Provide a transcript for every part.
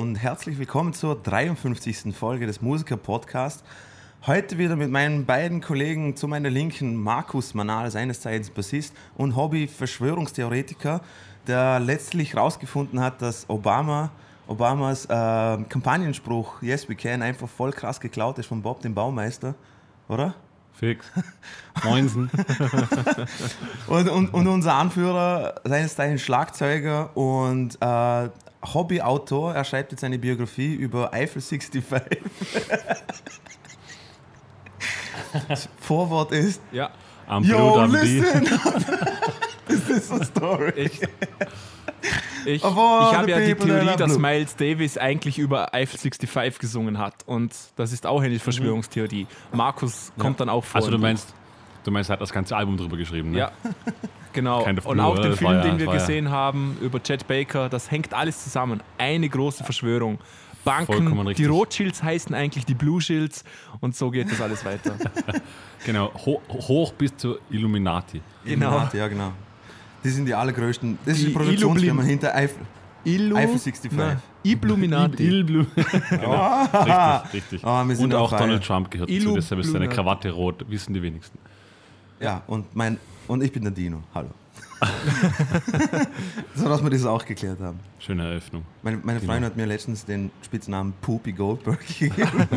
und herzlich willkommen zur 53. Folge des Musiker-Podcasts. Heute wieder mit meinen beiden Kollegen zu meiner Linken, Markus Manal, seines Zeichens Bassist und Hobby-Verschwörungstheoretiker, der letztlich herausgefunden hat, dass Obamas Kampagnenspruch Yes We Can einfach voll krass geklaut ist von Bob dem Baumeister, oder? Fix. Moinsen. und unser Anführer, seines Zeichens Schlagzeuger und Hobbyautor, er schreibt jetzt eine Biografie über Eiffel 65. Das Vorwort ist: Ja. Yo, listen! This is a story. Ich habe ja die Theorie, dass Miles Davis eigentlich über Eiffel 65 gesungen hat. Und das ist auch eine Verschwörungstheorie. Markus kommt dann auch vor. Also du meinst, er hat das ganze Album drüber geschrieben, ne? Ja, genau. Und auch den Film, den wir gesehen haben über Chet Baker, das hängt alles zusammen. Eine große Verschwörung. Banken, die Rothschilds heißen eigentlich die Blue Shields und so geht das alles weiter. Genau, hoch bis zur Illuminati. Illuminati, ja genau. Die sind die allergrößten. Das ist die Produktionsfirma hinter Eiffel 65. Illuminati. Genau, richtig. Und auch Donald Trump gehört dazu, deshalb ist seine Krawatte rot, wissen die wenigsten. Ja, und ich bin der Dino. Hallo. So, dass wir das auch geklärt haben. Schöne Eröffnung. Meine Freundin hat mir letztens den Spitznamen Poopy Goldberg gegeben.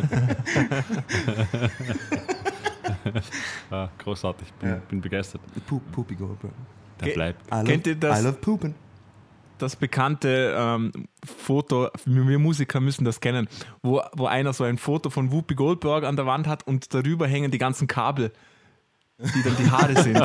Großartig, bin begeistert. Poopy Goldberg. Der bleibt. Kennt ihr das? I love poopen. Das bekannte Foto, wir Musiker müssen das kennen, wo einer so ein Foto von Whoopi Goldberg an der Wand hat und darüber hängen die ganzen Kabel, die dann die Haare sind.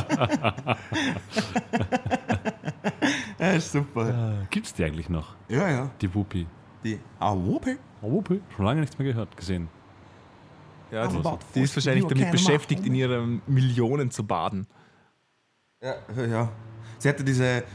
Ja, ist super. Gibt's die eigentlich noch? Ja. Die Whoopi. Whoopi? Schon lange nichts mehr gehört, gesehen. Ja, die ist wahrscheinlich damit beschäftigt, in ihre Millionen zu baden. Ja. Sie hatte diese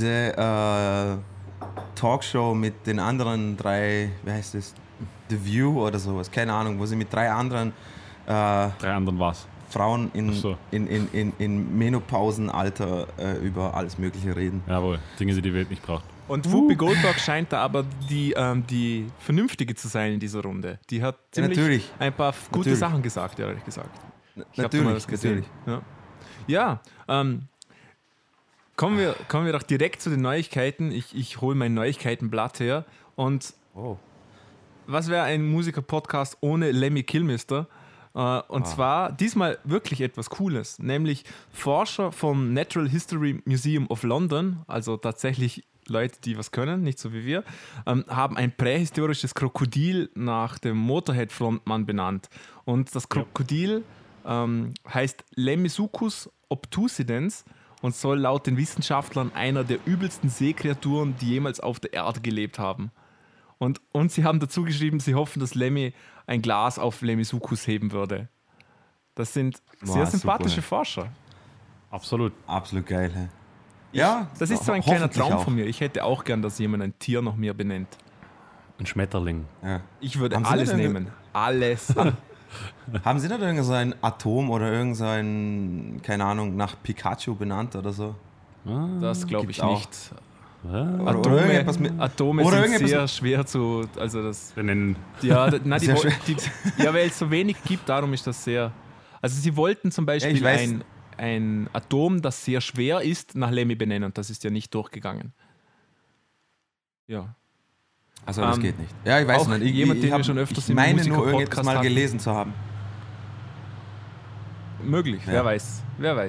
Talkshow mit den anderen drei, wie heißt das? The View oder sowas, keine Ahnung, wo sie mit drei anderen was? Frauen in Menopausenalter über alles Mögliche reden. Jawohl, Dinge, die die Welt nicht braucht. Und Whoopi Goldberg scheint da aber die Vernünftige zu sein in dieser Runde. Die hat ziemlich ein paar gute Sachen gesagt, ehrlich gesagt. Ich habe mal das gesehen. Ja, kommen wir doch direkt zu den Neuigkeiten. Ich hole mein Neuigkeitenblatt her. Und was wäre ein Musiker-Podcast ohne Lemmy Kilmister? Und zwar diesmal wirklich etwas Cooles, nämlich Forscher vom Natural History Museum of London, also tatsächlich Leute, die was können, nicht so wie wir, haben ein prähistorisches Krokodil nach dem Motorhead-Frontmann benannt. Und das Krokodil heißt Lemmissuchus obtusidens und soll laut den Wissenschaftlern einer der übelsten Seekreaturen, die jemals auf der Erde gelebt haben. Und sie haben dazu geschrieben, sie hoffen, dass Lemmy ein Glas auf Lemmissuchus heben würde. Das sind sehr sympathische Forscher. Absolut Geil. Hey. Das ist so ein kleiner Traum von mir. Ich hätte auch gern, dass jemand ein Tier nach mir benennt. Ein Schmetterling. Ja. Ich würde alles nehmen. Alles. Haben Sie nicht irgend so ein Atom oder irgend so ein, keine Ahnung, nach Pikachu benannt oder so? Das glaube ich nicht. Atome sind sehr schwer zu benennen. Ja, weil es so wenig gibt, darum ist das sehr. Also sie wollten zum Beispiel ein Atom, das sehr schwer ist, nach Lemmy benennen und das ist ja nicht durchgegangen. Ja. Also das geht nicht. Ja, ich weiß nicht. Ich meine nur irgendetwas mal gelesen zu haben. Möglich, wer weiß.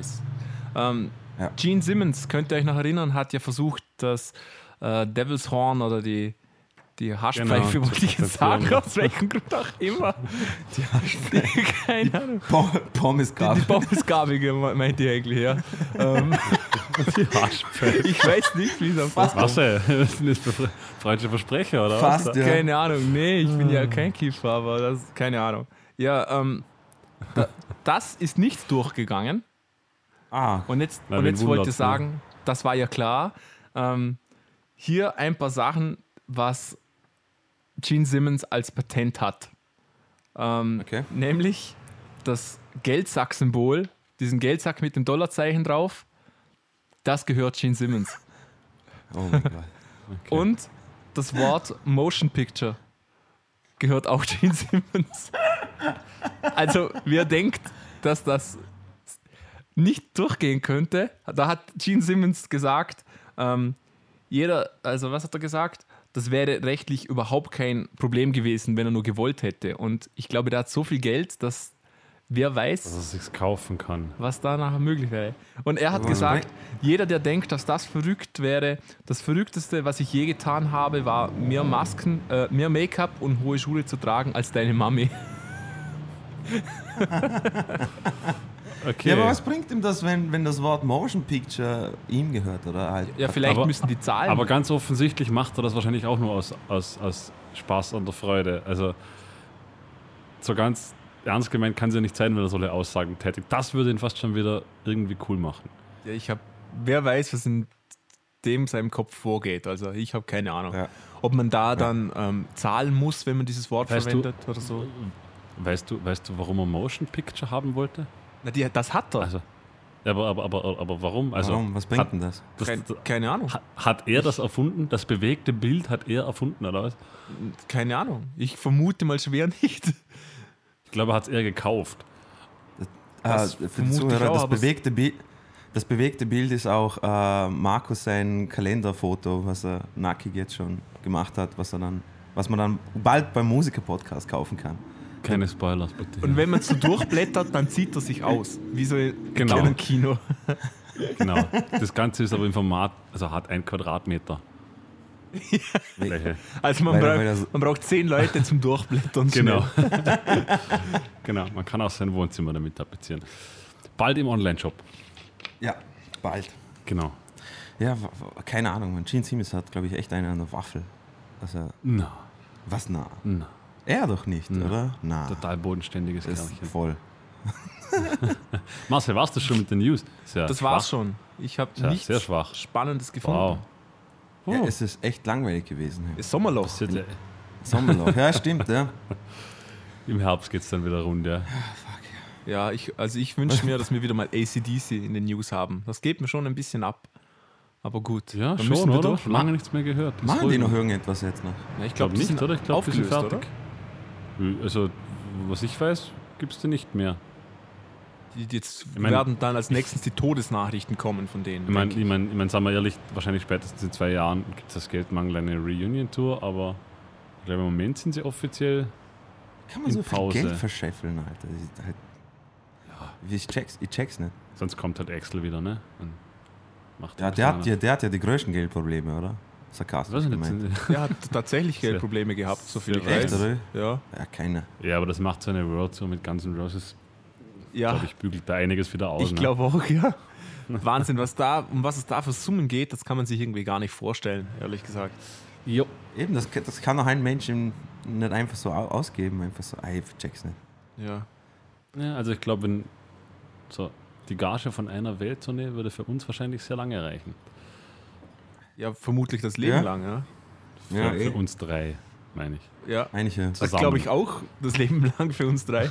Gene Simmons, könnt ihr euch noch erinnern, hat ja versucht, das Devil's Horn oder die Haschpfeife, wollte ich jetzt sagen, aus welchem Grund auch immer. Die Haschpfeife. Keine Ahnung. Pommesgabel. Die Pommesgabel meint ihr eigentlich, ja. Die Haschpfeife. Ich weiß nicht, wie es am Fass Was, ist das freudscher Versprecher, oder Fast, was? ja. Keine Ahnung, nee, ich bin ja kein Kiefer, aber das, keine Ahnung. Ja, das ist nicht durchgegangen. Und jetzt wollte ich sagen, das war ja klar. Hier ein paar Sachen, was Gene Simmons als Patent hat. Nämlich das Geldsack-Symbol, diesen Geldsack mit dem Dollarzeichen drauf, das gehört Gene Simmons. Oh mein Gott. Und das Wort Motion Picture gehört auch Gene Simmons. Also, wer denkt, dass das nicht durchgehen könnte, da hat Gene Simmons gesagt, was hat er gesagt? Das wäre rechtlich überhaupt kein Problem gewesen, wenn er nur gewollt hätte. Und ich glaube, der hat so viel Geld, dass wer weiß, dass er sich's kaufen kann, was da nachher möglich wäre. Und er hat gesagt, jeder, der denkt, dass das verrückt wäre, das Verrückteste, was ich je getan habe, war mehr Masken, mehr Make-up und hohe Schuhe zu tragen als deine Mami. Okay. Ja, aber was bringt ihm das, wenn das Wort Motion Picture ihm gehört? Oder halt? Ja, vielleicht müssen die Zahlen... Aber ganz offensichtlich macht er das wahrscheinlich auch nur aus Spaß und der Freude. Also so ganz ernst gemeint kann es ja nicht sein, wenn er solche Aussagen tätigt. Das würde ihn fast schon wieder irgendwie cool machen. Ja, wer weiß, was in seinem Kopf vorgeht. Also ich habe keine Ahnung. Ja. Ob man da dann zahlen muss, wenn man dieses Wort verwendet oder so. Weißt du, warum er Motion Picture haben wollte? Na, das hat er. Also, aber warum? Also, warum? Was bringt denn das? Keine Ahnung. Hat er das erfunden? Das bewegte Bild hat er erfunden, oder was? Keine Ahnung. Ich vermute mal schwer nicht. Ich glaube, er hat es eher gekauft. Für die Zuhörer, das bewegte Bild ist auch Markus sein Kalenderfoto, was er nackig jetzt schon gemacht hat, was man dann bald beim Musiker-Podcast kaufen kann. Keine Spoilers, bitte. Und wenn man so durchblättert, dann zieht er sich aus. Wie so im Kino. Genau. Das Ganze ist aber im Format, also hat 1 Quadratmeter. Ja. Also man braucht 10 Leute zum Durchblättern. Genau. Genau, man kann auch sein Wohnzimmer damit tapezieren. Bald im Online-Shop. Ja, bald. Genau. Ja, keine Ahnung. Gene Simmons hat, glaube ich, echt eine an der Waffel. Also, na. Was na? Na. Er doch nicht, na. Oder? Na. Total bodenständiges Kerlchen. Voll. Marcel, warst du schon mit den News? Das war's schon. Ich habe nichts sehr schwach. Spannendes gefunden. Wow. Ja, es ist echt langweilig gewesen. Ist Sommerloch. Sommerloch, ja, stimmt, ja. Im Herbst geht's dann wieder rund, ja. Ja, ich wünsche mir, dass wir wieder mal AC/DC in den News haben. Das geht mir schon ein bisschen ab. Aber gut. Ja, dann schon, oder? Lange nichts mehr gehört. Machen die noch irgendetwas jetzt noch? Ja, ich glaube nicht, oder? Ich glaube, die sind fertig. Oder? Also, was ich weiß, gibt es die nicht mehr. Werden dann als nächstes die Todesnachrichten kommen von denen. Ich meine, sagen wir ehrlich, wahrscheinlich spätestens in 2 Jahren gibt es das Geldmangel eine Reunion-Tour, aber ich glaube, im Moment sind sie offiziell kann man in so Pause. Viel Geld verscheffeln, Alter. Ich check's nicht. Sonst kommt halt Axel wieder, ne? Der hat ja die größten Geldprobleme, oder? Sarkastisch gemeint. Er hat tatsächlich Geldprobleme gehabt, so viel ich weiß. Oder? Ja, keine. Ja, aber das macht so eine World Tour mit Guns N' Roses. Ja. Glaube ich, bügelt da einiges wieder aus. Ich glaube auch, ja. Wahnsinn, um was es da für Summen geht, das kann man sich irgendwie gar nicht vorstellen, ehrlich gesagt. Jo. Eben, das kann doch ein Mensch nicht einfach so ausgeben, einfach so, ich check's nicht. Ja, also ich glaube, wenn so die Gage von einer Welttournee würde für uns wahrscheinlich sehr lange reichen. Ja, vermutlich das Leben lang, ja. Für uns 3, meine ich. Ja, eigentlich ja. Das glaube ich auch, das Leben lang für uns 3.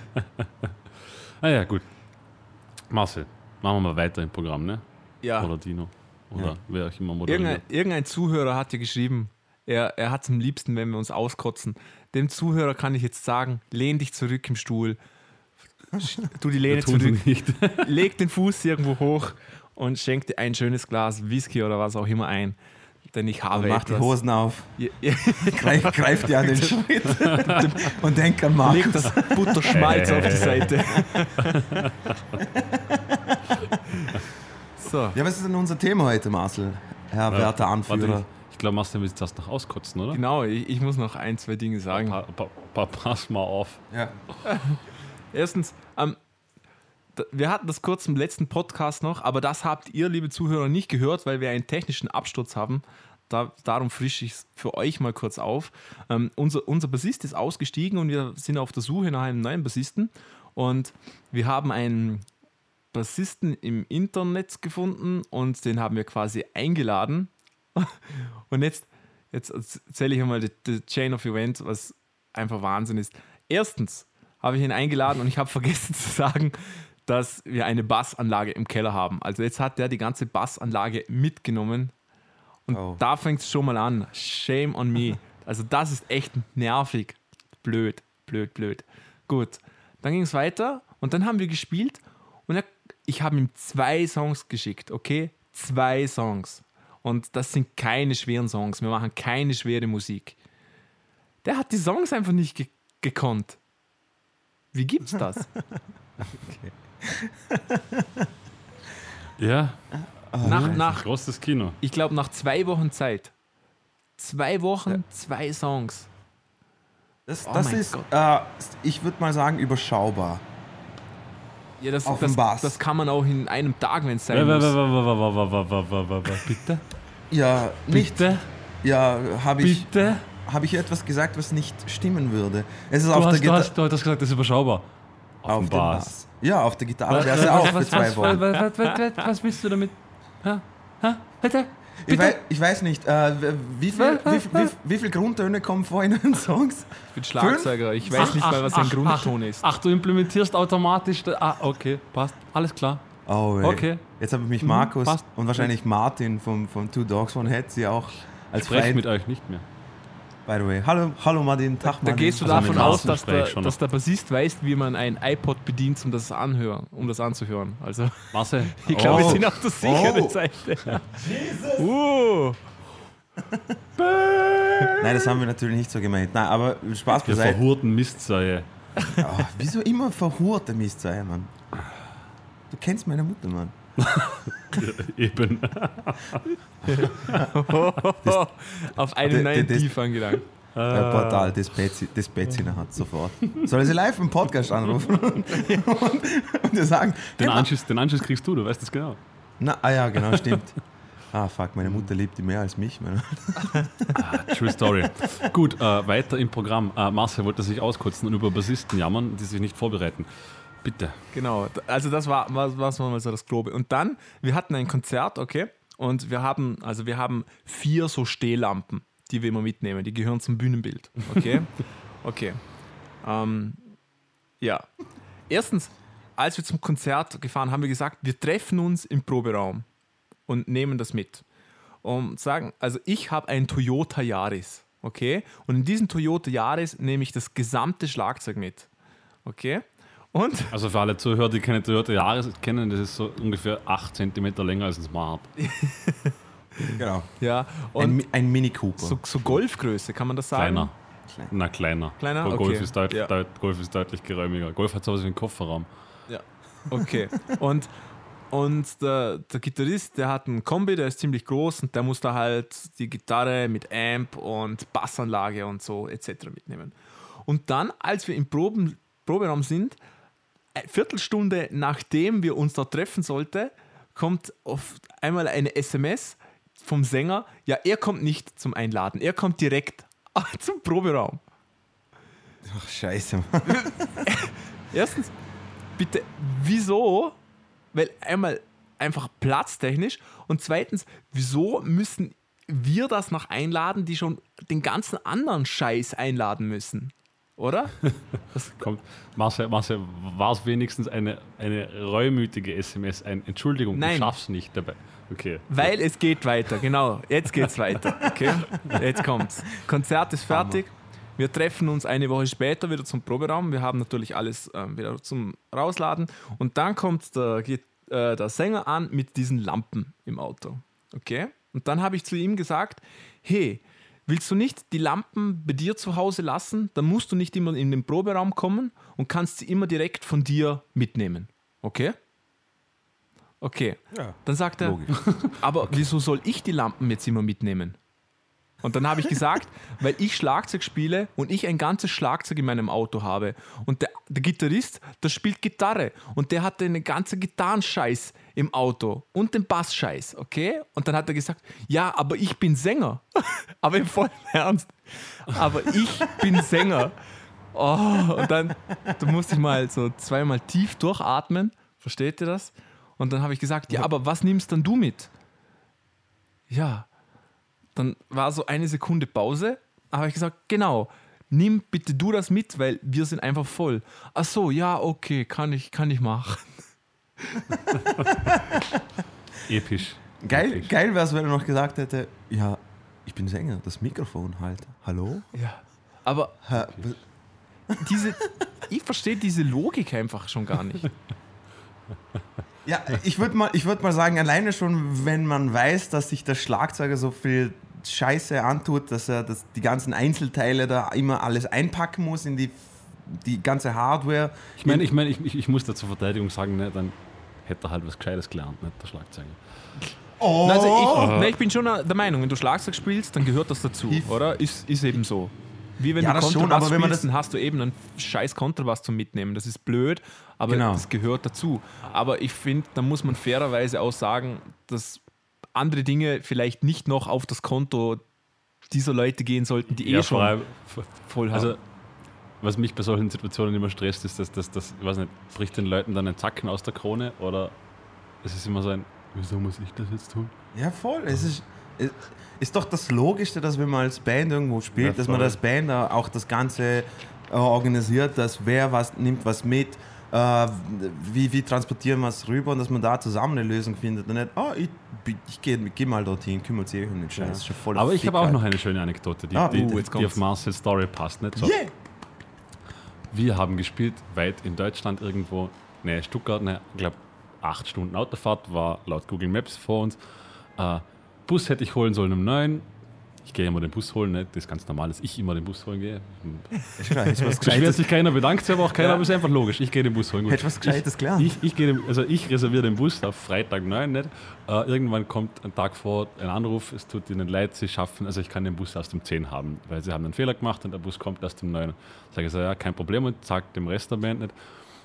Ja, gut. Marcel, machen wir mal weiter im Programm, ne? Ja. Oder Dino. Oder wer auch immer moderiert. Irgendein Zuhörer hat dir geschrieben, er hat es am liebsten, wenn wir uns auskotzen. Dem Zuhörer kann ich jetzt sagen, lehn dich zurück im Stuhl, tu die Lehne zurück, leg den Fuß irgendwo hoch und schenk dir ein schönes Glas Whisky oder was auch immer ein. Denn ich habe mach die Hosen auf, greif dir an den Schritt und denk an Markus. Leg das Butterschmalz auf die Seite. So. Ja, was ist denn unser Thema heute, Marcel? Herr werter Anführer. Ich glaube, Marcel will das noch auskotzen, oder? Genau, ich muss noch 1, 2 Dinge sagen. Pass mal auf. Ja. Erstens, wir hatten das kurz im letzten Podcast noch, aber das habt ihr, liebe Zuhörer, nicht gehört, weil wir einen technischen Absturz haben. Darum frische ich es für euch mal kurz auf. Unser Bassist ist ausgestiegen und wir sind auf der Suche nach einem neuen Bassisten. Und wir haben einen Bassisten im Internet gefunden und den haben wir quasi eingeladen. Und jetzt erzähle ich einmal die Chain of Events, was einfach Wahnsinn ist. Erstens habe ich ihn eingeladen und ich habe vergessen zu sagen, dass wir eine Bassanlage im Keller haben. Also jetzt hat der die ganze Bassanlage mitgenommen Und da fängt es schon mal an. Shame on me. Also das ist echt nervig. Blöd. Gut, dann ging es weiter und dann haben wir gespielt und ich habe ihm 2 Songs geschickt, okay? 2 Songs. Und das sind keine schweren Songs. Wir machen keine schwere Musik. Der hat die Songs einfach nicht gekonnt. Wie gibt's das? Ja. Nach Großes Kino. Ich glaube, nach 2 Wochen Zeit. 2 Wochen, 2 Songs. Das mein ist, Gott. ich würde mal sagen, überschaubar. Ja, Auf dem Bass. das kann man auch in einem Tag, wenn es sein muss. Bitte? Ja, nicht. Bitte? Ja, habe ich Bitte? etwas gesagt, was nicht stimmen würde? Es ist Du auf der hast Gitarre. gesagt, das ist überschaubar. Auf dem dem Bass. Ja, auf der Gitarre wäre es ja auch für 2 Wochen. Was willst du damit? Bitte? Ich weiß nicht, wie viel Grundtöne kommen vor in den Songs? Ich bin Schlagzeuger, ich weiß nicht mal, was ein Grundton ist. Ach, du implementierst automatisch. Okay, passt. Alles klar. Oh, ey. Okay. Jetzt habe ich mich Markus passt. und wahrscheinlich Martin vom Two Dogs One Head sie auch als Spreche freien. mit euch nicht mehr. By the way. Hallo Martin, Tag Da Martin. gehst du Also davon mit aus, Carsten spreche ich schon dass der Bassist weiß, wie man ein iPod bedient, um das anzuhören. Also Marcel? ich glaube, wir Oh. sind auf der sicheren Oh. Seite. Nein, das haben wir natürlich nicht so gemeint. Nein, aber Spaß Wir beiseite. verhurten Mistsäue. Wieso immer verhurte Mistsäue, Mann? Du kennst meine Mutter, Mann. Eben. Auf einen neuen das- Tief angelangt. Ja, Portal, das Betsy hat sofort. Soll sie live im Podcast anrufen und dir sagen, Den Anschluss kriegst du weißt das genau. ja, genau, stimmt. Fuck, meine Mutter liebt die mehr als mich. Mann. True Story. Gut, weiter im Programm. Marcel wollte sich auskotzen und über Bassisten jammern, die sich nicht vorbereiten. Bitte. Genau, also das war mal so das Grobe. Und dann, wir hatten ein Konzert, okay, und wir haben 4 so Stehlampen, die wir immer mitnehmen, die gehören zum Bühnenbild, okay? Okay. Ja. Erstens, als wir zum Konzert gefahren, haben wir gesagt, wir treffen uns im Proberaum und nehmen das mit. Und sagen, also ich habe einen Toyota Yaris, okay? Und in diesem Toyota Yaris nehme ich das gesamte Schlagzeug mit, okay? Und Also für alle Zuhörer, die keine Toyota Yaris kennen, das ist so ungefähr 8 cm länger als ein Smart. Genau. ja, und Ein Mini Cooper. so Golfgröße, kann man das sagen? Kleiner. Na, kleiner. Kleiner? Golf, Okay. ist Ja. Golf ist deutlich geräumiger. Golf hat sowas wie einen Kofferraum. Ja. Okay. Und der Gitarrist, der hat einen Kombi, der ist ziemlich groß und der muss da halt die Gitarre mit Amp und Bassanlage und so etc. mitnehmen. Und dann, als wir im Proberaum sind, eine Viertelstunde nachdem wir uns da treffen sollten, kommt auf einmal eine SMS vom Sänger, ja, er kommt nicht zum Einladen, er kommt direkt zum Proberaum. Ach, scheiße, Mann. Erstens, bitte, wieso? Weil einmal einfach platztechnisch und zweitens, wieso müssen wir das noch einladen, die schon den ganzen anderen Scheiß einladen müssen? Oder? Kommt. Marcel, war es wenigstens eine reumütige SMS? Entschuldigung, Nein. du schaffst nicht dabei. Okay. Weil es geht weiter, genau. Jetzt geht's weiter. Okay? Jetzt kommt's. Konzert ist fertig. Wir treffen uns eine Woche später wieder zum Proberaum. Wir haben natürlich alles wieder zum Rausladen. Und dann kommt der Sänger an mit diesen Lampen im Auto. Okay? Und dann habe ich zu ihm gesagt, hey, willst du nicht die Lampen bei dir zu Hause lassen? Dann musst du nicht immer in den Proberaum kommen und kannst sie immer direkt von dir mitnehmen. Okay? Okay. Ja, Dann sagt er, logisch. aber wieso soll ich die Lampen jetzt immer mitnehmen? Und dann habe ich gesagt, weil ich Schlagzeug spiele und ich ein ganzes Schlagzeug in meinem Auto habe. Und der Gitarrist, der spielt Gitarre und der hatte eine ganze Gitarrenscheiß im Auto und den Bassscheiß, okay? Und dann hat er gesagt, ja, aber ich bin Sänger. Aber im vollen Ernst. Aber ich bin Sänger. Oh, und dann musste ich mal so 2-mal tief durchatmen. Versteht ihr das? Und dann habe ich gesagt, ja, aber was nimmst dann du mit? Ja, dann war so eine Sekunde Pause. Da habe ich gesagt, genau, nimm bitte du das mit, weil wir sind einfach voll. Ach so, ja, okay, kann ich machen. Episch. Geil wäre es, wenn er noch gesagt hätte, ja, ich bin Sänger, das Mikrofon halt. Hallo? Ja. Aber ich verstehe diese Logik einfach schon gar nicht. Ja, ich würd mal sagen, alleine schon, wenn man weiß, dass sich der Schlagzeuger so viel Scheiße antut, dass er die ganzen Einzelteile da immer alles einpacken muss in die ganze Hardware. Ich muss da zur Verteidigung sagen, ne, dann hätte er halt was Gescheites gelernt, nicht der Schlagzeuger. Oh. Also ich bin schon der Meinung, wenn du Schlagzeug spielst, dann gehört das dazu, oder? Ist eben so. Wie wenn du Kontrabass spielst, dann hast du eben einen scheiß Kontrabass zum Mitnehmen. Das ist blöd, aber das gehört dazu. Aber ich finde, da muss man fairerweise auch sagen, dass andere Dinge vielleicht nicht noch auf das Konto dieser Leute gehen sollten, die schon voll haben. Also, was mich bei solchen Situationen immer stresst, ist, dass ich weiß nicht, bricht den Leuten dann ein Zacken aus der Krone oder es ist immer so ein, wieso muss ich das jetzt tun? Ja, voll. Es ist doch das Logischste, dass wenn man als Band irgendwo spielt, dass man als Band auch das Ganze organisiert, dass wer was nimmt, was mit, wie transportieren wir es rüber und dass man da zusammen eine Lösung findet und nicht, ich geh mal dorthin, kümmert sich um den Scheiß. Ja. Aber ich habe auch noch eine schöne Anekdote, die auf Marcel's Story passt. Nicht so. Yeah. Wir haben gespielt, weit in Deutschland irgendwo, Stuttgart, ich glaube 8 Stunden Autofahrt, war laut Google Maps vor uns. Bus hätte ich holen sollen um 9. Ich gehe immer den Bus holen, ne? Das ist ganz normal, dass ich immer den Bus holen gehe. Beschwert sich keiner, bedankt sich aber auch keiner, aber es ist einfach logisch. Ich gehe den Bus holen. Hättest du was Gescheites gelernt? Ich reserviere den Bus auf Freitag 9. Nicht? Irgendwann kommt ein Tag vor ein Anruf, es tut ihnen leid, sie schaffen, also ich kann den Bus erst um 10 haben, weil sie haben einen Fehler gemacht und der Bus kommt erst um 9. Sage ich so, ja, kein Problem und sage dem Rest der Band nicht.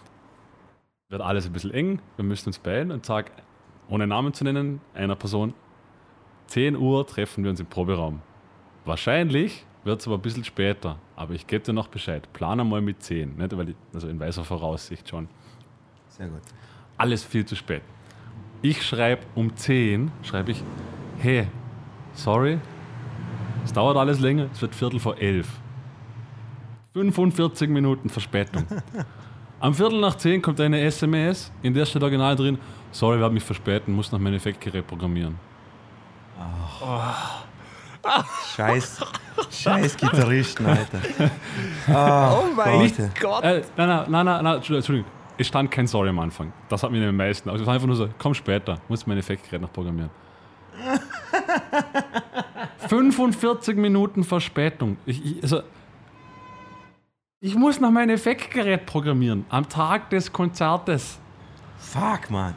Wird alles ein bisschen eng, wir müssen uns beeilen und sage, ohne Namen zu nennen, einer Person, 10 Uhr treffen wir uns im Proberaum. Wahrscheinlich wird es aber ein bisschen später, aber ich gebe dir noch Bescheid. Plan einmal mit 10, nicht? Also in weiser Voraussicht schon. Sehr gut. Alles viel zu spät. Ich schreibe um 10, hey, sorry, es dauert alles länger, es wird 11:15. 45 Minuten Verspätung. Am 9:15 kommt eine SMS, in der steht original drin, sorry, wir haben mich verspätet, muss noch mein Effektgerät programmieren. Scheiß Gitarristen, Alter. Oh mein Gott. Nein, Entschuldigung. Es stand kein Sorry am Anfang. Das hat mich am meisten. Also es war einfach nur so, komm später, muss mein Effektgerät noch programmieren. 45 Minuten Verspätung. Ich muss noch mein Effektgerät programmieren. Am Tag des Konzertes. Fuck, man.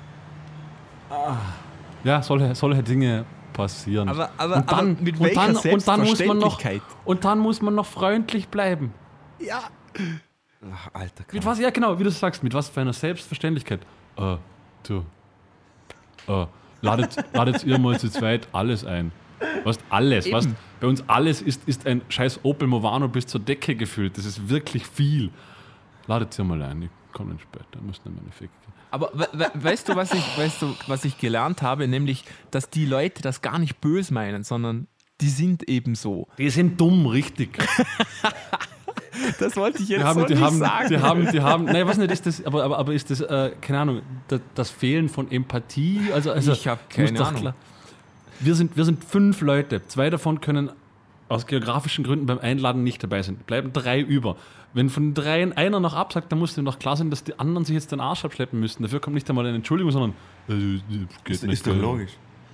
Ja, solche Dinge passieren. Aber mit welcher Selbstverständlichkeit? Und dann muss man noch freundlich bleiben. Ja. Ach, Alter. Mit was? Ja, genau, wie du sagst, mit was für einer Selbstverständlichkeit. Ladet ihr mal zu zweit alles ein. Was alles, was bei uns alles ist ein scheiß Opel Movano bis zur Decke gefüllt. Das ist wirklich viel. Ladet ihr mal ein, ich komme dann später, muss dann meine Effekte. Aber weißt du, was ich gelernt habe? Nämlich, dass die Leute das gar nicht böse meinen, sondern die sind eben so. Die sind dumm, richtig. Das wollte ich jetzt nicht sagen. Die haben, nein, was nicht, ist das, aber ist das, keine Ahnung, das Fehlen von Empathie? Also ich habe keine Ahnung. Klar, wir sind 5 Leute, 2 davon können aus geografischen Gründen beim Einladen nicht dabei sein. Bleiben 3 über. Wenn von 3 einer noch absagt, dann muss dem noch klar sein, dass die anderen sich jetzt den Arsch abschleppen müssen. Dafür kommt nicht einmal eine Entschuldigung, sondern geht nicht. Ist doch logisch.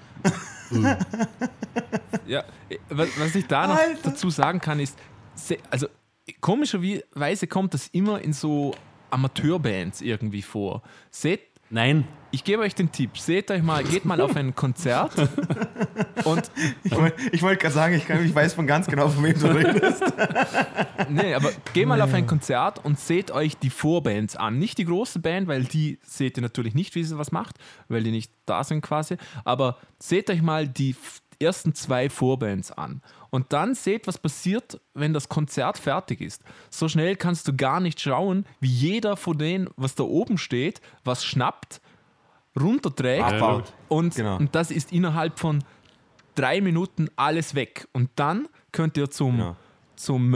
Ja, was ich da noch dazu sagen kann, ist, also komischerweise kommt das immer in so Amateurbands irgendwie vor. Nein. Ich gebe euch den Tipp, geht mal auf ein Konzert und ich wollte gerade sagen, ich weiß von ganz genau, von wem du redest. Nee, aber geht mal auf ein Konzert und seht euch die Vorbands an. Nicht die große Band, weil die seht ihr natürlich nicht, wie sie was macht, weil die nicht da sind quasi, aber seht euch mal die ersten 2 Vorbands an. Und dann seht, was passiert, wenn das Konzert fertig ist. So schnell kannst du gar nicht schauen, wie jeder von denen, was da oben steht, was schnappt, runterträgt abbaut. Und das ist innerhalb von 3 Minuten alles weg. Und dann könnt ihr zum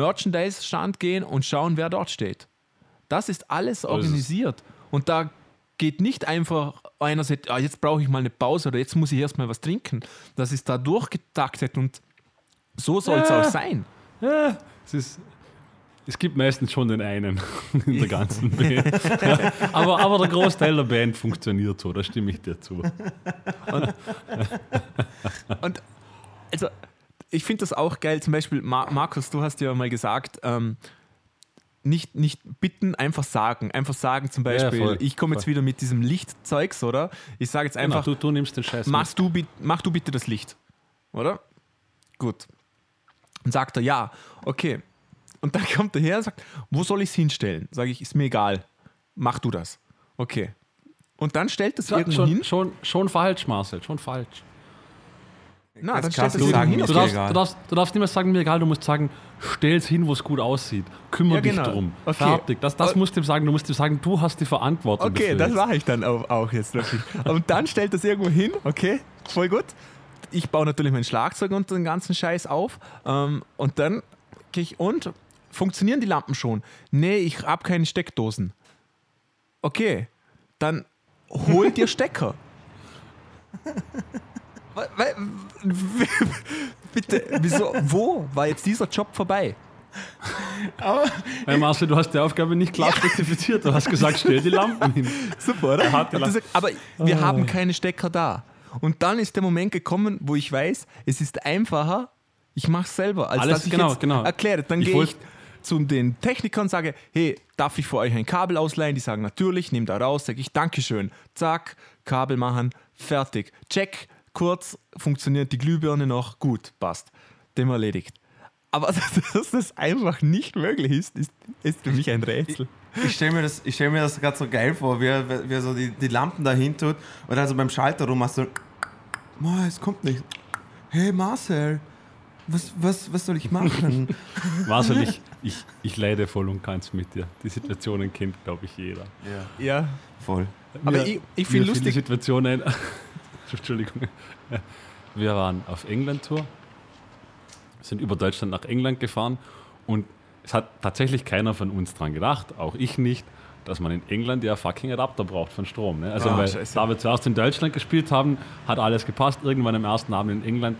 Merchandise-Stand gehen und schauen, wer dort steht. Das ist alles organisiert. Und da geht nicht einfach, einer sagt, jetzt brauche ich mal eine Pause oder jetzt muss ich erstmal was trinken. Das ist da durchgetaktet und so soll es auch sein. Ja, es gibt meistens schon den einen in der ganzen Band. aber der Großteil der Band funktioniert so, da stimme ich dir zu. Und also, ich finde das auch geil. Zum Beispiel, Markus, du hast ja mal gesagt, nicht bitten, einfach sagen. Einfach sagen zum Beispiel, voll, ich komme jetzt wieder mit diesem Lichtzeugs, oder? Ich sage jetzt einfach, du nimmst den Scheiß mach du bitte das Licht, oder? Gut. Und sagt er, ja, okay. Und dann kommt er her und sagt, wo soll ich es hinstellen? Sage ich, ist mir egal. Mach du das. Okay. Und dann stellt es irgendwo hin. Schon falsch, Marcel, schon falsch. Na, dann kannst stellt es du sagen, irgendwo mir hin. ist Du darfst nicht mehr sagen, mir egal, du musst sagen, stell's hin, wo es gut aussieht. Kümmere dich drum. Okay. Fertig. Das musst du ihm sagen. Du musst ihm sagen, du hast die Verantwortung Okay, dafür. das mache ich dann auch jetzt wirklich. Und dann stellt das irgendwo hin, okay, voll gut. Ich baue natürlich mein Schlagzeug und den ganzen Scheiß auf. Und dann gehe ich und funktionieren die Lampen schon? Nee, ich habe keine Steckdosen. Okay, dann hol dir Stecker. Bitte, wieso? Wo war jetzt dieser Job vorbei? Hey Marcel, du hast die Aufgabe nicht klar spezifiziert. Du hast gesagt, stell die Lampen hin. Super, oder? Aber wir haben keine Stecker da. Und dann ist der Moment gekommen, wo ich weiß, es ist einfacher, ich mache es selber, als dass ich jetzt erkläre. Dann gehe ich zu den Technikern und sage, hey, darf ich für euch ein Kabel ausleihen? Die sagen, natürlich, nimm da raus. Sage ich, Dankeschön. Zack, Kabel machen, fertig. Check, kurz, funktioniert die Glühbirne noch, gut, passt. Thema erledigt. Aber dass das einfach nicht möglich ist für mich ein Rätsel. Ich stell mir das gerade so geil vor, wie er so die Lampen dahin tut und dann so beim Schalter rum machst du, es kommt nicht. Hey Marcel, was soll ich machen? Marcel, ich leide voll und ganz mit dir. Die Situationen kennt, glaube ich, jeder. Ja, voll. Aber ich finde lustig. Die Situation ein. Entschuldigung. Wir waren auf England-Tour, sind über Deutschland nach England gefahren und es hat tatsächlich keiner von uns dran gedacht, auch ich nicht, dass man in England ja fucking Adapter braucht von Strom. Ne? Also, da wir zuerst in Deutschland gespielt haben, hat alles gepasst. Irgendwann am ersten Abend in England,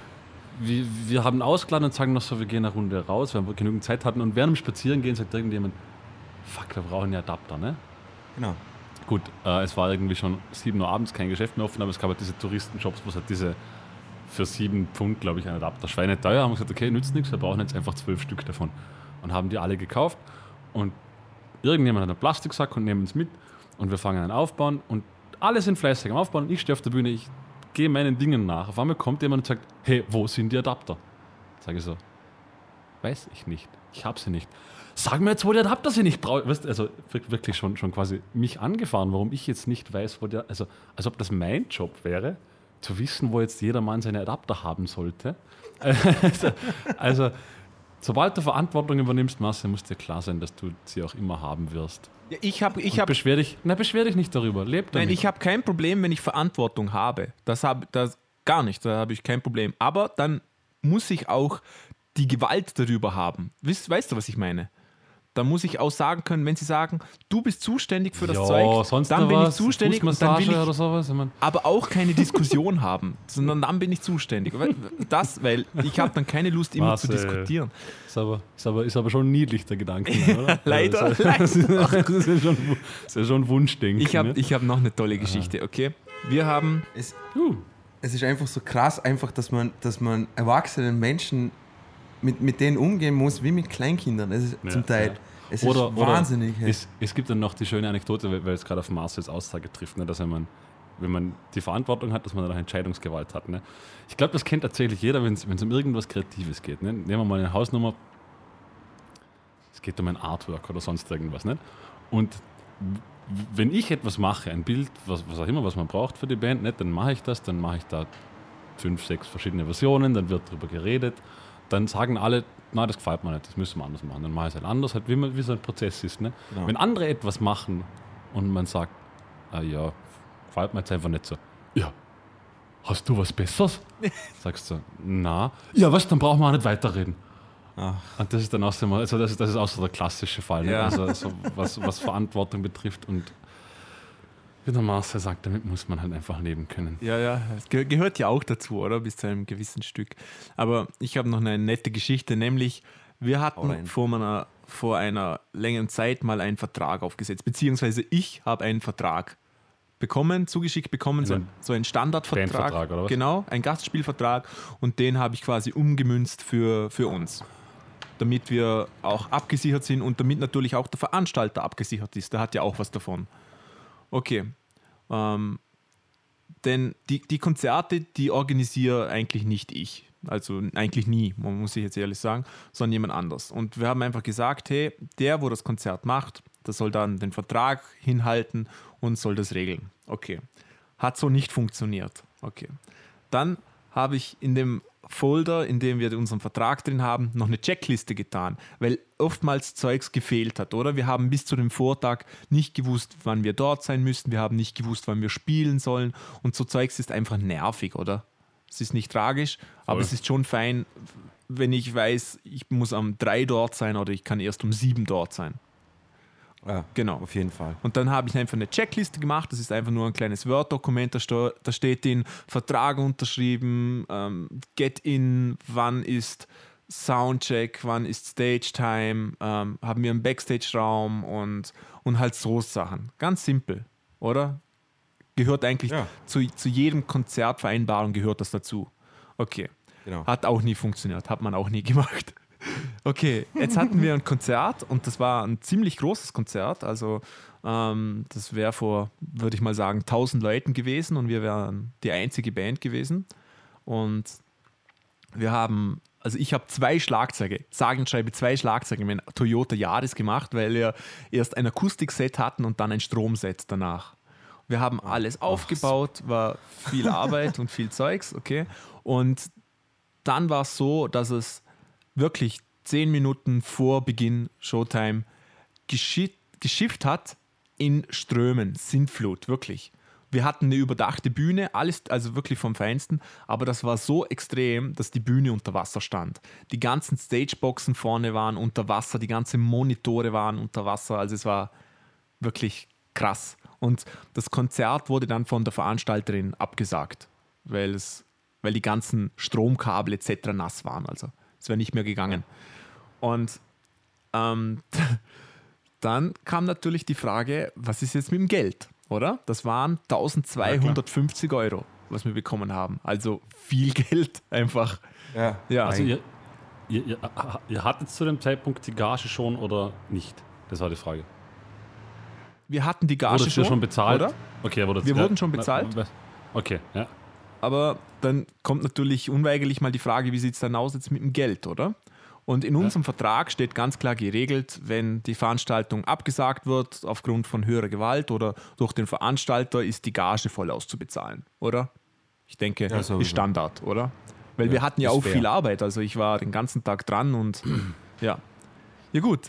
wir haben ausgeladen und sagen noch so, wir gehen eine Runde raus, weil wir genügend Zeit hatten. Und während dem Spazierengehen sagt irgendjemand, fuck, wir brauchen ja Adapter, ne? Genau. Gut, es war irgendwie schon 7 Uhr abends, kein Geschäft mehr offen, aber es gab halt diese Touristenshops, wo es halt diese für 7 Pfund, glaube ich, ein Adapter. Schweine teuer, haben wir gesagt, okay, nützt nichts, wir brauchen jetzt einfach 12 Stück davon. Und haben die alle gekauft und irgendjemand hat einen Plastiksack und nehmen es mit und wir fangen an aufbauen und alle sind fleißig am Aufbauen und ich stehe auf der Bühne, ich gehe meinen Dingen nach. Auf einmal kommt jemand und sagt, hey, wo sind die Adapter? Sage ich so, weiß ich nicht, ich habe sie nicht. Sag mir jetzt, wo die Adapter sind, ich brauche, weißt, also wirklich schon quasi mich angefahren, warum ich jetzt nicht weiß, wo der, also als ob das mein Job wäre, zu wissen, wo jetzt jeder Mann seine Adapter haben sollte. Also sobald du Verantwortung übernimmst, Marcel, muss dir klar sein, dass du sie auch immer haben wirst. Ja, ich hab beschwer dich nicht darüber. Leb damit. Nein, ich habe kein Problem, wenn ich Verantwortung habe. Das gar nicht, da habe ich kein Problem. Aber dann muss ich auch die Gewalt darüber haben. Weißt du, was ich meine? Da muss ich auch sagen können, wenn sie sagen, du bist zuständig für das Zeug, sonst dann bin ich zuständig und dann will ich oder sowas. aber auch keine Diskussion haben, sondern dann bin ich zuständig. Weil ich habe dann keine Lust, immer zu diskutieren. Ist aber schon niedlich, der Gedanke, oder? Leider. Das ist ja schon ein Wunschdenken. Ich hab noch eine tolle Geschichte, okay? Wir haben... Es ist einfach so krass, einfach, dass man erwachsenen Menschen mit denen umgehen muss, wie mit Kleinkindern. Es ist zum Teil. Ja. Es ist wahnsinnig. Es gibt dann noch die schöne Anekdote, weil es gerade auf Marcels Aussage trifft, ne, dass wenn man die Verantwortung hat, dass man dann auch Entscheidungsgewalt hat. Ne. Ich glaube, das kennt tatsächlich jeder, wenn es um irgendwas Kreatives geht. Ne. Nehmen wir mal eine Hausnummer, es geht um ein Artwork oder sonst irgendwas. Ne. Und wenn ich etwas mache, ein Bild, was auch immer, was man braucht für die Band, ne, dann mache ich das, dann mache ich da 5, 6 verschiedene Versionen, dann wird darüber geredet. Dann sagen alle, nein, das gefällt mir nicht, das müssen wir anders machen. Dann mache ich es halt anders, halt wie so ein Prozess ist. Ne? Genau. Wenn andere etwas machen und man sagt, ja, gefällt mir jetzt einfach nicht so. Ja, hast du was Besseres? Sagst du, na. Ja, was, dann brauchen wir auch nicht weiterreden. Ach. Und das ist dann auch so, also das ist auch so der klassische Fall, ne? Ja. Also was Verantwortung betrifft. Und Wie der Marcel sagt, damit muss man halt einfach leben können. Ja, es gehört ja auch dazu, oder? Bis zu einem gewissen Stück. Aber ich habe noch eine nette Geschichte, nämlich wir hatten vor einer längeren Zeit mal einen Vertrag aufgesetzt, beziehungsweise ich habe einen Vertrag zugeschickt bekommen, so einen Standardvertrag. Bandvertrag, oder was? Genau, ein Gastspielvertrag, und den habe ich quasi umgemünzt für uns. Damit wir auch abgesichert sind und damit natürlich auch der Veranstalter abgesichert ist. Der hat ja auch was davon. Okay. Denn die Konzerte, die organisiere eigentlich nicht ich. Also eigentlich nie, muss ich jetzt ehrlich sagen, sondern jemand anders. Und wir haben einfach gesagt, hey, der, wo das Konzert macht, der soll dann den Vertrag hinhalten und soll das regeln. Okay. Hat so nicht funktioniert. Okay. Dann habe ich in dem Folder, in dem wir unseren Vertrag drin haben, noch eine Checkliste getan, weil oftmals Zeugs gefehlt hat, oder? Wir haben bis zu dem Vortag nicht gewusst, wann wir dort sein müssen, wir haben nicht gewusst, wann wir spielen sollen, und so Zeugs ist einfach nervig, oder? Es ist nicht tragisch, aber es ist schon fein, wenn ich weiß, ich muss um 3 dort sein oder ich kann erst um 7 dort sein. Ja, genau. Auf jeden Fall. Und dann habe ich einfach eine Checkliste gemacht. Das ist einfach nur ein kleines Word-Dokument. Da steht den Vertrag unterschrieben, Get-In, wann ist Soundcheck, wann ist Stage-Time, haben wir einen Backstage-Raum und halt so Sachen. Ganz simpel, oder? Gehört eigentlich zu jedem Konzertvereinbarung gehört das dazu. Okay. Genau. Hat auch nie funktioniert, hat man auch nie gemacht. Okay, jetzt hatten wir ein Konzert und das war ein ziemlich großes Konzert. Also das wäre vor, würde ich mal sagen, 1000 Leuten gewesen und wir wären die einzige Band gewesen. Und wir haben, also ich habe 2 Schlagzeuge, sage und schreibe 2 Schlagzeuge mit einem Toyota Yaris gemacht, weil wir erst ein Akustikset hatten und dann ein Stromset danach. Wir haben alles aufgebaut, war viel Arbeit und viel Zeugs, okay. Und dann war es so, dass es wirklich 10 Minuten vor Beginn Showtime geschifft hat in Strömen, Sintflut, wirklich. Wir hatten eine überdachte Bühne, alles, also wirklich vom Feinsten, aber das war so extrem, dass die Bühne unter Wasser stand. Die ganzen Stageboxen vorne waren unter Wasser, die ganzen Monitore waren unter Wasser, also es war wirklich krass. Und das Konzert wurde dann von der Veranstalterin abgesagt, weil die ganzen Stromkabel etc. nass waren, also es wäre nicht mehr gegangen. Und dann kam natürlich die Frage, was ist jetzt mit dem Geld, oder? Das waren 1250 Euro, was wir bekommen haben. Also viel Geld einfach. Ja. Also ihr hattet zu dem Zeitpunkt die Gage schon oder nicht? Das war die Frage. Wir hatten die Gage schon bezahlt, oder? Okay, wir wurden schon bezahlt. Okay, ja. Aber dann kommt natürlich unweigerlich mal die Frage, wie sieht es dann aus jetzt mit dem Geld, oder? Und in unserem Vertrag steht ganz klar geregelt, wenn die Veranstaltung abgesagt wird aufgrund von höherer Gewalt oder durch den Veranstalter, ist die Gage voll auszubezahlen, oder? Ich denke, ist Standard, oder? Weil wir hatten ja auch viel Arbeit, also ich war den ganzen Tag dran und ja. Ja gut.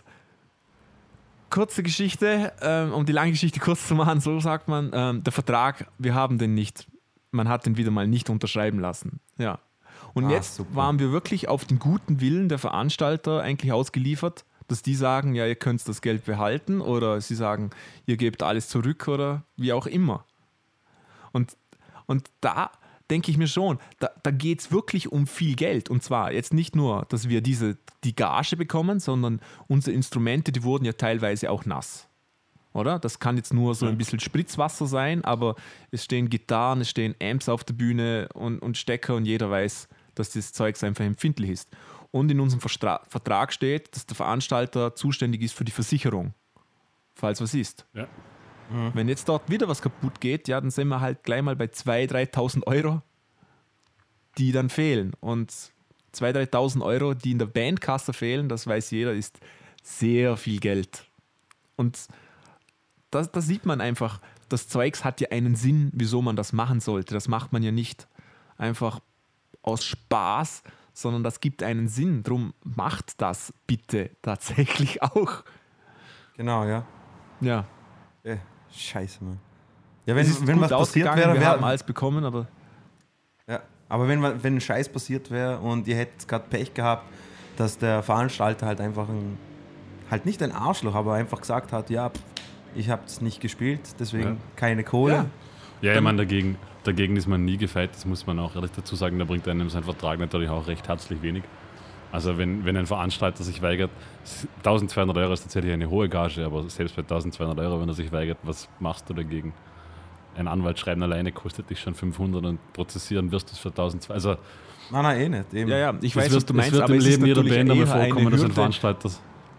Kurze Geschichte, um die lange Geschichte kurz zu machen, so sagt man, der Vertrag, wir haben den nicht, man hat den wieder mal nicht unterschreiben lassen. Ja. Und jetzt waren wir wirklich auf den guten Willen der Veranstalter eigentlich ausgeliefert, dass die sagen, ja, ihr könnt das Geld behalten oder sie sagen, ihr gebt alles zurück oder wie auch immer. Und da denke ich mir schon, da geht es wirklich um viel Geld. Und zwar jetzt nicht nur, dass wir die Gage bekommen, sondern unsere Instrumente, die wurden ja teilweise auch nass. Oder? Das kann jetzt nur so ein bisschen Spritzwasser sein, aber es stehen Gitarren, es stehen Amps auf der Bühne und Stecker und jeder weiß, dass das Zeug einfach empfindlich ist. Und in unserem Vertrag steht, dass der Veranstalter zuständig ist für die Versicherung, falls was ist. Ja. Mhm. Wenn jetzt dort wieder was kaputt geht, ja, dann sind wir halt gleich mal bei 2.000, 3.000 Euro, die dann fehlen. Und 2.000, 3.000 Euro, die in der Bandkasse fehlen, das weiß jeder, ist sehr viel Geld. Und da sieht man einfach, das Zeugs hat ja einen Sinn, wieso man das machen sollte. Das macht man ja nicht einfach aus Spaß, sondern das gibt einen Sinn. Drum macht das bitte tatsächlich auch. Genau, ja. Ja. Scheiße, Mann. Ja, wenn was passiert wäre, wir haben alles bekommen, aber... Ja, aber wenn ein Scheiß passiert wäre und ihr hättet gerade Pech gehabt, dass der Veranstalter halt einfach halt nicht ein Arschloch, aber einfach gesagt hat, ja, Ich habe es nicht gespielt, deswegen keine Kohle. Ja, ich meine, dagegen ist man nie gefeit, das muss man auch ehrlich dazu sagen, da bringt einem sein Vertrag natürlich auch recht herzlich wenig. Also wenn ein Veranstalter sich weigert, 1.200 Euro ist tatsächlich eine hohe Gage, aber selbst bei 1.200 Euro, wenn er sich weigert, was machst du dagegen? Ein Anwalt schreiben alleine kostet dich schon 500 und prozessieren wirst du es für 1.200. Also, Nein, eh nicht. Eben. Ja, ich weiß, was du meinst, es wird aber im es ist Leben jeder natürlich Band einmal eher eine vorkommen, dass ein Hürde. Veranstalter...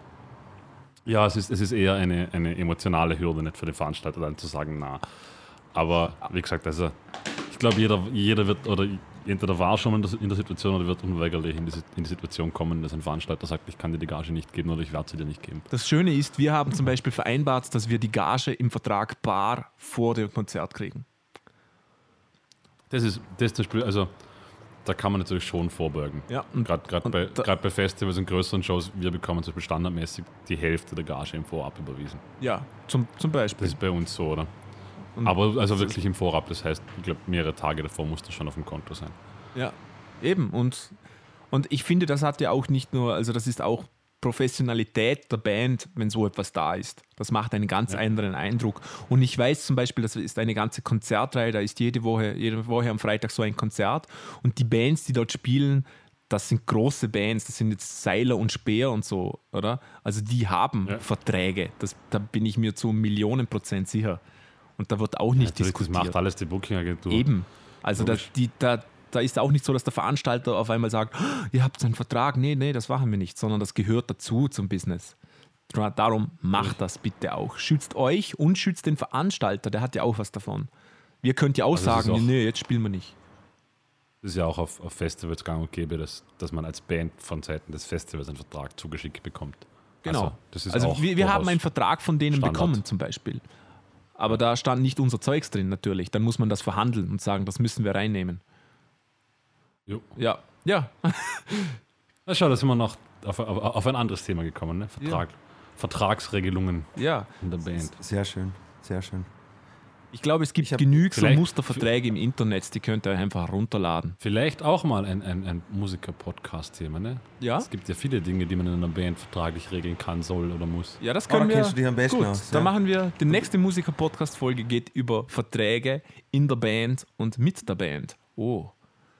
Ja, es ist eher eine emotionale Hürde, nicht für den Veranstalter dann zu sagen, na. Aber wie gesagt, also ich glaube, jeder wird, oder entweder war schon in der Situation oder wird unweigerlich in die Situation kommen, dass ein Veranstalter sagt, ich kann dir die Gage nicht geben oder ich werde sie dir nicht geben. Das Schöne ist, wir haben zum Beispiel vereinbart, dass wir die Gage im Vertrag bar vor dem Konzert kriegen. Das zum Beispiel, also da kann man natürlich schon vorbeugen. Ja, Gerade bei Festivals und größeren Shows, wir bekommen zum Beispiel standardmäßig die Hälfte der Gage im Vorab überwiesen. Ja, zum Beispiel. Das ist bei uns so, oder? Aber also wirklich im Vorab, das heißt, ich glaube, mehrere Tage davor muss das schon auf dem Konto sein. Ja, eben. Und ich finde, das hat ja auch nicht nur, also das ist auch Professionalität der Band, wenn so etwas da ist. Das macht einen ganz anderen Eindruck. Und ich weiß zum Beispiel, das ist eine ganze Konzertreihe, da ist jede Woche am Freitag so ein Konzert. Und die Bands, die dort spielen, das sind große Bands, das sind jetzt Seiler und Speer und so, oder? Also die haben Verträge, da bin ich mir zu 1.000.000% sicher. Und da wird auch nicht diskutiert. Das macht alles die Booking-Agentur. Eben. Also da ist auch nicht so, dass der Veranstalter auf einmal sagt, oh, ihr habt einen Vertrag. Nee, das machen wir nicht, sondern das gehört dazu zum Business. Darum macht das bitte auch. Schützt euch und schützt den Veranstalter, der hat ja auch was davon. Wir könnt ja auch sagen, nee, jetzt spielen wir nicht. Das ist ja auch auf Festivals gang und gäbe, dass man als Band von Seiten des Festivals einen Vertrag zugeschickt bekommt. Genau. Das ist also auch wir haben einen Vertrag von denen Standard bekommen zum Beispiel. Aber da stand nicht unser Zeugs drin natürlich. Dann muss man das verhandeln und sagen, das müssen wir reinnehmen. Jo. Ja. Na schau, da sind wir noch auf ein anderes Thema gekommen. Ne? Vertragsregelungen in der Band. Sehr schön, sehr schön. Ich glaube, es gibt genügend so Musterverträge im Internet, die könnt ihr einfach herunterladen. Vielleicht auch mal ein Musiker-Podcast-Thema, ne? Ja. Es gibt ja viele Dinge, die man in einer Band vertraglich regeln kann, soll oder muss. Ja, das können wir. Kennst du dich am besten gut, aus, da machen wir, die nächste Musiker-Podcast-Folge geht über Verträge in der Band und mit der Band. Oh.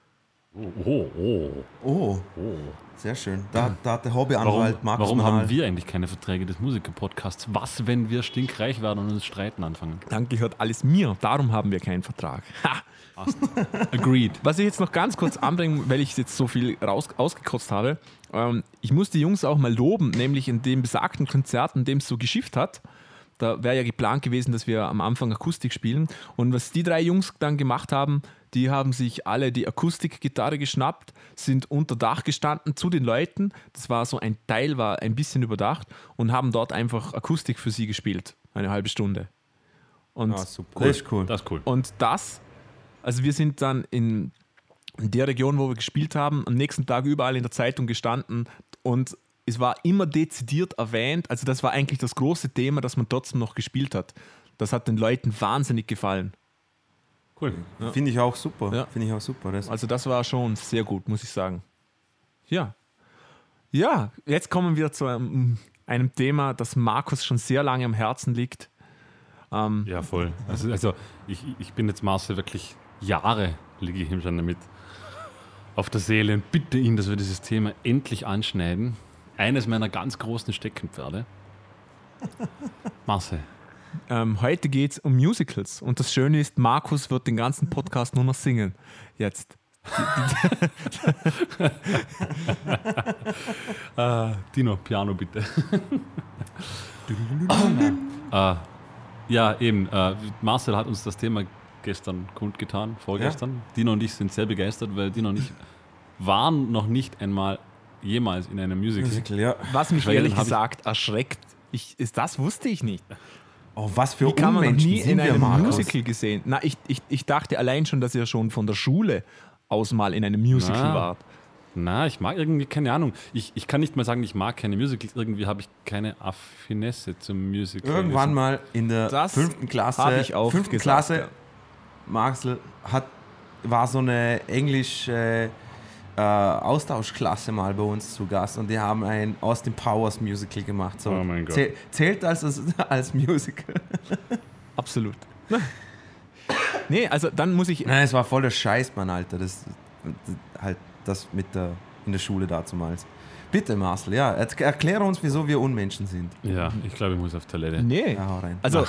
Sehr schön. Da hat der Hobbyanwalt Markus Warum Manal. haben wir eigentlich keine Verträge des Musiker-Podcasts? Was, wenn wir stinkreich werden und uns streiten anfangen? Dann gehört alles mir, darum haben wir keinen Vertrag. Ha! Agreed. Was ich jetzt noch ganz kurz anbringe, weil ich jetzt so viel ausgekotzt habe, ich muss die Jungs auch mal loben, nämlich in dem besagten Konzert, in dem es so geschifft hat. Da wäre ja geplant gewesen, dass wir am Anfang Akustik spielen. Und was die 3 Jungs dann gemacht haben, die haben sich alle die Akustikgitarre geschnappt, sind unter Dach gestanden zu den Leuten. Das war so ein Teil, war ein bisschen überdacht und haben dort einfach Akustik für sie gespielt. Eine halbe Stunde. Und super. Das ist cool. Das ist cool. Und also wir sind dann in der Region, wo wir gespielt haben, am nächsten Tag überall in der Zeitung gestanden und es war immer dezidiert erwähnt, also das war eigentlich das große Thema, dass man trotzdem noch gespielt hat. Das hat den Leuten wahnsinnig gefallen. Cool. Ja. Finde ich auch super. Ja. Finde ich auch super. Also das war schon sehr gut, muss ich sagen. Ja, jetzt kommen wir zu einem Thema, das Markus schon sehr lange am Herzen liegt. Ja, voll. Also ich bin jetzt Marcel wirklich Jahre liege ich ihm schon damit auf der Seele und bitte ihn, dass wir dieses Thema endlich anschneiden. Eines meiner ganz großen Steckenpferde. Marcel. Heute geht es um Musicals und das Schöne ist, Markus wird den ganzen Podcast nur noch singen. Jetzt. Dino, Piano bitte. Ja, eben. Marcel hat uns das Thema gestern kundgetan, vorgestern. Ja. Dino und ich sind sehr begeistert, weil Dino und ich waren noch nicht einmal jemals in einem Musical. Ja. Was mich ehrlich gesagt erschreckt. Das wusste ich nicht. Oh, was für Wie kann man noch nie in einem Markus? Musical gesehen? Na, ich dachte allein schon, dass ihr schon von der Schule aus mal in einem Musical wart. Na, ich mag irgendwie, keine Ahnung. Ich kann nicht mal sagen, ich mag keine Musicals. Irgendwie habe ich keine Affinesse zum Musical. Irgendwann mal in der 5. Klasse, habe ich auch 5. gesagt, Klasse, ja. Marcel war so eine Englisch Austauschklasse mal bei uns zu Gast und die haben ein Austin Powers Musical gemacht. So. Oh mein Gott. Zählt als Musical? Absolut. Nee, also dann muss ich. Nein, es war voll der Scheiß, Mann, Alter. Das in der Schule damals. Bitte, Marcel, ja, erkläre uns, wieso wir Unmenschen sind. Ja, ich glaube, ich muss auf Toilette. Nee, ja, hau rein. also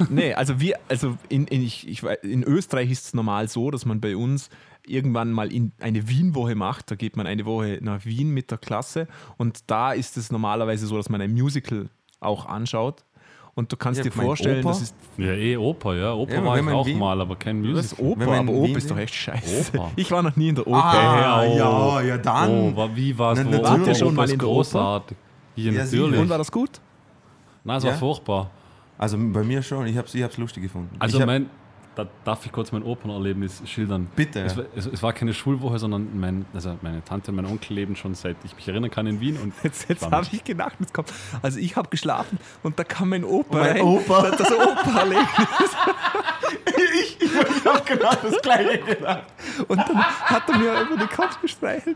in Österreich ist es normal so, dass man bei uns irgendwann mal in eine Wien-Woche macht. Da geht man eine Woche nach Wien mit der Klasse und da ist es normalerweise so, dass man ein Musical auch anschaut. Und du kannst dir vorstellen, das ist. Ja, Oper, ja. Oper war ich auch mal, aber kein Musical. Das ist Oper, aber Oper ist doch echt scheiße. Oper. Ich war noch nie in der Oper. Ja, dann. Wie war es? Wart ihr schon mal in der großartig. Ja, Ja, natürlich. Und war das gut? Nein, es war furchtbar. Also bei mir schon, ich hab's lustig gefunden. Also da darf ich kurz mein Opernerlebnis schildern. Bitte. Es war keine Schulwoche, sondern meine Tante und mein Onkel leben schon seit ich mich erinnern kann in Wien. Und Jetzt habe ich gedacht, es kommt. Also ich habe geschlafen und da kam mein Opa Mein rein. Opa? Das Opererlebnis. Ich habe genau das Gleiche gedacht. Und dann hat er mir über den Kopf gestreichelt.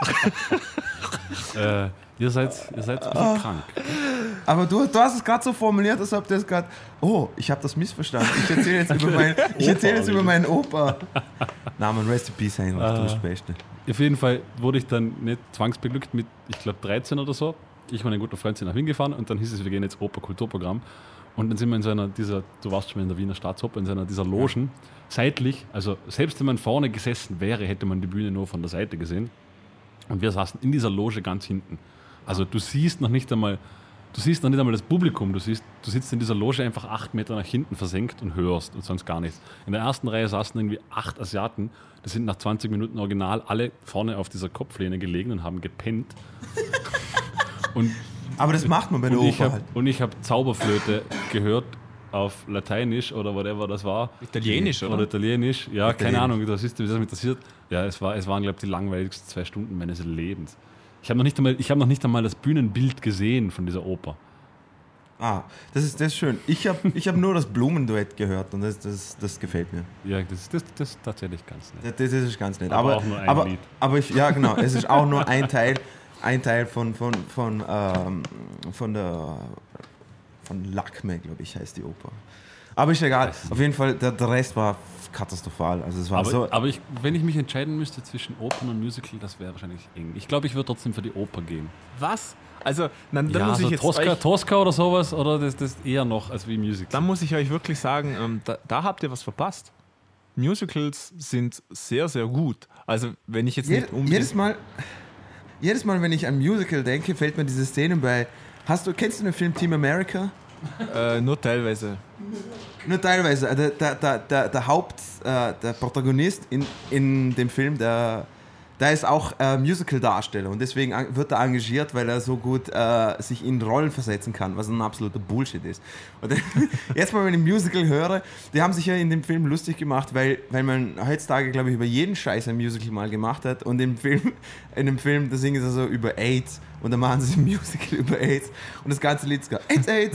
Ihr seid ein bisschen krank. Aber du hast es gerade so formuliert, als ob das gerade, ich habe das missverstanden. Ich erzähle jetzt über meinen Opa. Na, man, rest in peace, Heinrich, du bist der Beste. Auf jeden Fall wurde ich dann nicht zwangsbeglückt mit, ich glaube, 13 oder so. Ich und ein guter Freund sind nach Wien gefahren und dann hieß es, wir gehen jetzt Oper-Kulturprogramm. Und dann sind wir in du warst schon mal in der Wiener Staatsoper, in dieser Logen, seitlich, also selbst wenn man vorne gesessen wäre, hätte man die Bühne nur von der Seite gesehen. Und wir saßen in dieser Loge ganz hinten. Also du siehst noch nicht einmal das Publikum, du sitzt in dieser Loge einfach 8 Meter nach hinten versenkt und hörst und sonst gar nichts. In der ersten Reihe saßen irgendwie 8 Asiaten, die sind nach 20 Minuten original alle vorne auf dieser Kopflehne gelegen und haben gepennt. Aber das macht man bei der Oper halt. Und ich habe Zauberflöte gehört auf Lateinisch oder whatever das war. Italienisch, oder? Oder Italienisch. Ja, keine Ahnung, das ist, wie das mich interessiert. Ja, es waren, glaube ich, die langweiligsten 2 Stunden meines Lebens. Ich habe noch nicht einmal das Bühnenbild gesehen von dieser Oper. Das ist schön. Ich hab nur das Blumenduett gehört und das gefällt mir. Ja, das ist tatsächlich ganz nett. Das ist ganz nett. Aber auch nur ein Lied. Ja, genau. Es ist auch nur ein Teil von Lakme, glaube ich, heißt die Oper. Aber ist egal. Auf jeden Fall, der Rest war katastrophal. Also es war aber wenn ich mich entscheiden müsste zwischen Opern und Musical, das wäre wahrscheinlich eng. Ich glaube, ich würde trotzdem für die Oper gehen. Was? Also, dann Ja, muss ich jetzt Tosca oder sowas, oder das eher noch als wie Musical. Dann muss ich euch wirklich sagen, da habt ihr was verpasst. Musicals sind sehr, sehr gut. Also, wenn ich jetzt nicht unbedingt... Jedes Mal, wenn ich an Musical denke, fällt mir diese Szene bei... Kennst du den Film Team America? Nur teilweise. Nur teilweise. Der Protagonist in dem Film, der ist auch Musical-Darsteller und deswegen wird er engagiert, weil er so gut sich in Rollen versetzen kann, was ein absoluter Bullshit ist. Und jetzt mal, wenn ich ein Musical höre, die haben sich ja in dem Film lustig gemacht, weil man heutzutage, glaube ich, über jeden Scheiß ein Musical mal gemacht hat und in dem Film, da singen sie so über AIDS und dann machen sie ein Musical über AIDS und das ganze Lied ist gar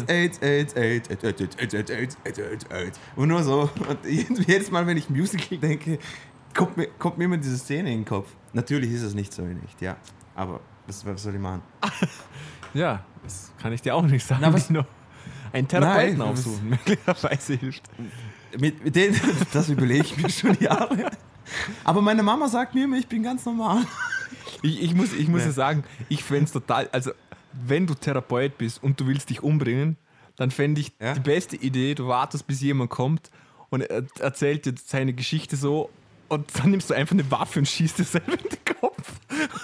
AIDS. Und nur so. Und jedes Mal, wenn ich Musical denke, kommt mir immer diese Szene in den Kopf. Natürlich ist es nicht so in echt, ja. Aber was soll ich machen? Ja, das kann ich dir auch nicht sagen. Aber nur einen Therapeuten aufsuchen, möglicherweise hilft. Mit denen, das überlege ich mir schon Jahre. Aber meine Mama sagt mir immer, ich bin ganz normal. Ich muss ja sagen, ich fände es total, also wenn du Therapeut bist und du willst dich umbringen, dann fände ich die beste Idee, du wartest, bis jemand kommt und er erzählt dir seine Geschichte so und dann nimmst du einfach eine Waffe und schießt dir selber in den Kopf.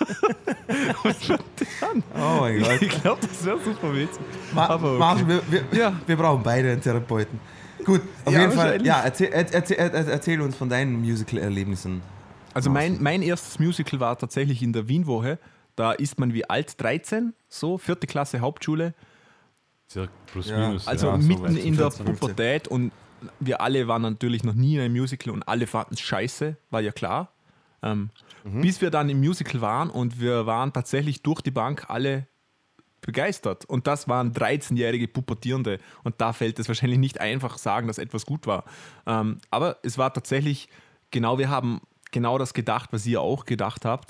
Oh mein Gott. Ich glaube, das wäre super witzig. Martin, wir brauchen beide einen Therapeuten. Gut, auf jeden Fall. Ja, erzähl uns von deinen Musical-Erlebnissen. Also mein erstes Musical war tatsächlich in der Wien-Woche. Da ist man wie alt, 13, so 4. Klasse Hauptschule. Circa plus minus. Also mitten in der Pubertät und wir alle waren natürlich noch nie in einem Musical und alle fanden es scheiße, war ja klar. Bis wir dann im Musical waren und wir waren tatsächlich durch die Bank alle begeistert. Und das waren 13-jährige Pubertierende und da fällt es wahrscheinlich nicht einfach sagen, dass etwas gut war. Aber es war tatsächlich wir haben genau das gedacht, was ihr auch gedacht habt,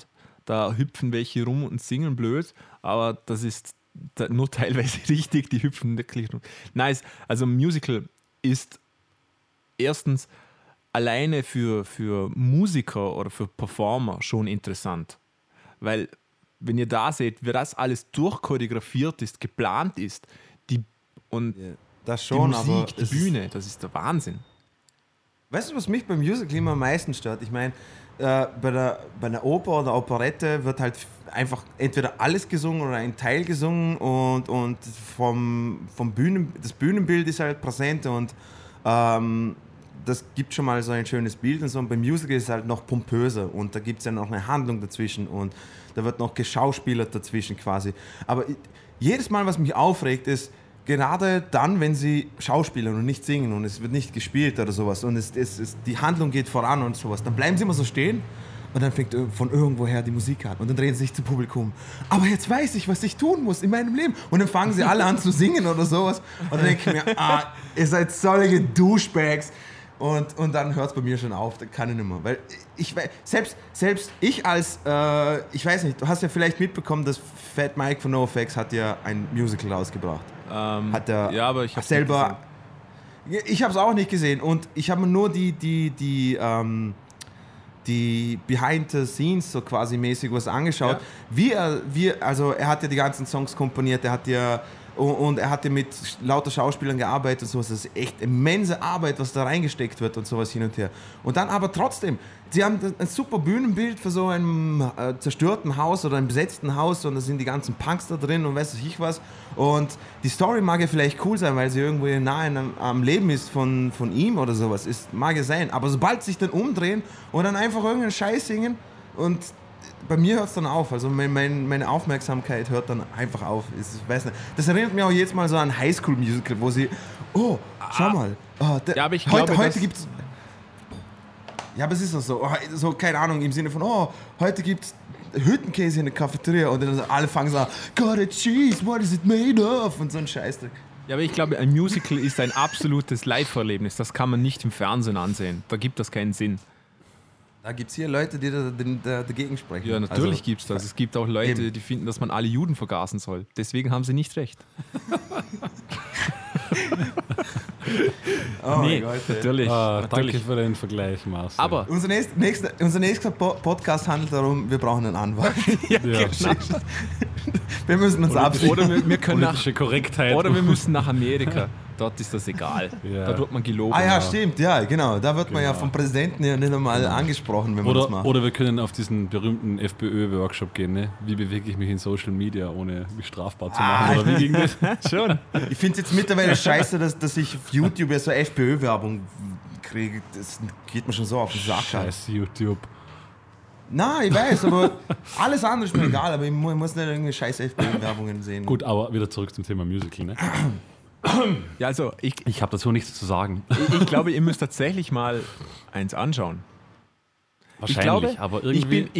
da hüpfen welche rum und singen blöd, aber das ist nur teilweise richtig, die hüpfen wirklich rum. Nice, also ein Musical ist erstens alleine für Musiker oder für Performer schon interessant, weil wenn ihr da seht, wie das alles durchchoreografiert ist, geplant ist, das schon, die Musik, aber die Bühne, das ist der Wahnsinn. Weißt du, was mich beim Musical immer am meisten stört? Ich meine, bei einer Oper oder Operette wird halt einfach entweder alles gesungen oder ein Teil gesungen und das Bühnenbild ist halt präsent und das gibt schon mal so ein schönes Bild und so. Und beim Musical ist es halt noch pompöser und da gibt es ja noch eine Handlung dazwischen und da wird noch geschauspielert dazwischen quasi. Aber jedes Mal, was mich aufregt, ist, gerade dann, wenn sie schauspielern und nicht singen und es wird nicht gespielt oder sowas und die Handlung geht voran und sowas, dann bleiben sie immer so stehen und dann fängt von irgendwoher die Musik an und dann drehen sie sich zum Publikum. Aber jetzt weiß ich, was ich tun muss in meinem Leben. Und dann fangen sie alle an zu singen oder sowas und dann denke ich mir, ihr seid solche Douchebags. Und dann hört es bei mir schon auf, da kann ich nicht mehr. Weil ich weiß, selbst ich als, ich weiß nicht, du hast ja vielleicht mitbekommen, dass Fat Mike von NoFX hat ja ein Musical rausgebracht. Hat er ja, aber ich habe selber. Ich habe es auch nicht gesehen und ich habe mir nur die Behind the Scenes so quasi mäßig was angeschaut. Ja. Also er hat ja die ganzen Songs komponiert, er hat ja mit lauter Schauspielern gearbeitet und sowas. Das ist echt immense Arbeit, was da reingesteckt wird und sowas hin und her. Und dann aber trotzdem, sie haben ein super Bühnenbild für so einem zerstörten Haus oder einem besetzten Haus und da sind die ganzen Punks da drin und weiß ich was. Und die Story mag ja vielleicht cool sein, weil sie irgendwo nahe am Leben ist von ihm oder sowas. Mag ja sein. Aber sobald sie sich dann umdrehen und dann einfach irgendeinen Scheiß singen und bei mir hört es dann auf, also meine Aufmerksamkeit hört dann einfach auf. Ich weiß nicht. Das erinnert mich auch jetzt mal so an Highschool-Musical, wo sie, schau mal, ja, aber ich glaube, heute gibt's. Ja, aber es ist doch so, keine Ahnung, im Sinne von, heute gibt's Hüttenkäse in der Cafeteria und dann alle fangen so an, got a cheese, what is it made of? Und so ein Scheißdreck. Ja, aber ich glaube, ein Musical ist ein absolutes Live-Erlebnis. Das kann man nicht im Fernsehen ansehen. Da gibt das keinen Sinn. Da gibt es hier Leute, die dagegen sprechen. Ja, natürlich gibt es das. Es gibt auch Leute, die finden, dass man alle Juden vergasen soll. Deswegen haben sie nicht recht. Nee, natürlich. Danke für den Vergleich, Marcel. Aber unser nächster Podcast handelt darum, wir brauchen einen Anwalt. ja, genau. Wir müssen uns absichern. Oder wir können Korrektheit. Oder wir müssen nach Amerika. Dort ist das egal. Ja. Dort wird man gelogen. Ja, stimmt. Ja, genau. Da wird man ja vom Präsidenten ja nicht einmal angesprochen, wenn man das macht. Oder wir können auf diesen berühmten FPÖ-Workshop gehen. Ne? Wie bewege ich mich in Social Media, ohne mich strafbar zu machen? Oder wie ging das? Schon. Ich finde es jetzt mittlerweile scheiße, dass ich auf YouTube ja so FPÖ-Werbung kriege. Das geht mir schon so auf die Sache. Scheiß YouTube. Nein, ich weiß, aber alles andere ist mir egal. Aber ich muss nicht irgendeine scheiß FPÖ-Werbungen sehen. Gut, aber wieder zurück zum Thema Musical. Ne? Ja, also ich habe dazu nichts zu sagen. Ich glaube, ihr müsst tatsächlich mal eins anschauen. Wahrscheinlich, aber irgendwie.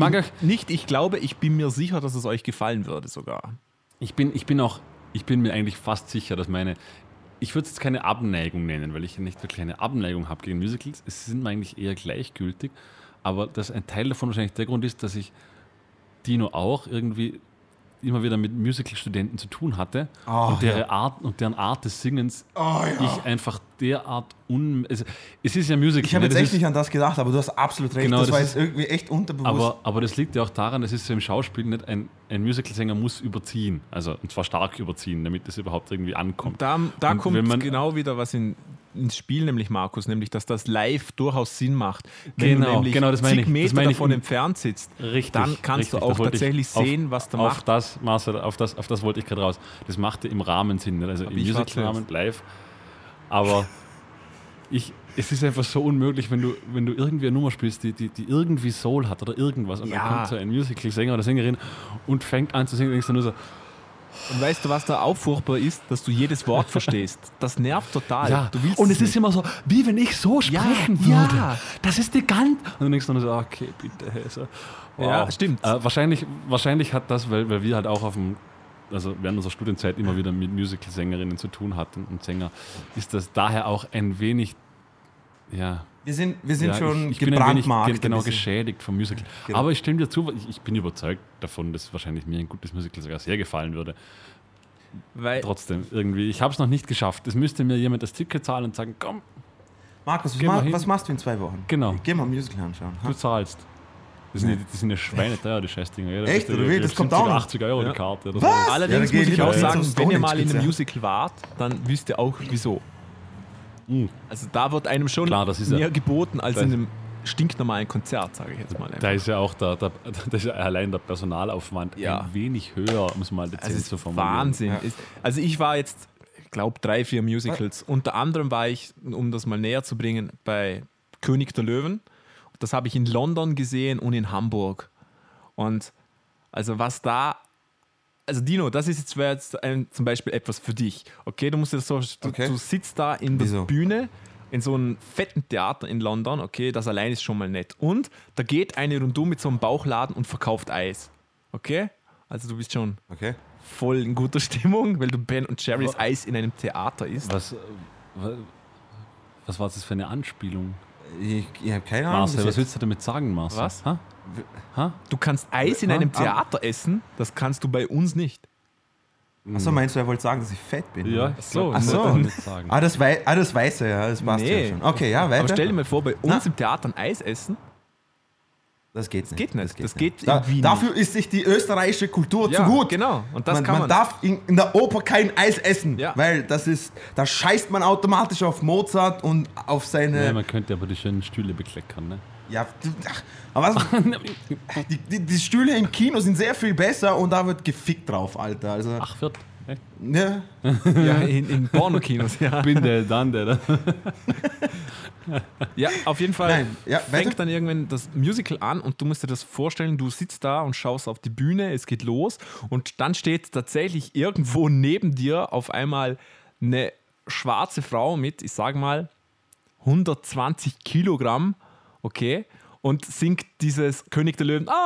Ich bin mir sicher, dass es euch gefallen würde sogar. Ich bin mir eigentlich fast sicher, dass ich würde es jetzt keine Abneigung nennen, weil ich nicht wirklich eine Abneigung habe gegen Musicals. Es sind mir eigentlich eher gleichgültig, aber dass ein Teil davon wahrscheinlich der Grund ist, dass ich Dino auch irgendwie immer wieder mit Musical-Studenten zu tun hatte und deren Art des Singens ich einfach derart es ist ja Musical. Ich habe jetzt echt nicht an das gedacht, aber du hast absolut recht. Genau, das war jetzt irgendwie echt unterbewusst. Aber das liegt ja auch daran, das ist so im Schauspiel nicht, ein Musical-Sänger muss überziehen, also und zwar stark überziehen, damit das überhaupt irgendwie ankommt. Da kommt genau wieder was ins Spiel, nämlich Markus, nämlich dass das live durchaus Sinn macht. Wenn du nämlich das meine ich. Meter davon entfernt sitzt, richtig, dann kannst du auch tatsächlich sehen, was der macht. Marcel, auf das wollte ich gerade raus. Das macht ja im Rahmen Sinn, nicht? Also im Musical-Rahmen live. Aber es ist einfach so unmöglich, wenn du irgendwie eine Nummer spielst, die irgendwie Soul hat oder irgendwas und dann kommt so ein Musical-Sänger oder Sängerin und fängt an zu singen und denkst dann nur so. Und weißt du, was da auch furchtbar ist? Dass du jedes Wort verstehst. Das nervt total. Ja. Und es ist immer so, wie wenn ich so sprechen würde. Ja. Das ist die ganz... Und dann denkst du nur so, okay, bitte. So. Wow. Ja, stimmt. Wahrscheinlich hat das, weil wir halt auch während unserer Studienzeit immer wieder mit Musical-Sängerinnen zu tun hatten und Sänger, ist das daher auch ein wenig, Wir sind Ja, schon ich bin ein wenig gebrandmarkt. genau ein bisschen. geschädigt vom Musical. Genau. Aber ich stimme dir zu, ich bin überzeugt davon, dass wahrscheinlich mir ein gutes Musical sogar sehr gefallen würde. Weil Trotzdem, irgendwie, ich habe es noch nicht geschafft. Es müsste mir jemand das Ticket zahlen und sagen, komm, Markus, Geh mal hin. was machst du in 2 Wochen? Genau. Geh mal ein Musical anschauen. du zahlst. Die sind ja schweineteuer, die Scheißdinger. Ja, Echt? Oder wie? Das kommt auch noch. 80 € Ja. die Karte. Oder Was? so. allerdings Ja, da muss geh ich auch lieber sagen, zur wenn ihr Stone mal in einem Age, Musical wart, dann wisst ihr auch wieso. Mhm. Also da wird einem schon Klar, das ist mehr ja- geboten als das- in einem stinknormalen Konzert, sage ich jetzt mal. Da ist ja auch da ist ja allein der Personalaufwand Ja. ein wenig höher, muss man dezent Also es so ist formulieren. Wahnsinn. Ja. Also ich war jetzt, ich glaube, 3-4 Musicals. Unter anderem war ich, um das mal näher zu bringen, bei König der Löwen. Das habe ich in London gesehen und in Hamburg. Und also was da, also Dino, das ist jetzt, wäre jetzt zum Beispiel etwas für dich. Okay, du musst dir das so, Okay. du sitzt da in der Wieso? Bühne in so einem fetten Theater in London. Okay, das allein ist schon mal nett. Und da geht eine rundum mit so einem Bauchladen und verkauft Eis. Okay, also du bist schon Okay. voll in guter Stimmung, weil du Ben und Jerry's Eis in einem Theater isst. Was war das für eine Anspielung? Ich habe keine Ahnung. Marcel, bis was willst du damit sagen, Marcel? Was? Ha? Ha? Du kannst Eis in einem Theater essen, das kannst du bei uns nicht. Achso, meinst du, er wollte sagen, dass ich fett bin? Ja, oder? ich so, glaub, ach das so. wollte ich damit sagen. Das weiß er, ja, das passt Nee. ja schon. Okay, ja, weiter. Aber stell dir mal vor, bei uns Na. im Theater ein Eis essen, das geht nicht. geht nicht. Das nicht. geht in Wien Dafür ist sich die österreichische Kultur ja, zu gut. genau. Und das Man darf in der Oper kein Eis essen, Ja. weil da scheißt man automatisch auf Mozart und auf Ja, seine... man könnte aber die schönen Stühle bekleckern, ne? Aber was, die Stühle im Kino sind sehr viel besser und da wird gefickt drauf, Alter. Also, Ach, wird. Echt? ne? ja, in Pornokinos, ja. Bin der, dann der. Ja, auf jeden Fall Nein, ja, weiter. fängt dann irgendwann das Musical an und du musst dir das vorstellen, du sitzt da und schaust auf die Bühne, es geht los und dann steht tatsächlich irgendwo neben dir auf einmal eine schwarze Frau mit, ich sag mal, 120 Kilogramm, okay, und singt dieses König der Löwen,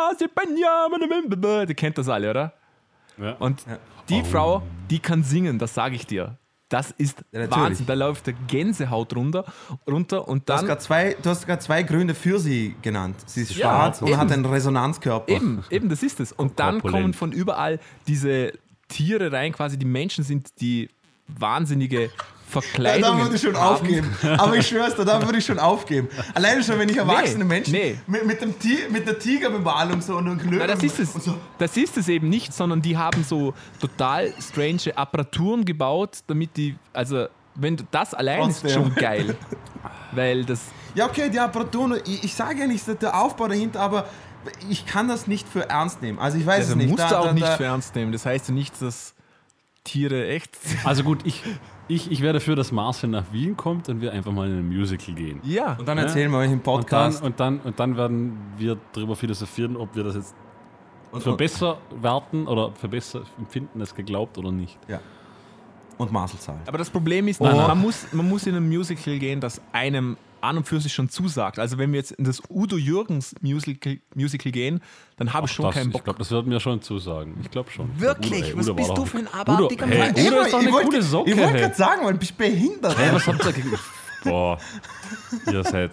die kennt das alle, oder? Ja. Und die Frau, die kann singen, das sage ich dir. Das ist Ja, natürlich. Wahnsinn. Da läuft der Gänsehaut runter und Du hast dann. gerade zwei Gründe für sie genannt. Sie ist Ja, schwarz und eben. hat einen Resonanzkörper. Eben, das ist es. Und dann Korpulent. kommen von überall diese Tiere rein, quasi die Menschen sind die wahnsinnige Ja, Verkleidungen. da würde ich schon haben. aufgeben. Aber ich schwör's dir, da würde ich schon aufgeben. Alleine schon, wenn ich erwachsene Menschen nee. mit der Tigerbemalung so und einem Klöten. Na, das ist es. Und so. Das ist es eben nicht, sondern die haben so total strange Apparaturen gebaut, damit die, also wenn du das allein ist Trotzdem. schon geil. Weil das, Ja, okay, die Apparaturen, ich sage ja nicht der Aufbau dahinter, aber ich kann das nicht für ernst nehmen. Also ich weiß also es nicht. musst du auch nicht für ernst nehmen. Das heißt ja nicht, dass Tiere echt. Also gut, ich wäre dafür, dass Marcel nach Wien kommt und wir einfach mal in ein Musical gehen. Ja. Und dann erzählen wir euch im Und Podcast. dann werden wir darüber philosophieren, ob wir das jetzt für und, besser werten oder für besser empfinden als geglaubt oder nicht. ja. Und Marcel zahlt. Aber das Problem ist, Nein, nein. man muss in ein Musical gehen, das einem an und für sich schon zusagt. Also wenn wir jetzt in das Udo Jürgens Musical gehen, dann habe ich schon keinen Ich Bock. glaube, das würden wir schon zusagen. Ich glaube schon. Wirklich? Was Udo bist war du doch- für ein abartiger Udo, hey, Mensch? Udo ist doch eine coole Socke. Ich wollte hey. gerade sagen, weil du bist behindert. Hey, was habt ihr gegen... Boah, ihr seid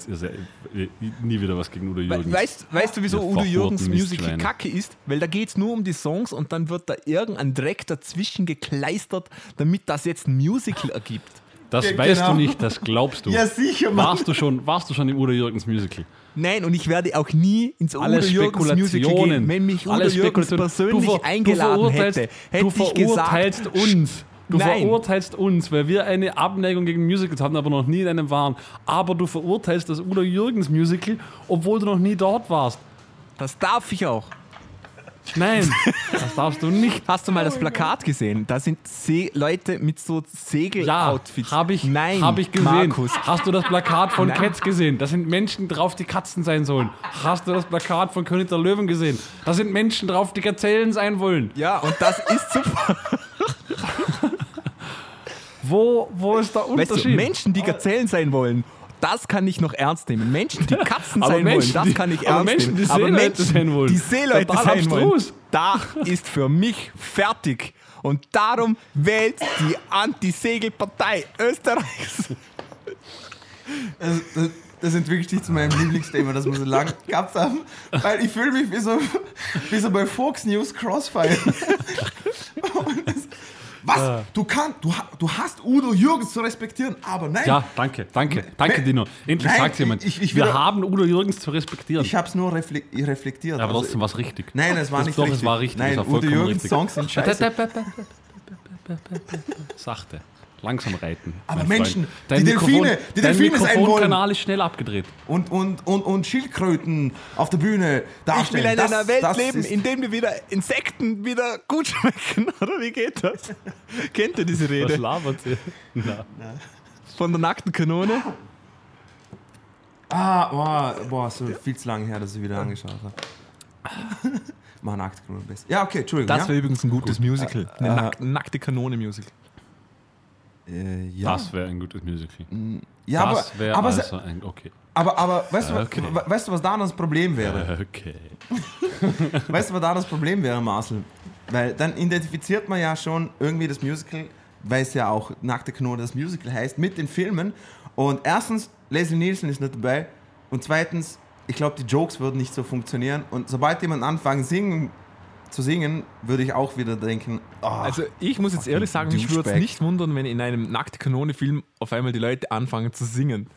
nie wieder was gegen Udo Jürgens. Weißt du, wieso Ihr Udo Jürgens verhurten Musical Mistschweine. kacke ist? Weil da geht es nur um die Songs und dann wird da irgendein Dreck dazwischen gekleistert, damit das jetzt ein Musical ergibt. Das Ja, weißt genau. du nicht, das glaubst du. Ja, sicher, Mann. Warst du schon im Udo Jürgens Musical? Nein, und ich werde auch nie ins Alle Udo Jürgens Musical Spekulationen. gehen. Wenn mich Udo Alle Jürgens Spekulationen. persönlich eingeladen hätte, hätte ich verurteilst gesagt, uns. Du Nein. verurteilst uns, weil wir eine Abneigung gegen Musicals haben, aber noch nie in einem waren. Aber du verurteilst das Udo Jürgens Musical, obwohl du noch nie dort warst. das darf ich auch. Nein, das darfst du nicht. Hast du mal das Plakat gesehen? Da sind Leute mit so Ja, Segel-Outfits. habe ich, Nein, hab ich gesehen. Markus. Hast du das Plakat von Nein. Cats gesehen? Da sind Menschen drauf, die Katzen sein sollen. Hast du das Plakat von König der Löwen gesehen? Da sind Menschen drauf, die Gazellen sein wollen. Ja, und das ist super. Wo ist der Weißt Unterschied? du, Menschen, die Gazellen sein wollen, das kann ich noch ernst nehmen. Menschen, die Katzen Aber sein Menschen, wollen, die- das kann ich aber ernst Menschen, nehmen. die Seeleute sein wollen, die Seeleute total sein wollen, abstrus. da ist für mich fertig. Und darum wählt die Anti-Segel-Partei Österreichs. Das entwickelt sich zu meinem Lieblingsthema, das wir so lange gehabt haben, weil ich fühle mich wie so bei Fox News Crossfire. Was? Du hast Udo Jürgens zu respektieren, aber nein. Ja, danke, Dino. Endlich Nein, sagt jemand, wir haben Udo Jürgens zu respektieren. Ich habe es nur reflektiert. Aber trotzdem war es richtig. Nein, es war nicht richtig. Es war richtig. Nein, es war Udo Jürgens richtig. Songs sind scheiße. Sachte. Langsam reiten. Aber mein Menschen, Freund. die Delfine Dein sein wollen. Mikrofonkanal ist schnell abgedreht. Und Schildkröten auf der Bühne darstellen. Ich will in einer Welt leben, in dem die Insekten wieder gut schmecken. Oder wie geht das? Kennt ihr diese Rede? Was labert ihr? Na. Von der nackten Kanone? So viel zu lange her, dass ich wieder angeschaut habe. Mach nackte Kanone besser. Ja, okay, Entschuldigung. Das wäre übrigens ein gutes Musical. Eine nackte Kanone-Musical. Ja. Das wäre ein gutes Musical. Ja, das wäre also ein... Okay. Aber weißt du, was da das Problem wäre? Okay. Weißt du, was da das Problem wäre, Marcel? Weil dann identifiziert man ja schon irgendwie das Musical, weil es ja auch Nackte Kanone das Musical heißt, mit den Filmen. Und erstens, Leslie Nielsen ist nicht dabei. Und zweitens, ich glaube, die Jokes würden nicht so funktionieren. Und sobald jemand anfängt zu singen, würde ich auch wieder denken, also ich muss jetzt ehrlich sagen, mich würde es nicht wundern, wenn in einem Nackte Kanone-Film auf einmal die Leute anfangen zu singen.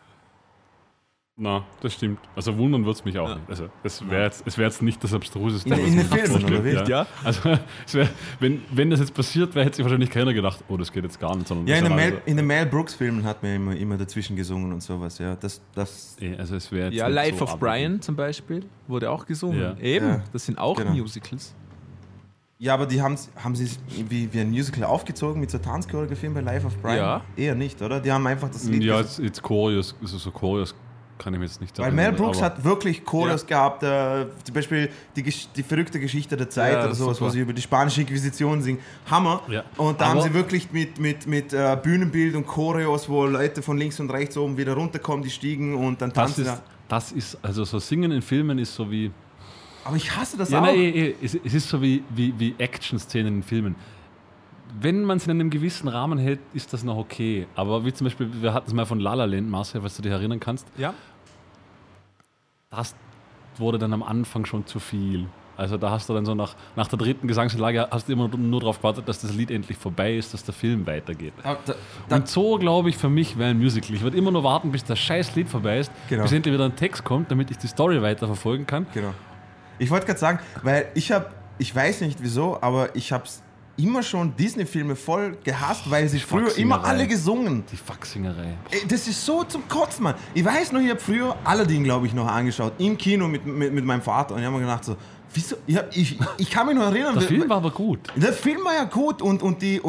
Na, das stimmt. Also wundern wird es mich auch nicht. Also es wäre jetzt nicht das Abstruseste. In den Filmen, oder wie? Ja. Also wenn das jetzt passiert wäre, hätte sich wahrscheinlich keiner gedacht, oh, das geht jetzt gar nicht. Sondern ja, in den Mel Brooks-Filmen hat man immer dazwischen gesungen und sowas. Ja, also es wäre ja, Life so of Brian zum Beispiel wurde auch gesungen. Ja. Eben, ja. Das sind auch Musicals. Ja, aber die haben sie wie ein Musical aufgezogen mit so Tanzchoreografie bei Life of Brian? Ja. Eher nicht, oder? Die haben einfach das Lied... Ja, jetzt Choreos, also so Choreos kann ich mir jetzt nicht sagen. Weil Mel Brooks hat wirklich Choreos gehabt, zum Beispiel die verrückte Geschichte der Zeit oder sowas, wo sie über die spanische Inquisition singen. Hammer. Ja. Und da haben sie wirklich mit Bühnenbild und Choreos, wo Leute von links und rechts oben wieder runterkommen, die stiegen und dann tanzen. Das ist, also so Singen in Filmen ist so wie... Aber ich hasse das auch. Nein, es ist so wie Action-Szenen in Filmen. Wenn man es in einem gewissen Rahmen hält, ist das noch okay. Aber wie zum Beispiel, wir hatten es mal von La La Land, Marcel, was du dich erinnern kannst. Ja. Das wurde dann am Anfang schon zu viel. Also da hast du dann so nach der dritten Gesangsanlage hast du immer nur darauf gewartet, dass das Lied endlich vorbei ist, dass der Film weitergeht. Und so, glaube ich, für mich wäre ein Musical. Ich würde immer nur warten, bis das scheiß Lied vorbei ist, bis endlich wieder ein Text kommt, damit ich die Story weiterverfolgen kann. Genau. Ich wollte gerade sagen, weil ich weiß nicht wieso, aber ich habe immer schon Disney-Filme voll gehasst, weil sie früher immer alle gesungen. Die Faxingerei. Das ist so zum Kotzen, Mann. Ich weiß noch, ich habe früher Aladdin, glaube ich, noch angeschaut, im Kino mit meinem Vater. Und ich habe mir gedacht so, wieso? Ich kann mich noch erinnern. Der Film war aber gut. Der Film war ja gut und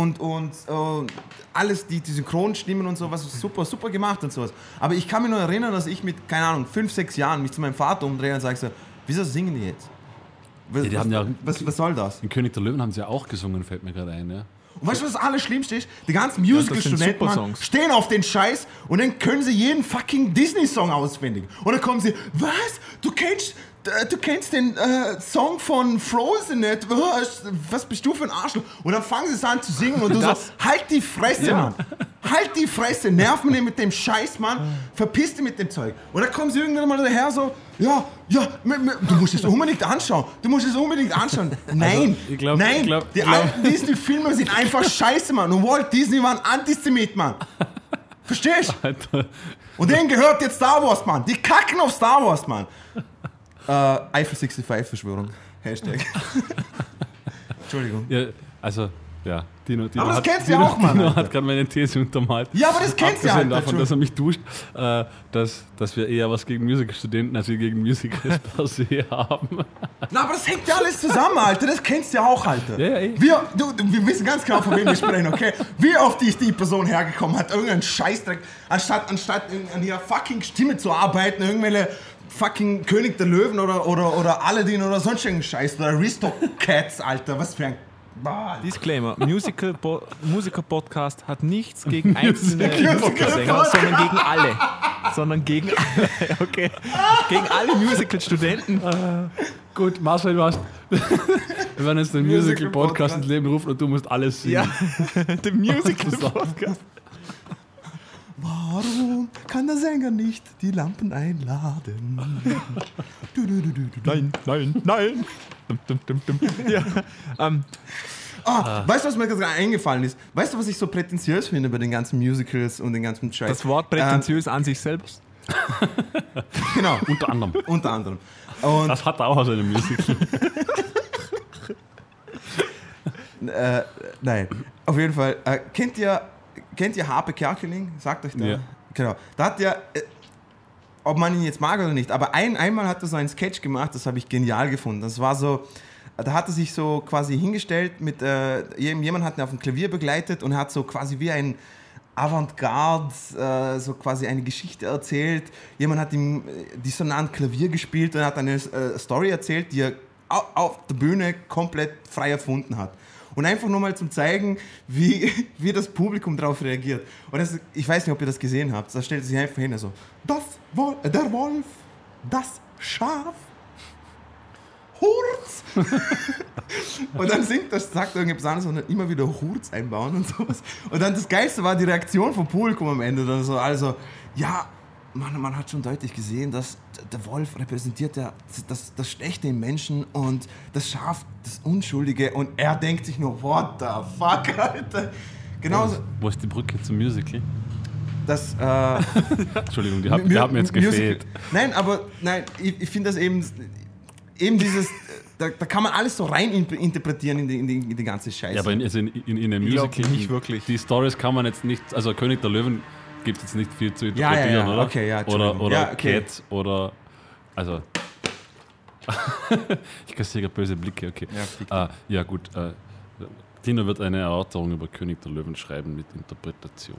alles, die Synchronstimmen und so, was super, super gemacht und sowas. Aber ich kann mich noch erinnern, dass ich mit, keine Ahnung, 5, 6 Jahren mich zu meinem Vater umdrehe und sage so, wieso singen die jetzt? Was soll das? In König der Löwen haben sie ja auch gesungen, fällt mir gerade ein. Ja. Und weißt du, was das Allerschlimmste ist? Die ganzen Musical-Studenten stehen auf den Scheiß und dann können sie jeden fucking Disney-Song auswendig. Und dann kommen sie, was? Du kennst den Song von Frozen nicht? Was bist du für ein Arschloch? Und dann fangen sie an zu singen und du so, halt die Fresse, Mann. Halt die Fresse, nerv mich nicht mit dem Scheiß, Mann. Verpiss dich mit dem Zeug. Und dann kommen sie irgendwann mal daher so, du musst es unbedingt anschauen. Nein, also, die alten Disney-Filme sind einfach scheiße, Mann. Und Walt Disney war ein Antisemit, Mann. Verstehst du? Und denen gehört jetzt Star Wars, Mann. Die kacken auf Star Wars, Mann. Eiffel 65-Verschwörung. Hashtag. Entschuldigung. Ja, also, ja. Dino aber das kennst du ja auch, Mann. Dino hat gerade meine These untermalt. Ja, aber das kennst du ja halt. Davon, dass er mich duscht, dass wir eher was gegen Musical-Studenten als wir gegen Musicals per se haben. Na, aber das hängt ja alles zusammen, Alter. Das kennst du ja auch, Alter. Ja, wir wissen ganz genau, von wem wir sprechen, okay? Wie oft ist die Person hergekommen, hat irgendeinen Scheißdreck, anstatt an ihrer fucking Stimme zu arbeiten, irgendwelche fucking König der Löwen oder Aladdin oder sonst irgendeinen Scheiß. Oder Aristocats, Alter. Was für ein... Disclaimer, Musiker-Podcast hat nichts gegen einzelne Musical-Sänger, sondern gegen alle, okay? Gegen alle Musical-Studenten. Gut, Marcel, wir werden jetzt den Musical-Podcast ins Leben rufen und du musst alles singen. Ja, den Musical-Podcast. Warum kann der Sänger nicht die Lampen einladen. Nein. Ja, Weißt du, was mir gerade eingefallen ist? Weißt du, was ich so prätentiös finde bei den ganzen Musicals und den ganzen Scheiß? das Wort prätentiös an sich selbst. Genau, Unter anderem. unter anderem. Und Das hat er auch aus einem Musical. nein, auf jeden Fall. Kennt ihr Harpe Kerkeling? Sagt euch der? Ja. Genau. Da hat der, ob man ihn jetzt mag oder nicht, aber einmal hat er so einen Sketch gemacht, das habe ich genial gefunden. Das war so, da hat er sich so quasi hingestellt mit, jemand hat ihn auf dem Klavier begleitet und er hat so quasi wie ein Avantgarde so quasi eine Geschichte erzählt. Jemand hat ihm dissonant Klavier gespielt und hat eine Story erzählt, die er auf der Bühne komplett frei erfunden hat. Und einfach nur mal zum zeigen, wie das Publikum darauf reagiert. Und das, ich weiß nicht, ob ihr das gesehen habt. Da stellt sich einfach hin, so, der Wolf, das Schaf, Hurz. Und dann sagt irgendetwas anderes und dann immer wieder Hurz einbauen und sowas. Und dann das Geilste war die Reaktion vom Publikum am Ende. Dann so, also, ja, man hat schon deutlich gesehen, dass der Wolf repräsentiert das Schlechte im Menschen und das Schaf, das Unschuldige. Und er denkt sich nur, what the fuck, Alter. Genauso. Wo ist die Brücke zum Musical? Das, Entschuldigung, die hat mir jetzt gefehlt. Nein, ich finde das eben dieses, da kann man alles so rein interpretieren in die ganze Scheiße. Ja, aber in einem Musical nicht wirklich. Die Stories kann man jetzt nicht, also König der Löwen gibt es jetzt nicht viel zu interpretieren, oder? Okay, ja, oder ja, okay. Cats oder, also ich kassiere böse Blicke, okay. Ja, gut. Tino wird eine Erörterung über König der Löwen schreiben mit Interpretation.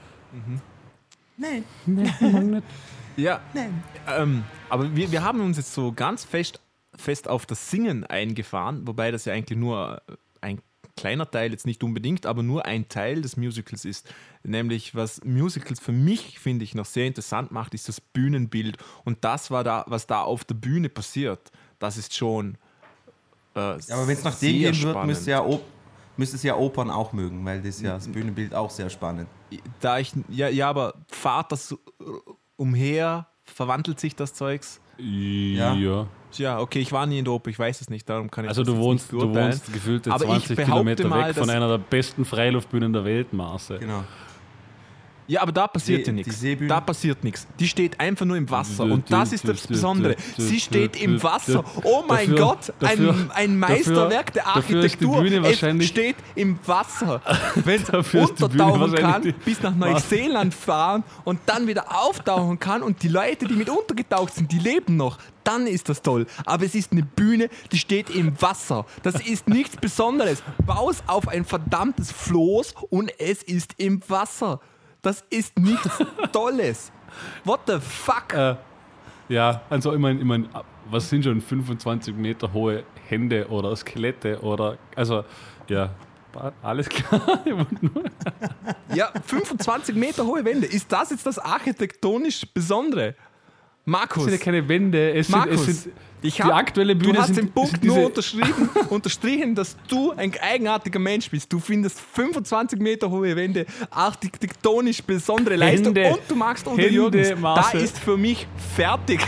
Nein. Ja, aber wir haben uns jetzt so ganz fest auf das Singen eingefahren, wobei das ja eigentlich nur ein kleiner Teil, jetzt nicht unbedingt, aber nur ein Teil des Musicals ist. Nämlich, was Musicals für mich, finde ich, noch sehr interessant macht, ist das Bühnenbild. Und das war da, was da auf der Bühne passiert, das ist schon Ja, aber wenn es nach dem gehen wird, müsste es ja Opern auch mögen, weil das Bühnenbild auch sehr spannend. Aber fahrt das umher, verwandelt sich das Zeugs? Ja. Ja, okay, ich war nie in der Oper, ich weiß es nicht, darum kann ich Also das du wohnst gefühlte aber 20 Kilometer weg von einer der besten Freiluftbühnen der Welt, Marcel. Genau. Ja, aber da passiert ja nichts. Da passiert nichts. Die steht einfach nur im Wasser. Und das ist das Besondere. Sie steht im Wasser. Oh mein Gott, ein Meisterwerk der Architektur. Es steht im Wasser. Wenn es untertauchen kann, bis nach Neuseeland fahren und dann wieder auftauchen kann und die Leute, die mit untergetaucht sind, die leben noch. Dann ist das toll. Aber es ist eine Bühne, die steht im Wasser. Das ist nichts Besonderes. Baus auf ein verdammtes Floß und es ist im Wasser. Das ist nichts Tolles. What the fuck? Ja, also ich mein, was sind schon 25 Meter hohe Hände oder Skelette oder, also, ja, alles klar. Ja, 25 Meter hohe Wände. Ist das jetzt das architektonisch Besondere? Markus. Es sind ja keine Wände, es sind die aktuelle Bühne. Du hast den Punkt nur unterstrichen, dass du ein eigenartiger Mensch bist. Du findest 25 Meter hohe Wände, architektonisch besondere Leistung und du magst Udo Jürgens. Da ist für mich fertig.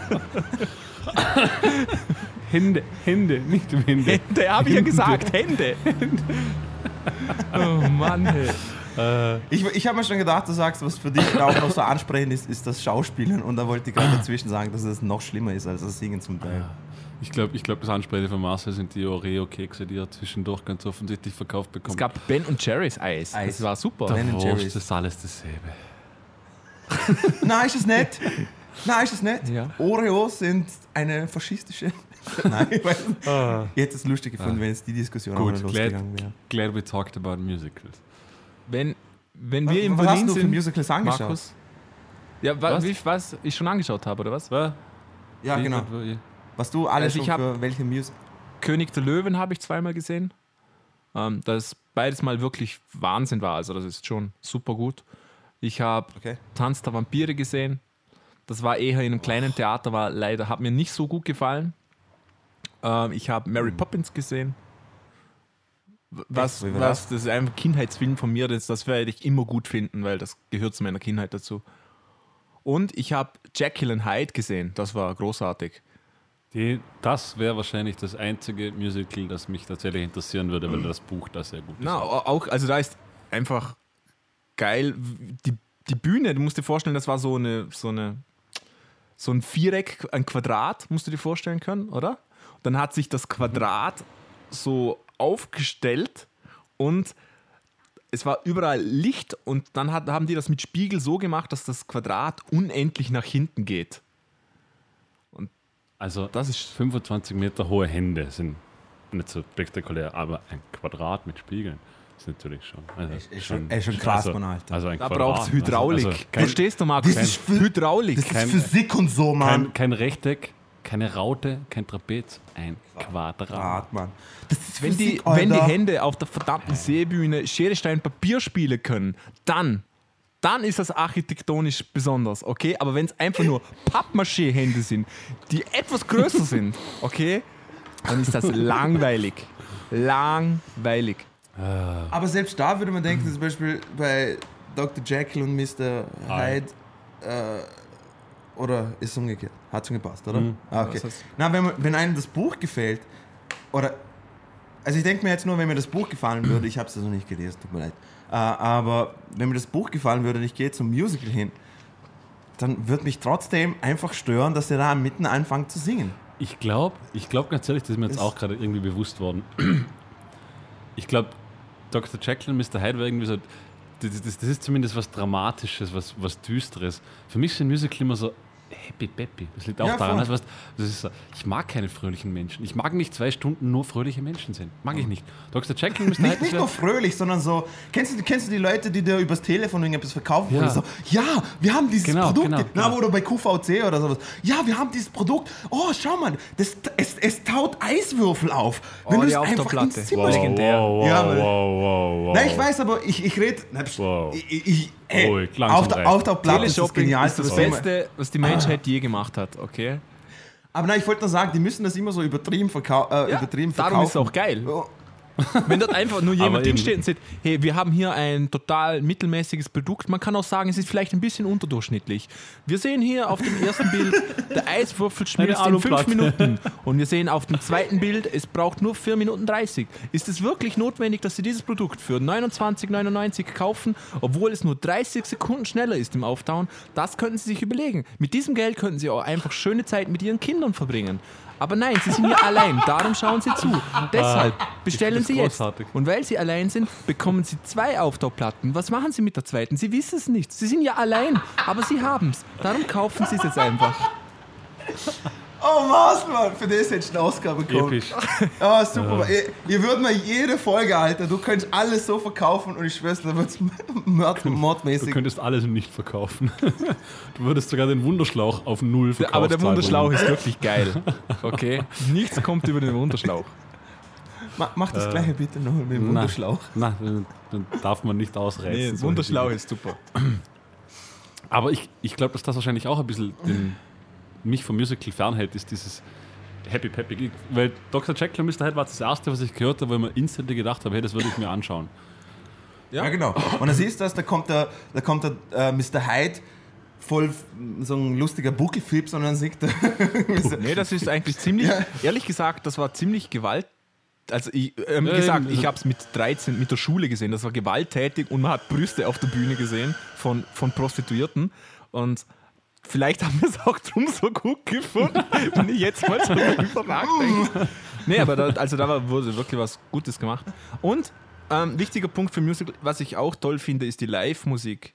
Hände, nicht Wände. Hände, habe ich ja gesagt, Hände. Oh Mann, hey. Ich habe mir schon gedacht, du sagst, was für dich auch noch so ansprechend ist das Schauspielen. Und da wollte ich gerade dazwischen sagen, dass es noch schlimmer ist als das Singen zum Teil. Ich glaube, das Ansprechende von Marcel sind die Oreo-Kekse, die er zwischendurch ganz offensichtlich verkauft bekommt. Es gab Ben und Jerry's Eis. Das war super. Ben und Jerry's. Das ist alles dasselbe. Nein, ist es nicht. Ja. Oreos sind eine faschistische... Nein, ich weiß nicht. Ich hätte es lustig gefunden, wenn es die Diskussion auch noch losgegangen wäre. Glad we talked about musicals. Wenn wir in was Berlin hast du für sind, Musicals angeschaut? Markus, ja, was ich schon angeschaut habe, oder was? Ja, genau. Was du alles Also schon für welche Musical... König der Löwen habe ich zweimal gesehen. Das beides mal wirklich Wahnsinn war. Also das ist schon super gut. Ich habe Tanz der Vampire gesehen. Das war eher in einem kleinen Theater, hat mir nicht so gut gefallen. Ich habe Mary Poppins gesehen. Das ist ein Kindheitsfilm von mir, das werde ich immer gut finden, weil das gehört zu meiner Kindheit dazu. Und ich habe Jekyll and Hyde gesehen. Das war großartig. Das wäre wahrscheinlich das einzige Musical, das mich tatsächlich interessieren würde, weil das Buch da sehr gut ist. Auch, also da ist einfach geil. Die Bühne, du musst dir vorstellen, das war so ein Viereck, ein Quadrat, musst du dir vorstellen können, oder? Und dann hat sich das Quadrat so aufgestellt und es war überall Licht und dann haben die das mit Spiegel so gemacht, dass das Quadrat unendlich nach hinten geht. Also das ist 25 Meter hohe Hände sind nicht so spektakulär, aber ein Quadrat mit Spiegeln ist natürlich schon. Also schon krass, Mann, Alter. Also da braucht es Hydraulik. Verstehst du, Markus? Das ist Hydraulik. Das ist Physik und so, Mann. Kein Rechteck, keine Raute, kein Trapez, ein Quadrat. Mann. Das ist wenn die Hände auf der verdammten Seebühne Schere, Stein, Papier spielen können, dann ist das architektonisch besonders, okay? Aber wenn es einfach nur Pappmaché-Hände sind, die etwas größer sind, okay, dann ist das langweilig. Langweilig. Aber selbst da würde man denken, zum Beispiel bei Dr. Jekyll und Mr. Hyde, oder ist es umgekehrt? Hat schon gepasst, oder? Okay. Na, wenn einem das Buch gefällt, oder, also ich denke mir jetzt nur, wenn mir das Buch gefallen würde, ich habe es also nicht gelesen, tut mir leid, aber wenn mir das Buch gefallen würde und ich gehe zum Musical hin, dann würde mich trotzdem einfach stören, dass der da mitten anfängt zu singen. Ich glaube ganz ehrlich, das ist mir jetzt auch gerade irgendwie bewusst worden. Ich glaube, Dr. Jekyll und Mr. Hyde war irgendwie so, das ist zumindest was Dramatisches, was Düsteres. Für mich sind Musical immer so happy-peppy. Das liegt auch daran, das ist so, ich mag keine fröhlichen Menschen. Ich mag nicht 2 Stunden nur fröhliche Menschen sehen. Mag ich nicht. Dr. Jekyll und Mr. Hyde nicht nur fröhlich, sondern so, kennst du die Leute, die dir übers Telefon irgendetwas verkaufen wollen? So, ja, wir haben dieses Produkt, oder bei QVC oder sowas. Ja, wir haben dieses Produkt. Oh, schau mal, es taut Eiswürfel auf. Wenn du es einfach ins Zimmer legendär. Wow. Nein, ich weiß, aber ich rede. Auf der Platte ist das Genialste, das Beste, was die Menschheit je gemacht hat, okay? Aber nein, ich wollte nur sagen, die müssen das immer so übertrieben verkaufen. Darum ist es auch geil. Wenn dort einfach nur jemand drinsteht und sagt, hey, wir haben hier ein total mittelmäßiges Produkt, man kann auch sagen, es ist vielleicht ein bisschen unterdurchschnittlich. Wir sehen hier auf dem ersten Bild, der Eiswürfel schmilzt in 5 Minuten. Und wir sehen auf dem zweiten Bild, es braucht nur 4 Minuten 30. Ist es wirklich notwendig, dass Sie dieses Produkt für 29,99 kaufen, obwohl es nur 30 Sekunden schneller ist im Auftauen? Das könnten Sie sich überlegen. Mit diesem Geld könnten Sie auch einfach schöne Zeit mit Ihren Kindern verbringen. Aber nein, Sie sind hier allein, darum schauen Sie zu. Deshalb bestellen Sie jetzt. Und weil Sie allein sind, bekommen Sie 2 Auftauplatten. Was machen Sie mit der zweiten? Sie wissen es nicht. Sie sind ja allein, aber Sie haben es. Darum kaufen Sie es jetzt einfach. Oh was, Mann, für das hättest du eine Ausgabe bekommen. Episch. Oh, super. Ihr würdet mal jede Folge, Alter, du könntest alles so verkaufen und ich schwör's, da wird's mordmäßig. Du könntest alles nicht verkaufen. Du würdest sogar den Wunderschlauch auf 0 verkaufen. Aber der Wunderschlauch ist wirklich geil. Okay? Nichts kommt über den Wunderschlauch. Mach das gleiche bitte noch mit dem Wunderschlauch. Nein, dann darf man nicht ausreizen. Nee, Wunderschlauch ist super. Aber ich glaube, dass das wahrscheinlich auch ein bisschen mich vom Musical fernhält, ist dieses Happy-Peppy. Weil Dr. Jekyll und Mr. Hyde war das erste, was ich gehört habe, wo ich mir instant gedacht habe, hey, das würde ich mir anschauen. Ja, genau. Und dann siehst du das, da kommt der Mr. Hyde, voll so ein lustiger Buckelfips, und dann singt er. Nee, das ist eigentlich ziemlich, ehrlich gesagt, das war ziemlich also ich habe es mit 13 mit der Schule gesehen, das war gewalttätig und man hat Brüste auf der Bühne gesehen von Prostituierten und vielleicht haben wir es auch drum so gut gefunden, wenn ich jetzt mal so darüber nachdenke. Nee, aber da wurde wirklich was Gutes gemacht. Und wichtiger Punkt für Musical, was ich auch toll finde, ist die Live-Musik.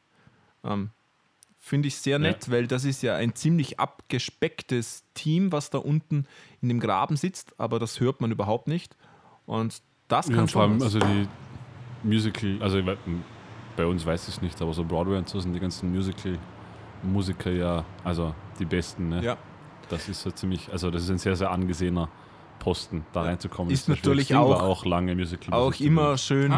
Finde ich sehr nett, weil das ist ja ein ziemlich abgespecktes Team, was da unten in dem Graben sitzt, aber das hört man überhaupt nicht. Und das kann vor allem, also die Musical, also bei uns weiß ich es nicht, aber so Broadway und so sind die ganzen Musiker ja, also die besten, ne? Ja. Das ist so ziemlich, also das ist ein sehr, sehr angesehener Posten, da reinzukommen. Ist natürlich auch lange Musical. Auch immer schön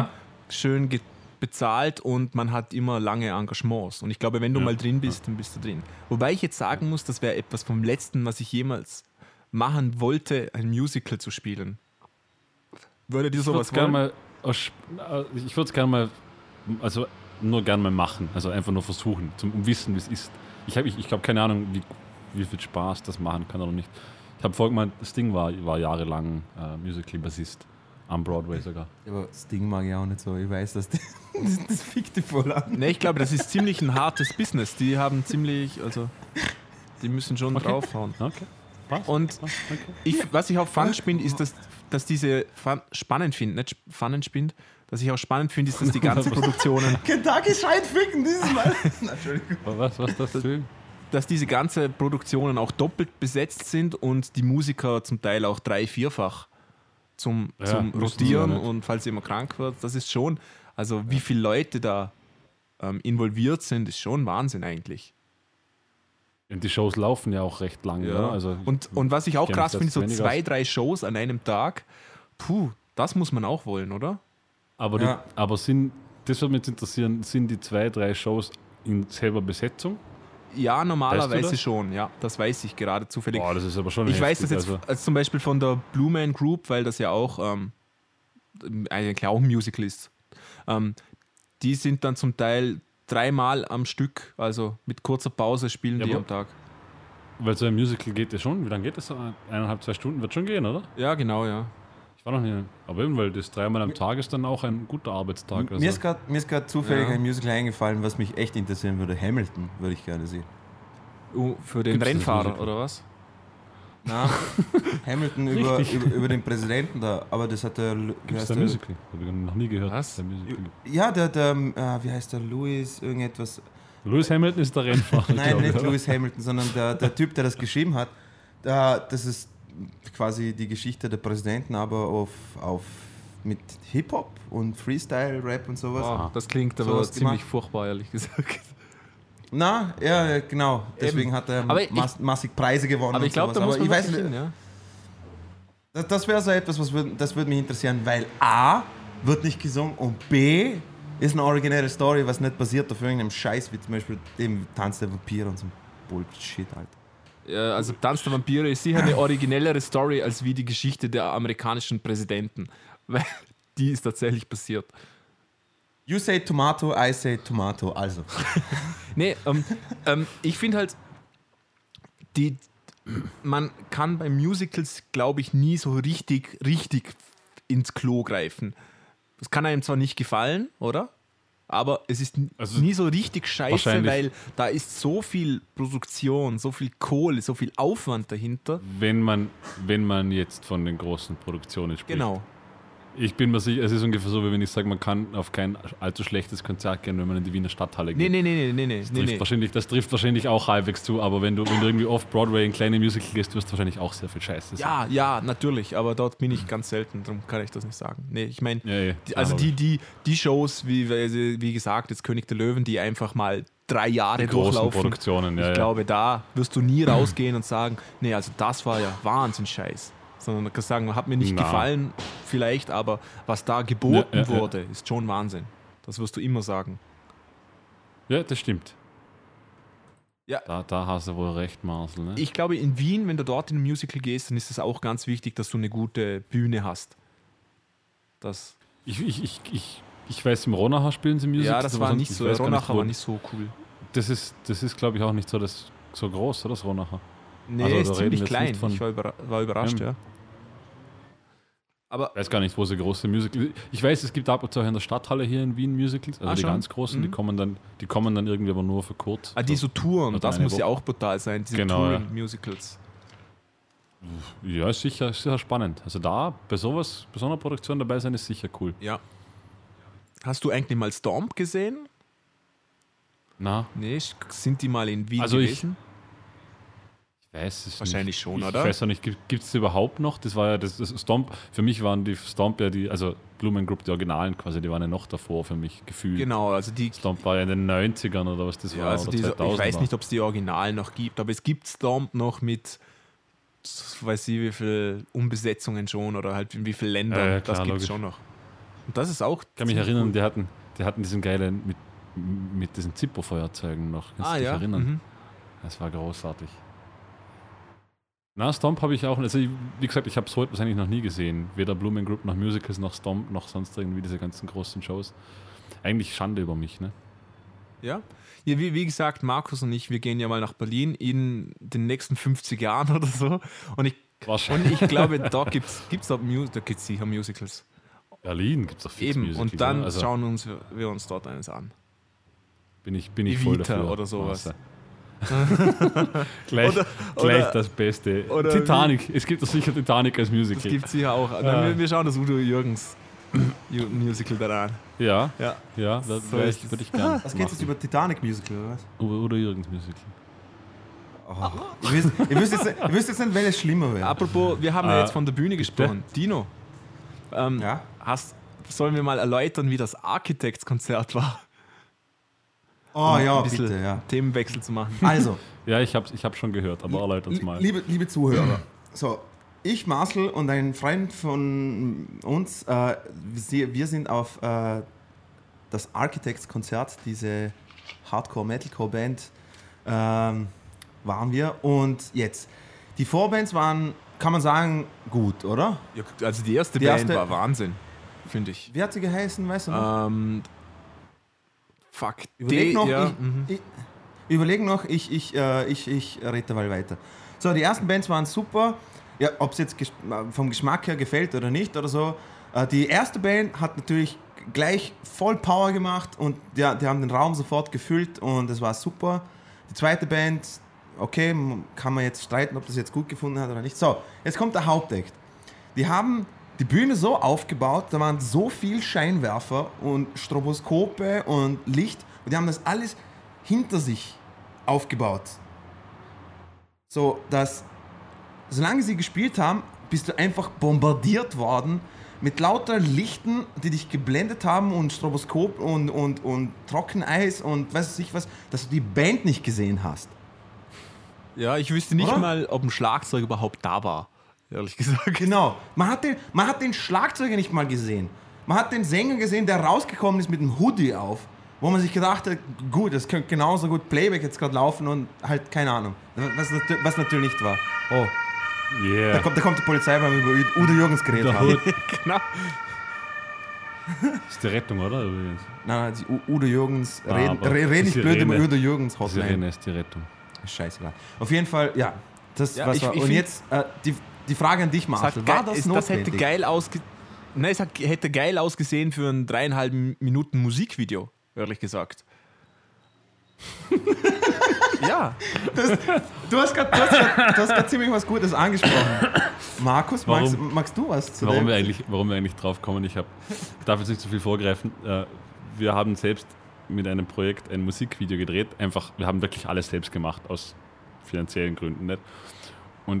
bezahlt und man hat immer lange Engagements. Und ich glaube, wenn du mal drin bist, dann bist du drin. Wobei ich jetzt sagen muss, das wäre etwas vom Letzten, was ich jemals machen wollte, ein Musical zu spielen. Würde dir sowas wollen? Ich würde es gerne mal, also nur gern mal machen. Also einfach nur versuchen, um wissen, wie es ist. Ich habe keine Ahnung, wie viel Spaß das machen kann oder nicht. Ich habe vorher gemeint, Sting war jahrelang Musical-Bassist. Am Broadway sogar. Aber Sting mag ich auch nicht so. Ich weiß, dass das fickt die voll an. Ne, ich glaube, das ist ziemlich ein hartes Business. Die haben ziemlich, also die müssen schon draufhauen. Okay. Passt. Und was ich auch spannend finde, ist, dass diese spannend finde, dass ich auch spannend finde, ist, dass die ganzen Produktionen, Kentucky schreit ficken dieses Mal. Entschuldigung. Was das für? dass diese ganzen Produktionen auch doppelt besetzt sind und die Musiker zum Teil auch 3-4-fach zum Rotieren und falls jemand krank wird, das ist schon, also wie viele Leute da involviert sind, ist schon Wahnsinn eigentlich. Und die Shows laufen ja auch recht lang. Ja. Also und was ich auch krass finde, so weniger 2-3 Shows an einem Tag, das muss man auch wollen, oder? Aber das würde mich jetzt interessieren, sind die 2-3 Shows in selber Besetzung? Ja, normalerweise weißt du das? schon, ja, das weiß ich gerade zufällig. Boah, das ist aber schon Ich weiß heftig, das jetzt als zum Beispiel von der Blue Man Group, weil das ja auch eigentlich auch ein Musical ist. Die sind dann zum Teil 3-mal am Stück, also mit kurzer Pause spielen die am Tag. Weil so ein Musical geht ja schon, wie lange geht das? 1,5-2 Stunden wird schon gehen, oder? Ja, genau, ja. Ich war noch nie. Aber eben, weil das 3-mal am Tag ist dann auch ein guter Arbeitstag. Also. Mir ist gerade zufällig ein Musical eingefallen, was mich echt interessieren würde. Hamilton würde ich gerne sehen. Für den Gibt's das Rennfahrer, Musical? oder was? Na, Hamilton über den Präsidenten da, aber das hat der... Gibt es da Musical? Habe ich noch nie gehört. Was? Der Musical. Ja, wie heißt der? Lewis, irgendetwas... Lewis Hamilton ist der Rennfahrer. Nein, nicht Lewis Hamilton, sondern der Typ, der das geschrieben hat. Das ist quasi die Geschichte der Präsidenten, aber mit Hip-Hop und Freestyle-Rap und sowas. Oh, das klingt aber sowas ziemlich gemacht. furchtbar, ehrlich gesagt. Na, ja, genau. Deswegen hat er massig Preise gewonnen. Aber ich glaube, da muss man ich weiß wirklich nicht, hin, ja. das wäre so etwas, das würde mich interessieren, weil A, wird nicht gesungen und B, ist eine originelle Story, was nicht basiert auf irgendeinem Scheiß, wie zum Beispiel dem Tanz der Vampire und so Bullshit, Alter. Ja, also Tanz der Vampire ist sicher eine originellere Story als wie die Geschichte der amerikanischen Präsidenten, weil die ist tatsächlich passiert. You say tomato, I say tomato, also. Nee, ich finde halt, man kann bei Musicals, glaube ich, nie so richtig ins Klo greifen. Das kann einem zwar nicht gefallen, oder? Aber es ist nie so richtig scheiße, weil da ist so viel Produktion, so viel Kohle, so viel Aufwand dahinter. Wenn man jetzt von den großen Produktionen spricht. Genau. Ich bin mir sicher, es ist ungefähr so, wie wenn ich sage, man kann auf kein allzu schlechtes Konzert gehen, wenn man in die Wiener Stadthalle geht. Nee. Das trifft wahrscheinlich auch halbwegs zu, aber wenn du irgendwie off-Broadway in kleine Musical gehst, wirst du wahrscheinlich auch sehr viel Scheiße sehen. Ja, natürlich, aber dort bin ich ganz selten, darum kann ich das nicht sagen. Nee, ich meine, Ja. die Shows, wie gesagt, jetzt König der Löwen, die einfach mal 3 Jahre Die großen durchlaufen. Produktionen, Ich glaube, da wirst du nie rausgehen und sagen, nee, also das war ja Wahnsinn Scheiß. Sondern du kannst sagen, hat mir nicht gefallen, vielleicht, aber was da geboten wurde, ist schon Wahnsinn. Das wirst du immer sagen. Ja, das stimmt. Ja. Da hast du wohl recht, Marcel. Ne? Ich glaube, in Wien, wenn du dort in ein Musical gehst, dann ist es auch ganz wichtig, dass du eine gute Bühne hast. Ich weiß, im Ronacher spielen sie Musical. Ja, das war nicht so, Ronacher war nicht so cool. Das ist glaube ich, auch nicht so groß, oder das Ronacher? Nee, also, ist ziemlich klein. Ich war überrascht, ja. Aber ich weiß gar nicht, wo sie große Musicals. Ich weiß, es gibt ab und zu auch in der Stadthalle hier in Wien Musicals, also die schon? ganz großen, die kommen dann irgendwie aber nur für kurz. die so Touren, das muss Woche. ja auch brutal sein, diese Touring-Musicals. Ja, ist sicher spannend. Also da, bei so einer Produktion dabei sein, ist sicher cool. Ja. Hast du eigentlich mal Stomp gesehen? Na? Nee, sind die mal in Wien Also gewesen? Ich weiß es Wahrscheinlich nicht. schon, Ich oder? weiß auch nicht, gibt es überhaupt noch? Das war ja das Stomp, für mich waren die Stomp ja also Blue Man Group, die Originalen quasi, die waren ja noch davor für mich gefühlt. Genau, also die... Stomp war ja in den 90ern oder was das Ja, war, also oder 2000. ich weiß nicht, ob es die Originalen noch gibt, aber es gibt Stomp noch mit, weiß ich wie viele Umbesetzungen schon oder halt in wie vielen Ländern, klar, das gibt es logisch. schon noch. Und das ist auch... Ich kann mich erinnern, die hatten diesen geilen, mit diesen Zippo-Feuerzeugen noch. Kannst du dich erinnern? Mhm. Das war großartig. Na, Stomp habe ich auch, also wie gesagt, ich habe so etwas eigentlich noch nie gesehen. Weder Blue Man Group noch Musicals noch Stomp noch sonst irgendwie diese ganzen großen Shows. Eigentlich Schande über mich, ne? Ja. Ja, wie gesagt, Markus und ich, wir gehen ja mal nach Berlin in den nächsten 50 Jahren oder so. Und ich glaube, da gibt's sicher Musicals. Berlin gibt es doch viele Eben, Musicals. und dann also schauen wir uns dort eines an. bin ich voll Evita dafür. oder sowas. gleich oder- das Beste. oder Titanic. Es gibt doch sicher Titanic als Musical. Das gibt es sicher auch. Wir schauen das Udo Jürgens Musical daran. Ja, Ja. das So ist würde ich gerne. Was geht jetzt über Titanic-Musical, oder was? Udo Jürgens Musical. Ich wüsste jetzt nicht, welches schlimmer wäre. Apropos, wir haben ja jetzt von der Bühne gesprochen. Dino, Ja? sollen wir mal erläutern, wie das Architects-Konzert war? Oh ja, Ein bisschen bitte, ja. Themenwechsel zu machen. Also, Ja, ich hab schon gehört, aber erläutert es mal. liebe Zuhörer, so, ich, Marcel und ein Freund von uns, wir sind auf das Architects-Konzert, diese Hardcore-Metalcore-Band, waren wir. Und jetzt, die Vorbands waren, kann man sagen, gut, oder? Ja, also die erste Die Band erste- war Wahnsinn, finde ich. Wie hat sie geheißen, weißt du noch? Fuck. Überleg noch, ja, ich rede dabei weiter. So, die ersten Bands waren super. Ja, ob es jetzt vom Geschmack her gefällt oder nicht oder so. Die erste Band hat natürlich gleich voll Power gemacht und die haben den Raum sofort gefüllt und es war super. Die zweite Band, okay, kann man jetzt streiten, ob das jetzt gut gefunden hat oder nicht. So, jetzt kommt der Hauptakt. Die haben die Bühne so aufgebaut, da waren so viel Scheinwerfer und Stroboskope und Licht und die haben das alles hinter sich aufgebaut. So, dass solange sie gespielt haben, bist du einfach bombardiert worden mit lauter Lichten, die dich geblendet haben und Stroboskop und Trockeneis und weiß ich was, dass du die Band nicht gesehen hast. ja, ich wüsste nicht Oder? mal, ob ein Schlagzeug überhaupt da war, ehrlich gesagt. Genau. Man hat den Schlagzeuger nicht mal gesehen. Man hat den Sänger gesehen, der rausgekommen ist mit einem Hoodie auf, wo man sich gedacht hat, gut, das könnte genauso gut Playback jetzt gerade laufen und halt keine Ahnung. Was natürlich nicht war. Oh, Yeah. da kommt die Polizei, weil wir über Udo Jürgens geredet Der haben. Hut Genau. ist die Rettung, oder? Übrigens. Nein, die Udo Jürgens, red aber nicht die blöd über Sirene- Udo Jürgens Die Hotline. Sirene ist die Rettung. Scheißegal. Auf jeden Fall, ja, das Ja, was ich war. Und find- jetzt die Frage an dich, Marcel. War das das hätte notwendig? geil hätte geil ausgesehen für ein 3,5 Minuten Musikvideo, ehrlich gesagt. Ja. Du hast gerade ziemlich was Gutes angesprochen. Markus, Warum- magst du was zu Warum dem? wir eigentlich drauf kommen, ich darf jetzt nicht zu viel vorgreifen. Wir haben selbst mit einem Projekt ein Musikvideo gedreht. Einfach, wir haben wirklich alles selbst gemacht, aus finanziellen Gründen nicht. Und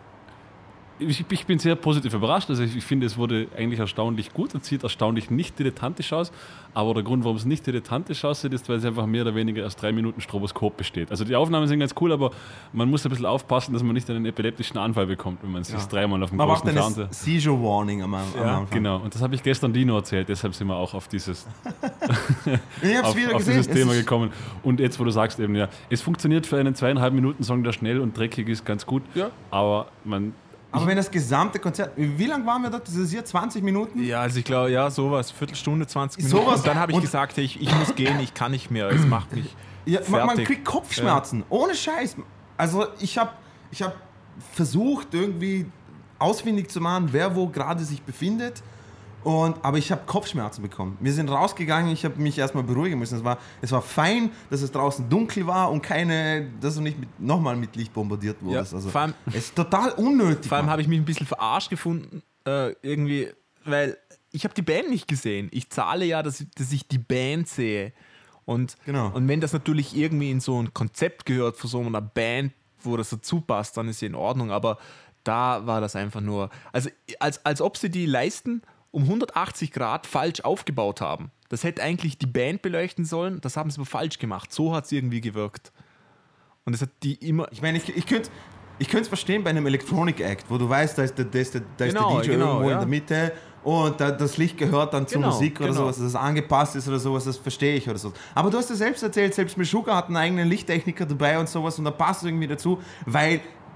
ich bin sehr positiv überrascht. Also ich finde, es wurde eigentlich erstaunlich gut und sieht erstaunlich nicht dilettantisch aus. Aber der Grund, warum es nicht dilettantisch aussieht, ist, weil es einfach mehr oder weniger aus 3 Minuten Stroboskop besteht. Also die Aufnahmen sind ganz cool, aber man muss ein bisschen aufpassen, dass man nicht einen epileptischen Anfall bekommt, wenn man es sich dreimal auf dem Man macht großen eine Fernseher... Seizure Warning am Anfang. Genau, und das habe ich gestern Dino erzählt, deshalb sind wir auch auf dieses, Ich hab's auf, wieder auf gesehen. dieses Es Thema ist- gekommen. Und jetzt, wo du sagst eben, ja, es funktioniert für einen 2,5 Minuten Song, der schnell und dreckig ist, ganz gut. Ja. Aber Aber wenn das gesamte Konzert, wie lange waren wir dort? Das ist hier 20 Minuten? Ja, also ich glaube, ja, sowas, Viertelstunde, 20 Minuten. Sowas. Und dann habe ich Und- gesagt, hey, ich muss gehen, ich kann nicht mehr, es macht mich Ja, man fertig. kriegt Kopfschmerzen, ohne Scheiß. Also ich hab versucht, irgendwie ausfindig zu machen, wer wo gerade sich befindet. Aber ich habe Kopfschmerzen bekommen. Wir sind rausgegangen, ich habe mich erstmal beruhigen müssen. Es war fein, dass es draußen dunkel war und dass du nicht nochmal mit Licht bombardiert wurdest. Ja, Also, vor allem- es ist total unnötig. Vor allem Mann. habe ich mich ein bisschen verarscht gefunden, irgendwie, weil ich habe die Band nicht gesehen. Ich zahle ja, dass ich die Band sehe. Und, Genau. und wenn das natürlich irgendwie in so ein Konzept gehört von so einer Band, wo das dazu passt, dann ist sie in Ordnung. Aber da war das einfach nur, also als ob sie die Leisten um 180 Grad falsch aufgebaut haben. Das hätte eigentlich die Band beleuchten sollen, das haben sie aber falsch gemacht. So hat es irgendwie gewirkt. Und es hat die immer... Ich meine, ich könnte es verstehen bei einem Electronic Act, wo du weißt, da ist der Genau, DJ genau, irgendwo ja. in der Mitte und das Licht gehört dann zur Genau, Musik oder genau. sowas, dass es angepasst ist oder sowas, das verstehe ich oder so. Aber du hast ja selbst erzählt, selbst Meshuggah hat einen eigenen Lichttechniker dabei und sowas und da passt es irgendwie dazu, weil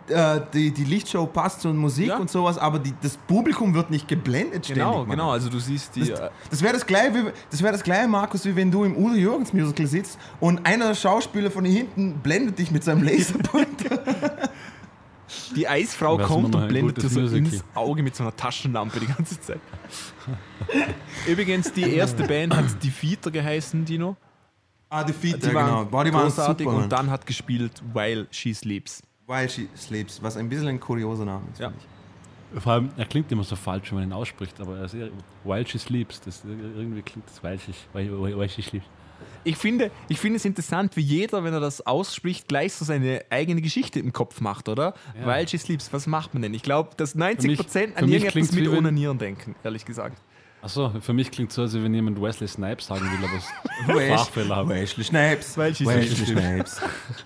die Lichtshow passt zur Musik und sowas, aber das Publikum wird nicht geblendet ständig. Genau, also du siehst die... Das wäre das Gleiche, Markus, wie wenn du im Udo Jürgens Musical sitzt und einer der Schauspieler von hinten blendet dich mit seinem Laserpointer. Die Eisfrau kommt und blendet dir so ins Auge mit so einer Taschenlampe die ganze Zeit. Übrigens, die erste Band hat Die Feeder geheißen, Dino. Die Feeder, die waren genau. Die waren großartig super, und dann hat gespielt While She Sleeps. While She Sleeps, was ein bisschen ein kurioser Name ist, Ja. finde ich. Vor allem, er klingt immer so falsch, wenn man ihn ausspricht, aber er ist eher While She Sleeps. Das irgendwie klingt das While She Sleeps. Ich finde es interessant, wie jeder, wenn er das ausspricht, gleich so seine eigene Geschichte im Kopf macht, oder? Ja. While She Sleeps, was macht man denn? Ich glaube, dass 90% an irgendetwas mit Onanieren denken, ehrlich gesagt. Achso, für mich klingt es so, als wenn jemand Wesley Snipes sagen will, aber es Sprachfehler haben. Wesley Snipes. Wesley Snipes.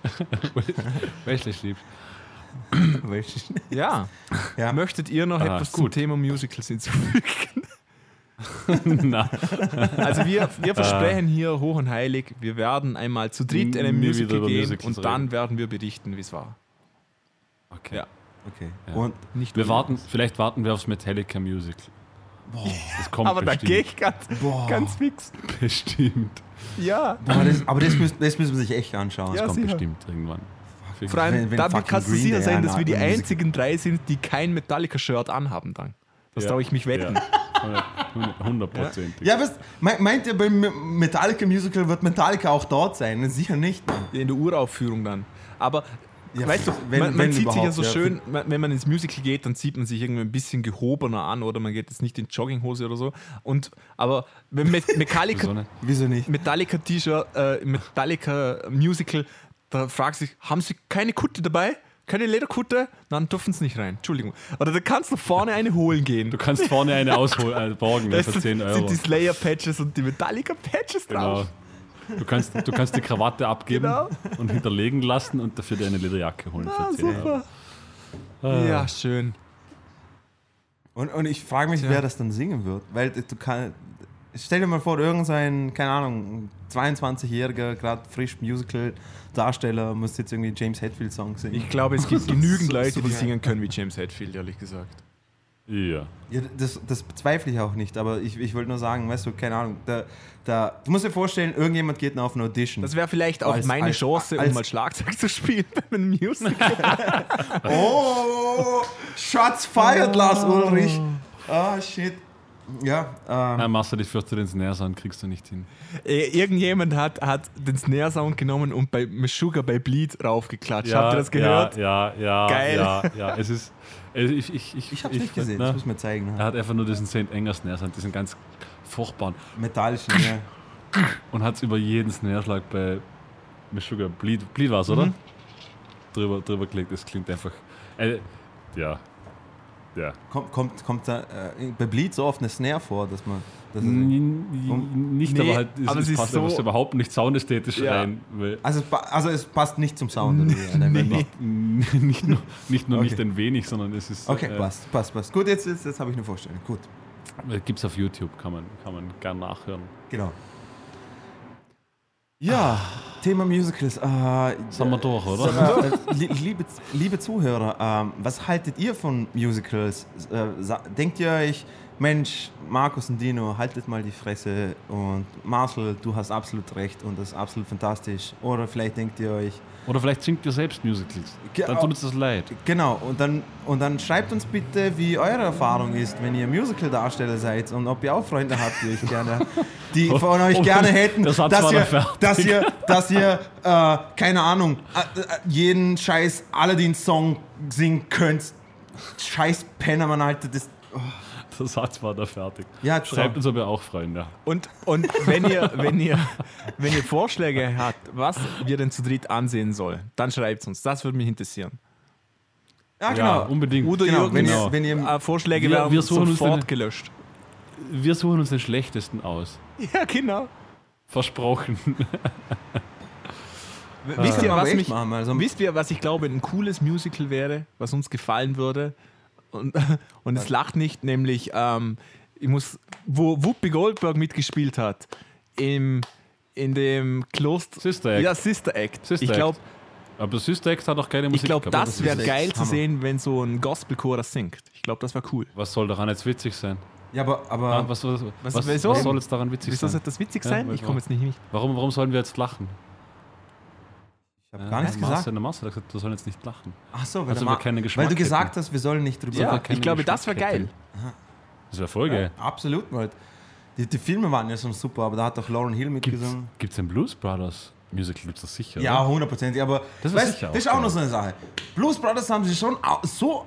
Ja. Möchtet ihr noch etwas zum Thema Musicals hinzufügen? Nein. Also wir versprechen hier hoch und heilig, wir werden einmal zu dritt in ein Musical gehen und dann werden wir berichten, wie es war. Okay. Ja. Okay. Ja. Und nicht vielleicht warten wir aufs Metallica Musical. boah, Das kommt aber bestimmt. da gehe ich ganz fix. Bestimmt. Ja. aber das müssen wir sich echt anschauen. Ja, Das kommt sicher. bestimmt irgendwann. Vor allem, wenn damit fucking kannst du Green sicher Day sein, dass wir die Musical- einzigen 3 sind, die kein Metallica-Shirt anhaben dann. Das darf ich mich wetten. Ja. 100%. Ja, meint ihr, beim Metallica Musical wird Metallica auch dort sein? Sicher nicht. In der Uraufführung dann. Aber Ja, weißt du, wenn man sieht sich ja überhaupt, so ja. schön, wenn man ins Musical geht, dann sieht man sich irgendwie ein bisschen gehobener an oder man geht jetzt nicht in Jogginghose oder so. Aber wenn Wieso nicht? Metallica-T-Shirt, Metallica Musical, da fragst du dich, haben sie keine Kutte dabei? Keine Lederkutte? Dann dürfen sie nicht rein. Entschuldigung. Oder da kannst du vorne eine holen gehen. Du kannst vorne eine borgen Da für 10 Euro. sind die Slayer-Patches und die Metallica-Patches Genau. drauf. Du kannst die Krawatte abgeben Genau. und hinterlegen lassen und dafür dir eine Lederjacke holen für 10 super. Euro. Ja, schön. Und ich frage mich, wer das dann singen wird. Weil du kannst. Stell dir mal vor, irgend so ein, keine Ahnung, 22-jähriger, gerade frisch Musical-Darsteller muss jetzt irgendwie James Hetfield-Song singen. Ich glaube, es gibt genügend so- Leute, so die geil. singen können wie James Hetfield, ehrlich gesagt. Ja. Ja, das bezweifle ich auch nicht, aber ich wollte nur sagen, weißt du, keine Ahnung, du musst dir vorstellen, irgendjemand geht noch auf eine Audition. Das wäre vielleicht auch meine Chance, um mal Schlagzeug zu spielen bei einem Musical. Oh, Shots fired, Lars Ulrich. Ah, shit. Ja, Machst du dich für den Snare-Sound, kriegst du nicht hin. Irgendjemand hat den Snare-Sound genommen und bei Meshuggah bei Bleed raufgeklatscht. Habt ihr das gehört? Ja. Geil. Ja. Es ist. ich hab's nicht gesehen, das muss mir zeigen. Er hat einfach nur diesen St. Anger Snare-Sound, diesen ganz furchtbaren. Metallischen, ja. Und hat es über jeden Snare-Schlag bei Meshuggah Bleed war es, oder? Drüber gelegt. Das klingt einfach. Ja. Kommt da bei Bleed so oft eine Snare vor, dass man. Nicht, Nee, aber halt, aber es es passt ist einfach so- so überhaupt nicht soundästhetisch rein. Weil Also es passt nicht zum Sound. Oder wie? nicht nur Okay. nicht ein wenig, sondern es ist. Okay, passt. Gut, jetzt habe ich eine Vorstellung. Gut. Gibt es auf YouTube, kann man gern nachhören. Genau. Ja, Thema Musicals. Sind wir durch, oder? Liebe Zuhörer, was haltet ihr von Musicals? Denkt ihr euch, Mensch, Markus und Dino, haltet mal die Fresse und Marcel, du hast absolut recht und das ist absolut fantastisch. Oder vielleicht denkt ihr euch, Oder vielleicht singt ihr selbst Musicals. Dann tut uns das leid. genau, und dann schreibt uns bitte, wie eure Erfahrung ist, wenn ihr Musical-Darsteller seid und ob ihr auch Freunde habt, die von euch gerne hätten, Der Satz war dann fertig. dass ihr keine Ahnung, jeden scheiß Aladdin-Song singen könnt. Scheiß Penner, Mann, Alter, das... Der Satz war da fertig. Ja, Schreibt so. uns aber auch Freunde. Und wenn ihr Vorschläge habt, was wir denn zu dritt ansehen sollen, dann schreibt es uns. Das würde mich interessieren. Ja, Ja, genau. unbedingt. Udo Genau, Jürgens, wenn ihr Vorschläge Wir werden suchen uns sofort den- gelöscht. Wir suchen uns den schlechtesten aus. Ja, genau. Versprochen. Wisst ihr, aber was echt mich, machen, also- wisst ihr, was ich glaube, ein cooles Musical wäre, was uns gefallen würde? Und es lacht nicht, nämlich wo Whoopi Goldberg mitgespielt hat, in dem Kloster. Sister Act. Ja, Sister Act. Sister Ich glaube, Aber Sister Act hat auch keine Musik. Ich glaube, gehabt, das wäre ist geil echt zu Hammer. sehen, wenn so ein Gospelchor das singt. Ich glaube, das wäre cool. Was soll daran jetzt witzig sein? Ja, aber Was wieso? soll jetzt daran witzig Wieso sein? soll das witzig Ja, sein? weiß Ich komme auch. jetzt nicht hin. Warum sollen wir jetzt lachen? ich habe gar nichts gesagt. Der Marcel hat gesagt, wir sollen jetzt nicht lachen. Ach so, Also wir keine weil Geschmack du gesagt hätten. hast, wir sollen nicht drüber Ja, keine ich glaube, das wäre geil. Geschmack Das wäre voll geil. Absolut, halt. Die Filme waren ja schon super, aber da hat auch Lauryn Hill mitgesungen. Gibt es ein Blues Brothers Musical? Gibt es das sicher? Ja, oder? 100%. Aber Das ist weißt, sicher das ist auch auch geil. noch so eine Sache. Blues Brothers haben sich schon so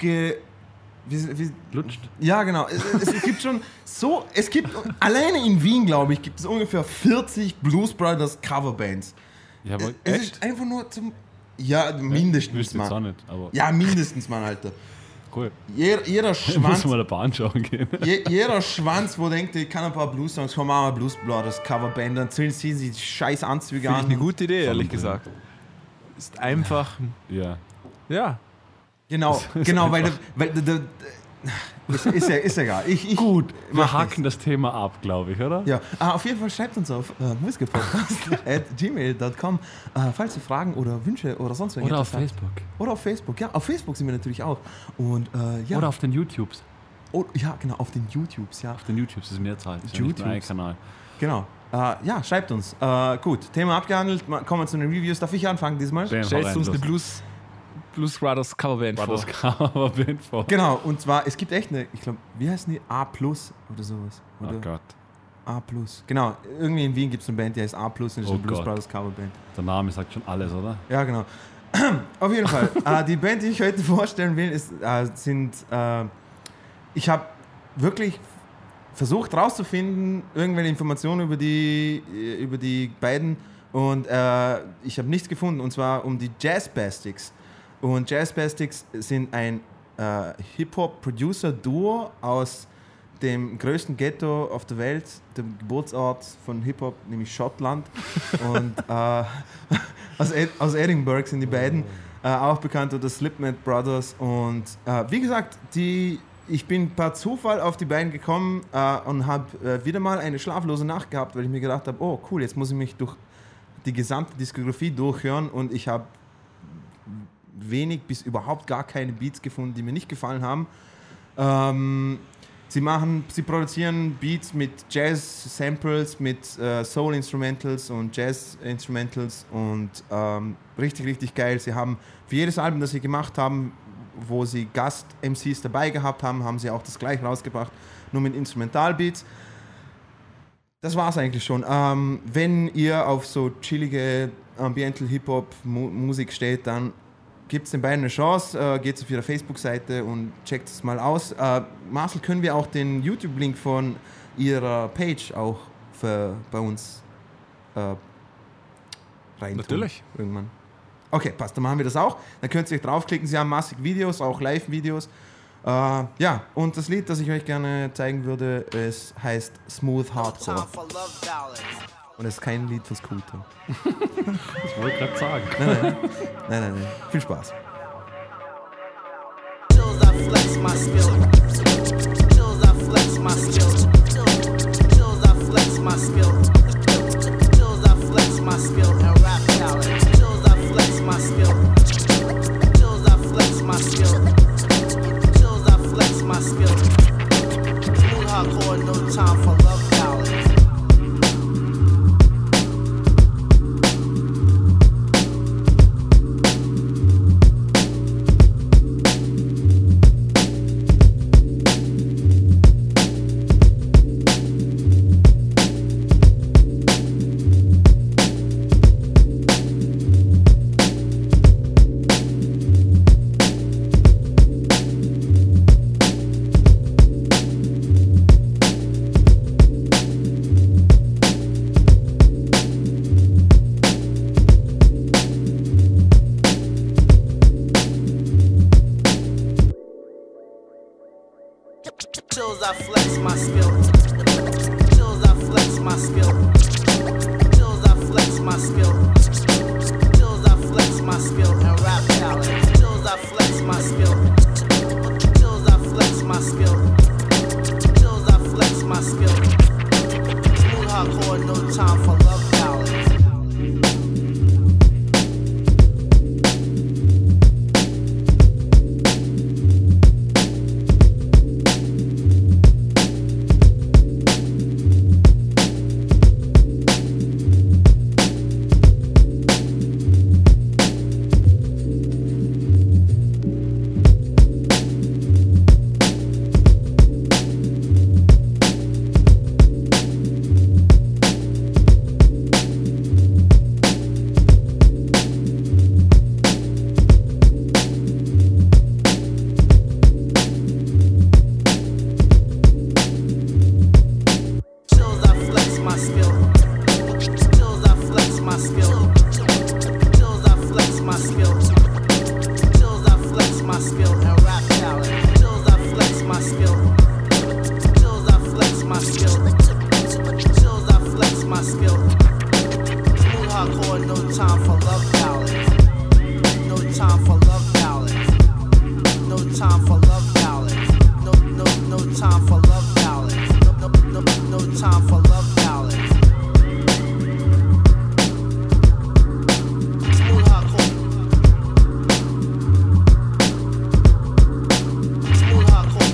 Lutscht. ja, genau. Es gibt schon so. Es gibt alleine in Wien, glaube ich, gibt es ungefähr 40 Blues Brothers Coverbands. Ja, aber Es echt? ist einfach nur zum. Ja, mindestens, Wüsste jetzt auch Mann. nicht, aber Ja, mindestens, Mann, Alter. cool. Jeder Muss Schwanz. mal eine Bahn schauen gehen. Jeder Schwanz, wo denkt, ich kann ein paar Blues-Songs, komm mal Blues Brothers Coverband, dann ziehen sie die scheiß Anzüge Finde ich an. eine gute Idee, ehrlich Voll. gesagt. Ist einfach, Ja. ja. Genau, weil ist egal. Gut, wir mach haken das Thema ab, glaube ich, oder? Ja, auf jeden Fall schreibt uns auf musikerpodcast@gmail.com, falls ihr Fragen oder Wünsche oder sonst Oder auf habt. Facebook. Oder auf Facebook. Ja, auf Facebook sind wir natürlich auch. Und ja, Oder auf den YouTubes. ja, genau, auf den YouTubes, ja. Auf den YouTubes ist Mehrzahl. Das ist ja nicht nur ein YouTubes. Kanal. Genau. Ja, schreibt uns. Gut, Thema abgehandelt. Kommen wir zu den Reviews. Darf ich anfangen diesmal? Ben, hau Stellst rein, du uns los. eine Blues Brothers Coverband War vor? das Coverband vor? Genau, und zwar, es gibt echt eine, ich glaube, wie heißen die? A+ oder sowas. Oder Oh Gott, A+. Genau, irgendwie in Wien gibt es eine Band, die heißt A+, und das ist Oh eine Blues Gott. Brothers Coverband. der Name sagt schon alles, oder? Ja, genau. Auf jeden Fall. Die Band, die ich heute vorstellen will, ich habe wirklich versucht rauszufinden, irgendwelche Informationen über die beiden, und ich habe nichts gefunden, und zwar um die Jazzbastics. Und Jazzbastics sind ein Hip-Hop-Producer-Duo aus dem größten Ghetto auf der Welt, dem Geburtsort von Hip-Hop, nämlich Schottland. Und aus Edinburgh sind die beiden, auch bekannt unter Slipknot Brothers. Und wie gesagt, ich bin per Zufall auf die beiden gekommen und habe wieder mal eine schlaflose Nacht gehabt, weil ich mir gedacht habe, oh cool, jetzt muss ich mich durch die gesamte Diskografie durchhören, und ich habe wenig bis überhaupt gar keine Beats gefunden, die mir nicht gefallen haben. Sie produzieren Beats mit Jazz-Samples, mit Soul-Instrumentals und Jazz-Instrumentals, und richtig, richtig geil. Sie haben für jedes Album, das sie gemacht haben, wo sie Gast-MCs dabei gehabt haben, haben sie auch das gleich rausgebracht, nur mit Instrumentalbeats. Das war's eigentlich schon. Wenn ihr auf so chillige Ambiental-Hip-Hop-Musik steht, dann gibt es den beiden eine Chance. Geht auf ihre Facebook-Seite und checkt es mal aus. Marcel, können wir auch den YouTube-Link von ihrer Page auch bei uns rein? Natürlich. Irgendwann. Okay, passt, dann machen wir das auch. Dann könnt ihr euch draufklicken. Sie haben massig Videos, auch Live-Videos. Ja, und das Lied, das ich euch gerne zeigen würde, es heißt Smooth Hardcore. Und es ist kein Lied von Scooter. Ich wollte gerade sagen. Nein. Viel Spaß. Chills, I flex my skill. Chills, I flex my skill. Chills, I flex my skill. Chills, I flex my skill and rap talent. Chills, I flex my skill. Chills, I flex my skill. Chills, I flex my skill. Smooth hardcore, no time for love ballads. Chills, I flex my skill. Chills, I flex my skill. Chills, I flex my skill. Chills, I flex my skill and rap talent. Chills, I flex my skill. Chills, I flex my skill. Chills, I flex my skill. Smooth hardcore, no time for love ballads. skill. Chills, I flex my skill. Chills, I flex my skill and rap talent. Chills, I flex my skill. Chills, I flex my skill. Chills, I flex my skill. Smooth hardcore, no time for love ballads. No time for love ballads. No time for love ballads. No time for love ballads. No time for love ballads. Smooth hardcore. Smooth hardcore.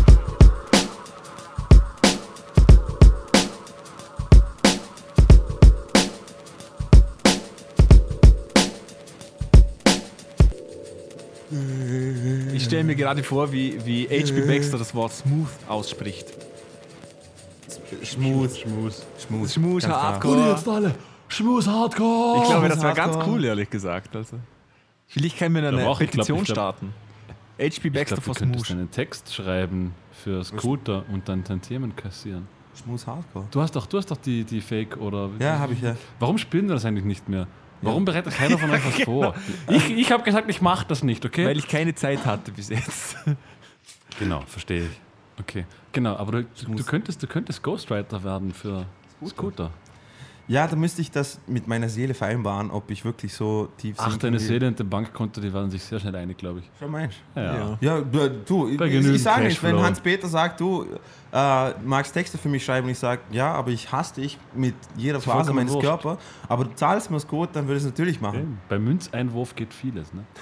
Ich stelle mir gerade vor, wie H.P. Baxter das Wort smooth ausspricht. Schmus. Schmus Ganz Hardcore. alle. Schmus Hardcore. Ich glaube, das wäre Hardcore. ganz cool, ehrlich gesagt. Also, vielleicht können wir Ja, eine auch, ich Petition glaub- starten. H.P. Ich Baxter glaube, for du könntest Smoosh. einen Text schreiben für Scooter und dann Tantiemen kassieren. Schmus Hardcore. Du hast doch die Fake oder... Ja, habe ich ja. Warum spielen wir das eigentlich nicht mehr? Warum bereitet keiner von euch was vor? Ich habe gesagt, ich mache das nicht, okay? Weil ich keine Zeit hatte bis jetzt. Genau, verstehe ich. Okay, genau, aber du könntest Ghostwriter werden für Scooter. Ja, da müsste ich das mit meiner Seele vereinbaren, ob ich wirklich so tief Ach, sinken deine will. Seele und dein Bankkonto, die waren sich sehr schnell einig, glaube ich. Schon meinst Ja. Ja, du, Bei ich genügend sage nicht, wenn Cashflow. Hans-Peter sagt, du magst Texte für mich schreiben und ich sage, ja, aber ich hasse dich mit jeder Phase vollkommen meines wurscht. Körpers, aber du zahlst mir es gut, dann würde ich es natürlich machen. Bei Münzeinwurf geht vieles, ne?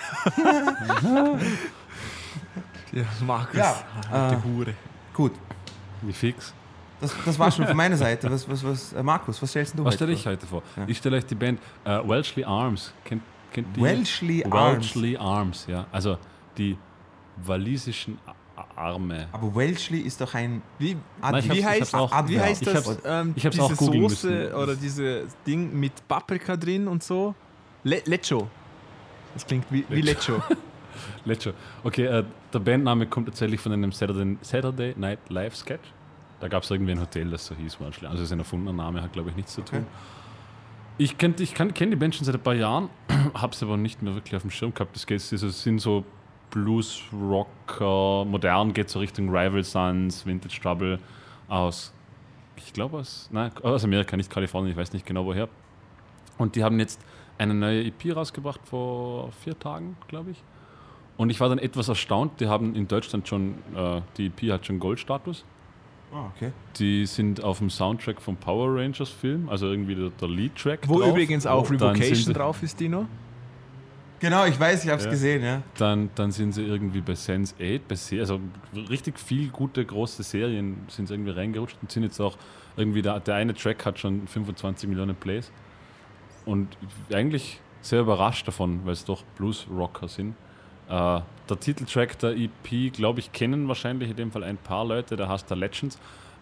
Ja, Markus. Ja, Die Hure. Gut, Wie fix. das war schon von meiner Seite. Markus, was stellst du Was heute stelle vor? ich heute vor? Ja. Ich stelle euch die Band Welshly Arms. Kennt die? Welshly Arms. Welshly Arms, ja. Also die walisischen Arme. Aber Welshly ist doch ein Wie, Adverb. ich hab's auch- wie heißt ich das? hab's- ich hab's diese auch googeln Soße müssen. oder diese Ding mit Paprika drin und so? Lecho. Das klingt wie Lecho. Lecho. Okay, der Bandname kommt tatsächlich von einem Saturday Night Live Sketch. Da gab es irgendwie ein Hotel, das so hieß. Welshly. Also es ist ein erfundener Name, hat glaube ich nichts zu tun. Ich kenne die Band schon seit ein paar Jahren, habe sie aber nicht mehr wirklich auf dem Schirm gehabt. Das sind so Blues, Rocker, modern geht so Richtung Rival Sons, Vintage Trouble aus, ich glaube aus Amerika, nicht Kalifornien, ich weiß nicht genau woher. Und die haben jetzt eine neue EP rausgebracht vor 4 Tagen, glaube ich. Und ich war dann etwas erstaunt, die haben in Deutschland schon, die EP hat schon Goldstatus. Ah, okay. Die sind auf dem Soundtrack vom Power Rangers Film, also irgendwie der Lead-Track Wo drauf. übrigens auch Dann sind Revocation sie- drauf ist, Dino. Genau, ich weiß, ich habe es Ja. gesehen, ja. Dann sind sie irgendwie bei Sense8, also richtig viel gute große Serien sind sie irgendwie reingerutscht und sind jetzt auch irgendwie, der eine Track hat schon 25 Millionen Plays. Und eigentlich sehr überrascht davon, weil es doch Blues-Rocker sind. Der Titeltrack der EP, glaube ich, kennen wahrscheinlich in dem Fall ein paar Leute, der heißt der Legends.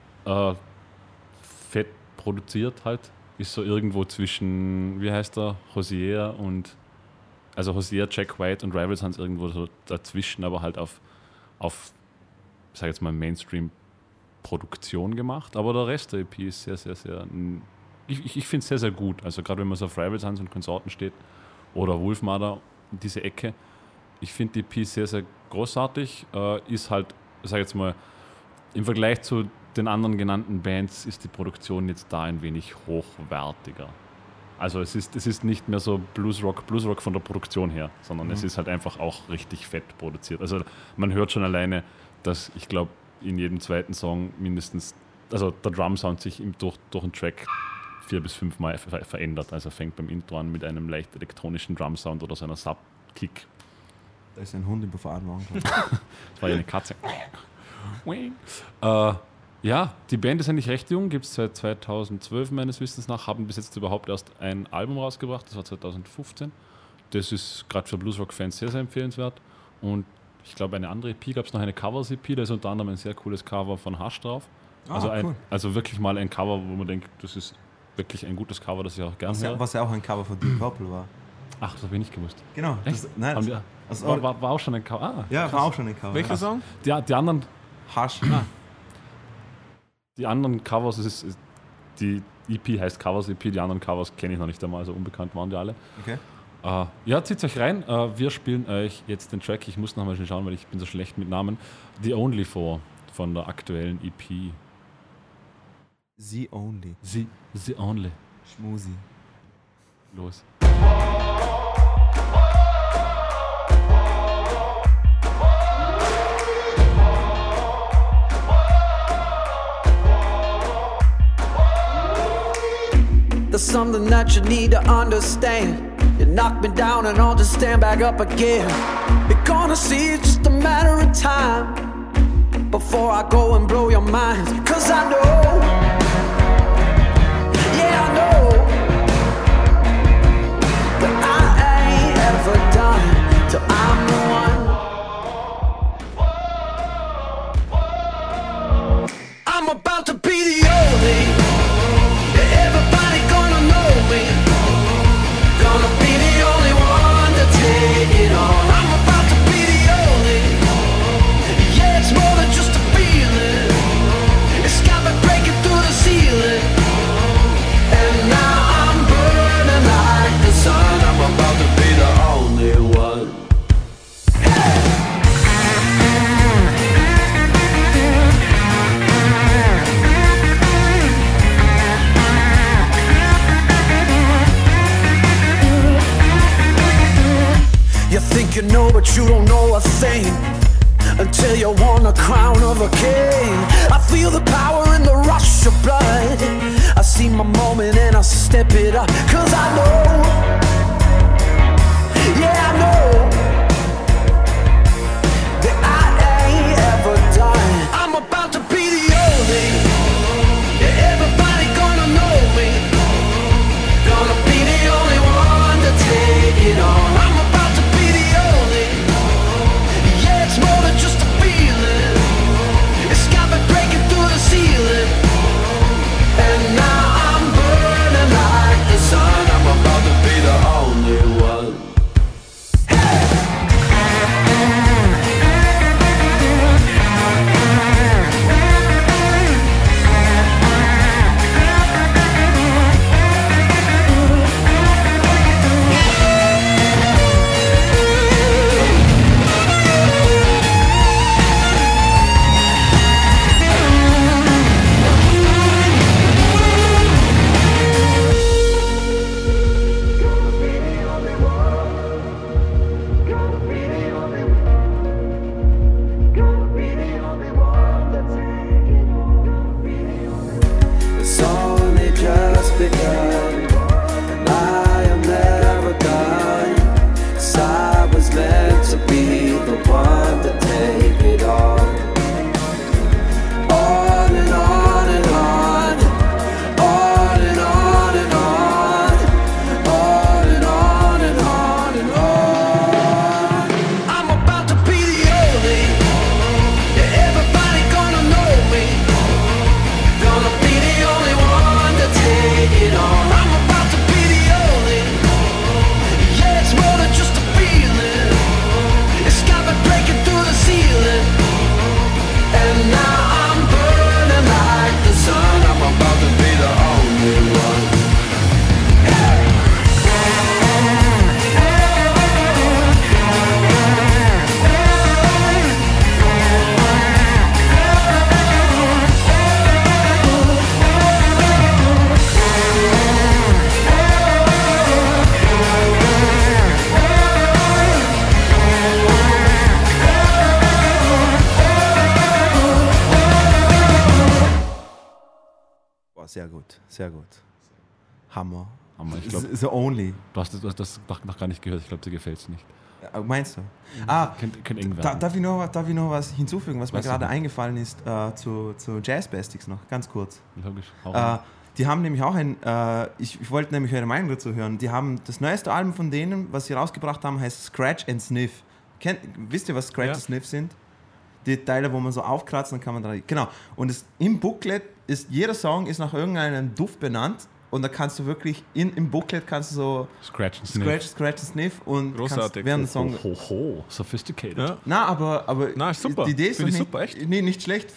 Fett produziert halt, ist so irgendwo zwischen, wie heißt der, Hozier und, also Hozier, Jack White und Rival Sons irgendwo so dazwischen, aber halt auf ich sag jetzt mal Mainstream-Produktion gemacht. Aber der Rest der EP ist sehr, sehr, sehr, ich finde es sehr, sehr gut. Also gerade wenn man so auf Rival Sons und Konsorten steht oder Wolfmother, diese Ecke, ich finde die EP sehr, sehr großartig. Ist halt, ich sage jetzt mal, im Vergleich zu den anderen genannten Bands ist die Produktion jetzt da ein wenig hochwertiger. Also es ist nicht mehr so Bluesrock von der Produktion her, sondern es ist halt einfach auch richtig fett produziert. Also man hört schon alleine, dass ich glaube, in jedem zweiten Song mindestens, also der Drum-Sound sich durch den Track 4 bis 5 Mal verändert. Also fängt beim Intro an mit einem leicht elektronischen Drum-Sound oder so einer Sub-Kick. Da ist ein Hund im Fahrradwagen. Das war ja eine Katze. Ja, die Band ist eigentlich recht jung, gibt es seit 2012 meines Wissens nach, haben bis jetzt überhaupt erst ein Album rausgebracht, das war 2015. Das ist gerade für Bluesrock-Fans sehr, sehr empfehlenswert. Und ich glaube, eine andere EP gab es noch, eine Covers-EP, da ist unter anderem ein sehr cooles Cover von Hush drauf. Cool. Also wirklich mal ein Cover, wo man denkt, das ist wirklich ein gutes Cover, das ich auch gerne höre. Was ja auch ein Cover von Deep Purple war. Ach, das habe ich nicht gewusst. Genau. Echt? Nein, Haben wir, war auch schon ein Cover. Ah, ja, war auch schon ein Cover. Welcher Song? die anderen Hush. Die anderen Covers, die EP heißt Covers EP, die anderen Covers kenne ich noch nicht einmal, also unbekannt waren die alle. Okay. Ja, zieht euch rein. Wir spielen euch jetzt den Track, ich muss nochmal schnell schauen, weil ich bin so schlecht mit Namen, The Only vor von der aktuellen EP. The Only. The Only. Schmusi. Los. There's something that you need to understand. You knock me down and I'll just stand back up again. You're gonna see it's just a matter of time before I go and blow your mind. Cause I know, yeah I know, that I ain't ever done till I'm the one. I'm about to be the only. Everybody gonna know me. Gonna be the only one to take it on. I'm about to be the only. Yeah, it's more than just a feeling. It's got me breaking through the ceiling. And now I'm burning like the sun. I'm about to be the only one. You think you know, but you don't know a thing until you won the crown of a king. I feel the power in the rush of blood. I see my moment and I step it up. Cause I know, yeah I know, that I ain't ever done. I'm about to be the only. Yeah, everybody gonna know me. Gonna be the only one to take it on. I'm about to be the only. Yeah, it's more than just a feeling. It's got me breaking through the ceiling. And now I'm burning like the sun. I'm about to be the only one. It's only just begun, and I am never done. 'Cause I was meant to be the one to take it on. On and on and on, on and on and on, on and on and on and on. I'm about to be the only. Yeah, everybody gonna know me. Gonna be the only one to take it on. I'm about to be the only. Yeah, it's more than just a feeling. It's got me breaking through the ceiling. And now I'm burning like the sun. I'm about to be the only one. Boah, sehr gut, sehr gut. Hammer. Ich glaube, The Only. du hast das noch gar nicht gehört. Ich glaube, dir gefällt es nicht. Meinst du? Könnte eng werden. Darf ich noch was hinzufügen, was mir Weißt du gerade nicht? eingefallen ist zu Jazz Basics noch, ganz kurz. Logisch. Hau rein. Die haben nämlich auch ich wollte nämlich eure Meinung dazu hören, die haben das neueste Album von denen, was sie rausgebracht haben, heißt Scratch and Sniff. Wisst ihr, was Scratch and Sniff sind? Die Teile, wo man so aufkratzt, dann kann man da... Genau. Und im Booklet ist, jeder Song ist nach irgendeinem Duft benannt und da kannst du wirklich, im Booklet kannst du so... Scratch and Sniff. Scratch and Sniff und Großartig. kannst während des Songs... Ho, sophisticated. Ja. Na, aber Na, ist super. die Idee ist Finde ich doch super, echt. Nee, nicht schlecht.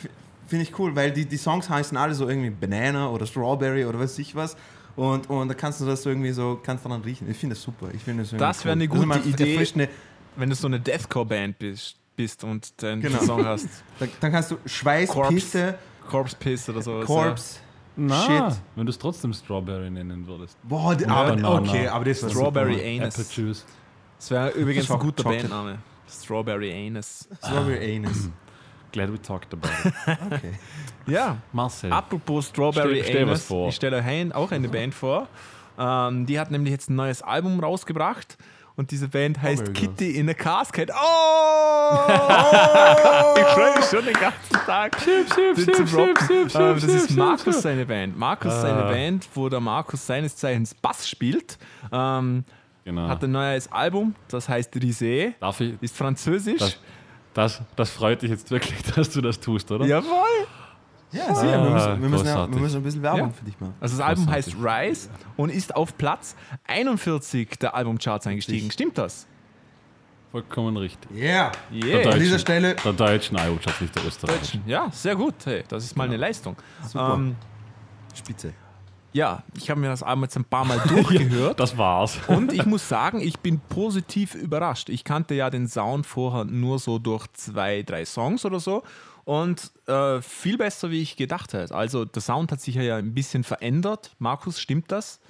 Finde ich cool, weil die Songs heißen alle so irgendwie Banana oder Strawberry oder weiß ich was. Und da kannst du das so irgendwie so, kannst daran riechen. Ich finde das super. Das wäre eine gute Idee, wenn du so eine Deathcore-Band bist und den Song hast. Dann kannst du Schweißpiste, Corpse Piss oder sowas. Corpse, Na, wenn du es trotzdem Strawberry nennen würdest. Boah, okay, aber das ist Strawberry Apple Anus. Juice. Das wäre übrigens ein guter Chocolate. Bandname. Strawberry Anus. Strawberry Anus. Glad we talked about it. Okay. Ja, Marcel. apropos Strawberry Stell was Anus, vor. ich stelle euch auch eine Band vor. Die hat nämlich jetzt ein neues Album rausgebracht und diese Band heißt very Kitty in a Casket. Oh! Ich freue mich schon den ganzen Tag. Das ist Markus seine Band. Seine Band, wo der Markus seines Zeichens Bass spielt. Genau. Hat ein neues Album, das heißt Risée, Darf ich? ist französisch. Das freut dich jetzt wirklich, dass du das tust, oder? Jawohl! Ja, sicher, wir müssen großartig. ein bisschen Werbung Ja. für dich machen. Also das Album heißt Großartig. Rise und ist auf Platz 41 der Albumcharts eingestiegen. Stimmt das? Vollkommen richtig. Yeah. Yeah. An dieser Stelle, Der deutschen Albumcharts, nicht der österreichischen. Ja, sehr gut. Hey, das ist mal eine Leistung. Super. Spitze. Ja, ich habe mir das Album jetzt ein paar Mal durchgehört. Das war's. Und ich muss sagen, ich bin positiv überrascht. Ich kannte ja den Sound vorher nur so durch 2, 3 Songs oder so. Und viel besser, wie ich gedacht hätte. Also der Sound hat sich ja ein bisschen verändert. Markus, stimmt das?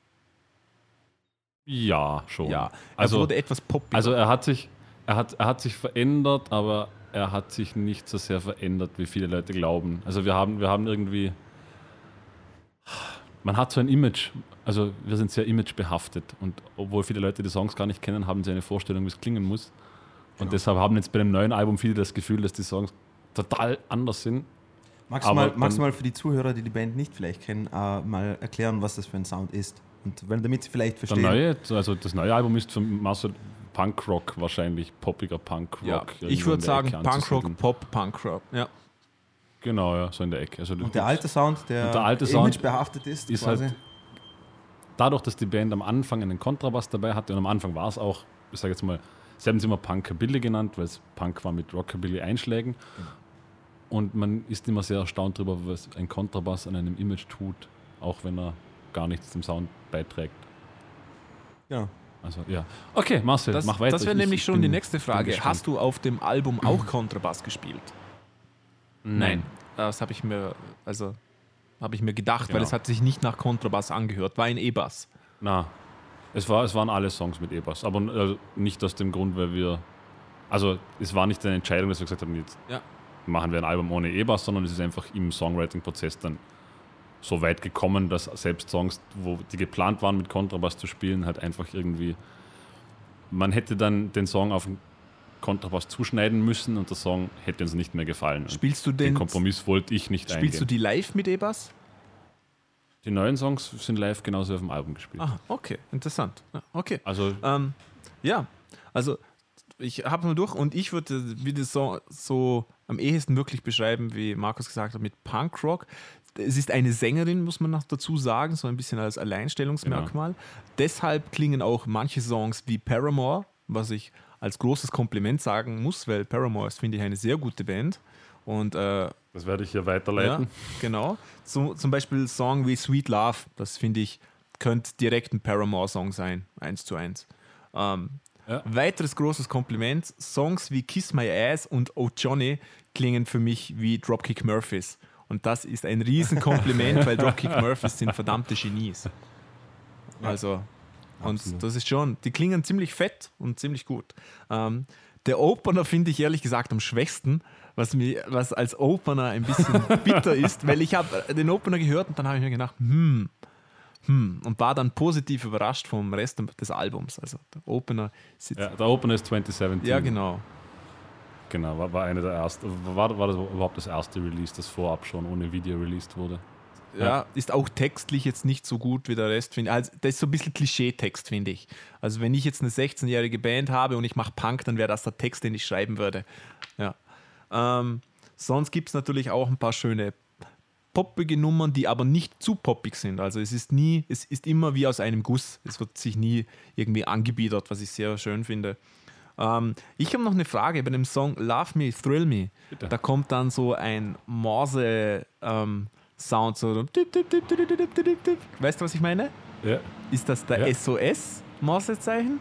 Ja, schon. Ja, er Also, wurde etwas poppiger. also er hat sich verändert, aber er hat sich nicht so sehr verändert, wie viele Leute glauben. Also wir haben irgendwie, man hat so ein Image, also wir sind sehr imagebehaftet und obwohl viele Leute die Songs gar nicht kennen, haben sie eine Vorstellung, wie es klingen muss. Und deshalb haben jetzt bei dem neuen Album viele das Gefühl, dass die Songs total anders sind. Magst Aber du mal für die Zuhörer, die Band nicht vielleicht kennen, mal erklären, was das für ein Sound ist? Und damit sie vielleicht verstehen. Das neue Album ist für Marcel Punkrock wahrscheinlich, poppiger Punkrock. ja, irgendwo ich in würde der sagen Ecke Punkrock, anzusiedeln. Pop, Punkrock. Ja. Genau, ja, so in der Ecke. Also Und der alte Sound, der imagebehaftet ist quasi. halt dadurch, dass die Band am Anfang einen Kontrabass dabei hatte und am Anfang war es auch, ich sage jetzt mal, sie haben es immer Punkabilly genannt, weil es Punk war mit Rockabilly-Einschlägen. Und man ist immer sehr erstaunt darüber, was ein Kontrabass an einem Image tut, auch wenn er gar nichts zum Sound beiträgt. Ja. Also ja. Okay, Marcel, mach weiter. Das wäre nämlich schon die nächste Frage. gespannt. Hast du auf dem Album auch Kontrabass gespielt? Nein. Das habe ich mir gedacht, weil Genau. es hat sich nicht nach Kontrabass angehört. War ein E-Bass. Na, es waren alle Songs mit E-Bass, aber nicht aus dem Grund, weil wir, also es war nicht eine Entscheidung, dass wir gesagt haben, jetzt Ja. machen wir ein Album ohne E-Bass, sondern es ist einfach im Songwriting-Prozess dann so weit gekommen, dass selbst Songs, die geplant waren mit Kontrabass zu spielen, halt einfach irgendwie, man hätte dann den Song auf den Kontrabass zuschneiden müssen und der Song hätte uns nicht mehr gefallen. Und Spielst du den Kompromiss wollte ich nicht Spielst du eingehen. die live mit E-Bass? Die neuen Songs sind live genauso auf dem Album gespielt. Aha, okay, interessant. Ja, okay. Also Ja, also ich habe nur durch und ich würde wieder so am ehesten wirklich beschreiben, wie Markus gesagt hat, mit Punkrock. Es ist eine Sängerin, muss man noch dazu sagen, so ein bisschen als Alleinstellungsmerkmal. Deshalb klingen auch manche Songs wie Paramore, was ich als großes Kompliment sagen muss, weil Paramore ist, finde ich, eine sehr gute Band. Und das werde ich hier weiterleiten. ja, genau. So, zum Beispiel Song wie Sweet Love, das finde ich, könnte direkt ein Paramore-Song sein, 1:1. Weiteres großes Kompliment, Songs wie Kiss My Ass und Oh Johnny klingen für mich wie Dropkick Murphys. Und das ist ein Riesenkompliment, weil Dropkick Murphys sind verdammte Genies. Also, und absolut. das ist schon, die klingen ziemlich fett und ziemlich gut. Der Opener finde ich ehrlich gesagt am schwächsten, was als Opener ein bisschen bitter ist, weil ich habe den Opener gehört und dann habe ich mir gedacht, und war dann positiv überrascht vom Rest des Albums. Also der Opener sitzt. Ja, der Opener ist 2017. Ja, genau. Genau, war eine der ersten. War das überhaupt das erste Release, das vorab schon ohne Video released wurde? Ja, ist auch textlich jetzt nicht so gut wie der Rest, finde ich. Also, das ist so ein bisschen Klischee-Text, finde ich. Also wenn ich jetzt eine 16-jährige Band habe und ich mache Punk, dann wäre das der Text, den ich schreiben würde. Ja. Sonst gibt es natürlich auch ein paar schöne poppige Nummern, die aber nicht zu poppig sind. Also es ist immer wie aus einem Guss. Es wird sich nie irgendwie angebiedert, was ich sehr schön finde. Ich habe noch eine Frage bei dem Song Love Me, Thrill Me. Bitte. Da kommt dann so ein Morse-Sound. So. Weißt du, was ich meine? Ja. Ist das der Ja. SOS-Morsezeichen?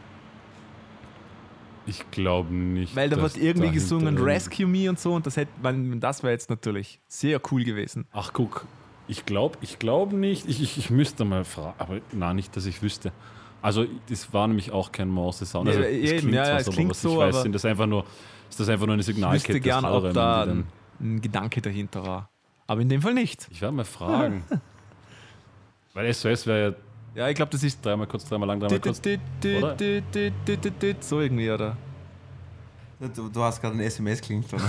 Ich glaube nicht. Weil da dass wird irgendwie dahinter gesungen irgend- Rescue Me und so und das wäre jetzt natürlich sehr cool gewesen. Ach, guck. Ich glaube nicht. Ich müsste mal fragen. Aber na, nicht, dass ich wüsste. Also, das war nämlich auch kein Morse-Sound. Also, Ja, es eben, klingt ja, zwar es so, klingt aber was so, ich weiß, aber ist das einfach nur eine Ich Signalkette. wüsste gern, ob Zahlreihen, da die dann- ein Gedanke dahinter war. Aber in dem Fall nicht. Ich werde mal fragen. Weil SOS wäre ja Ja, ich glaube, das ist dreimal lang, dreimal kurz. oder? so irgendwie, oder? Du hast gerade ein SMS klingt, oder?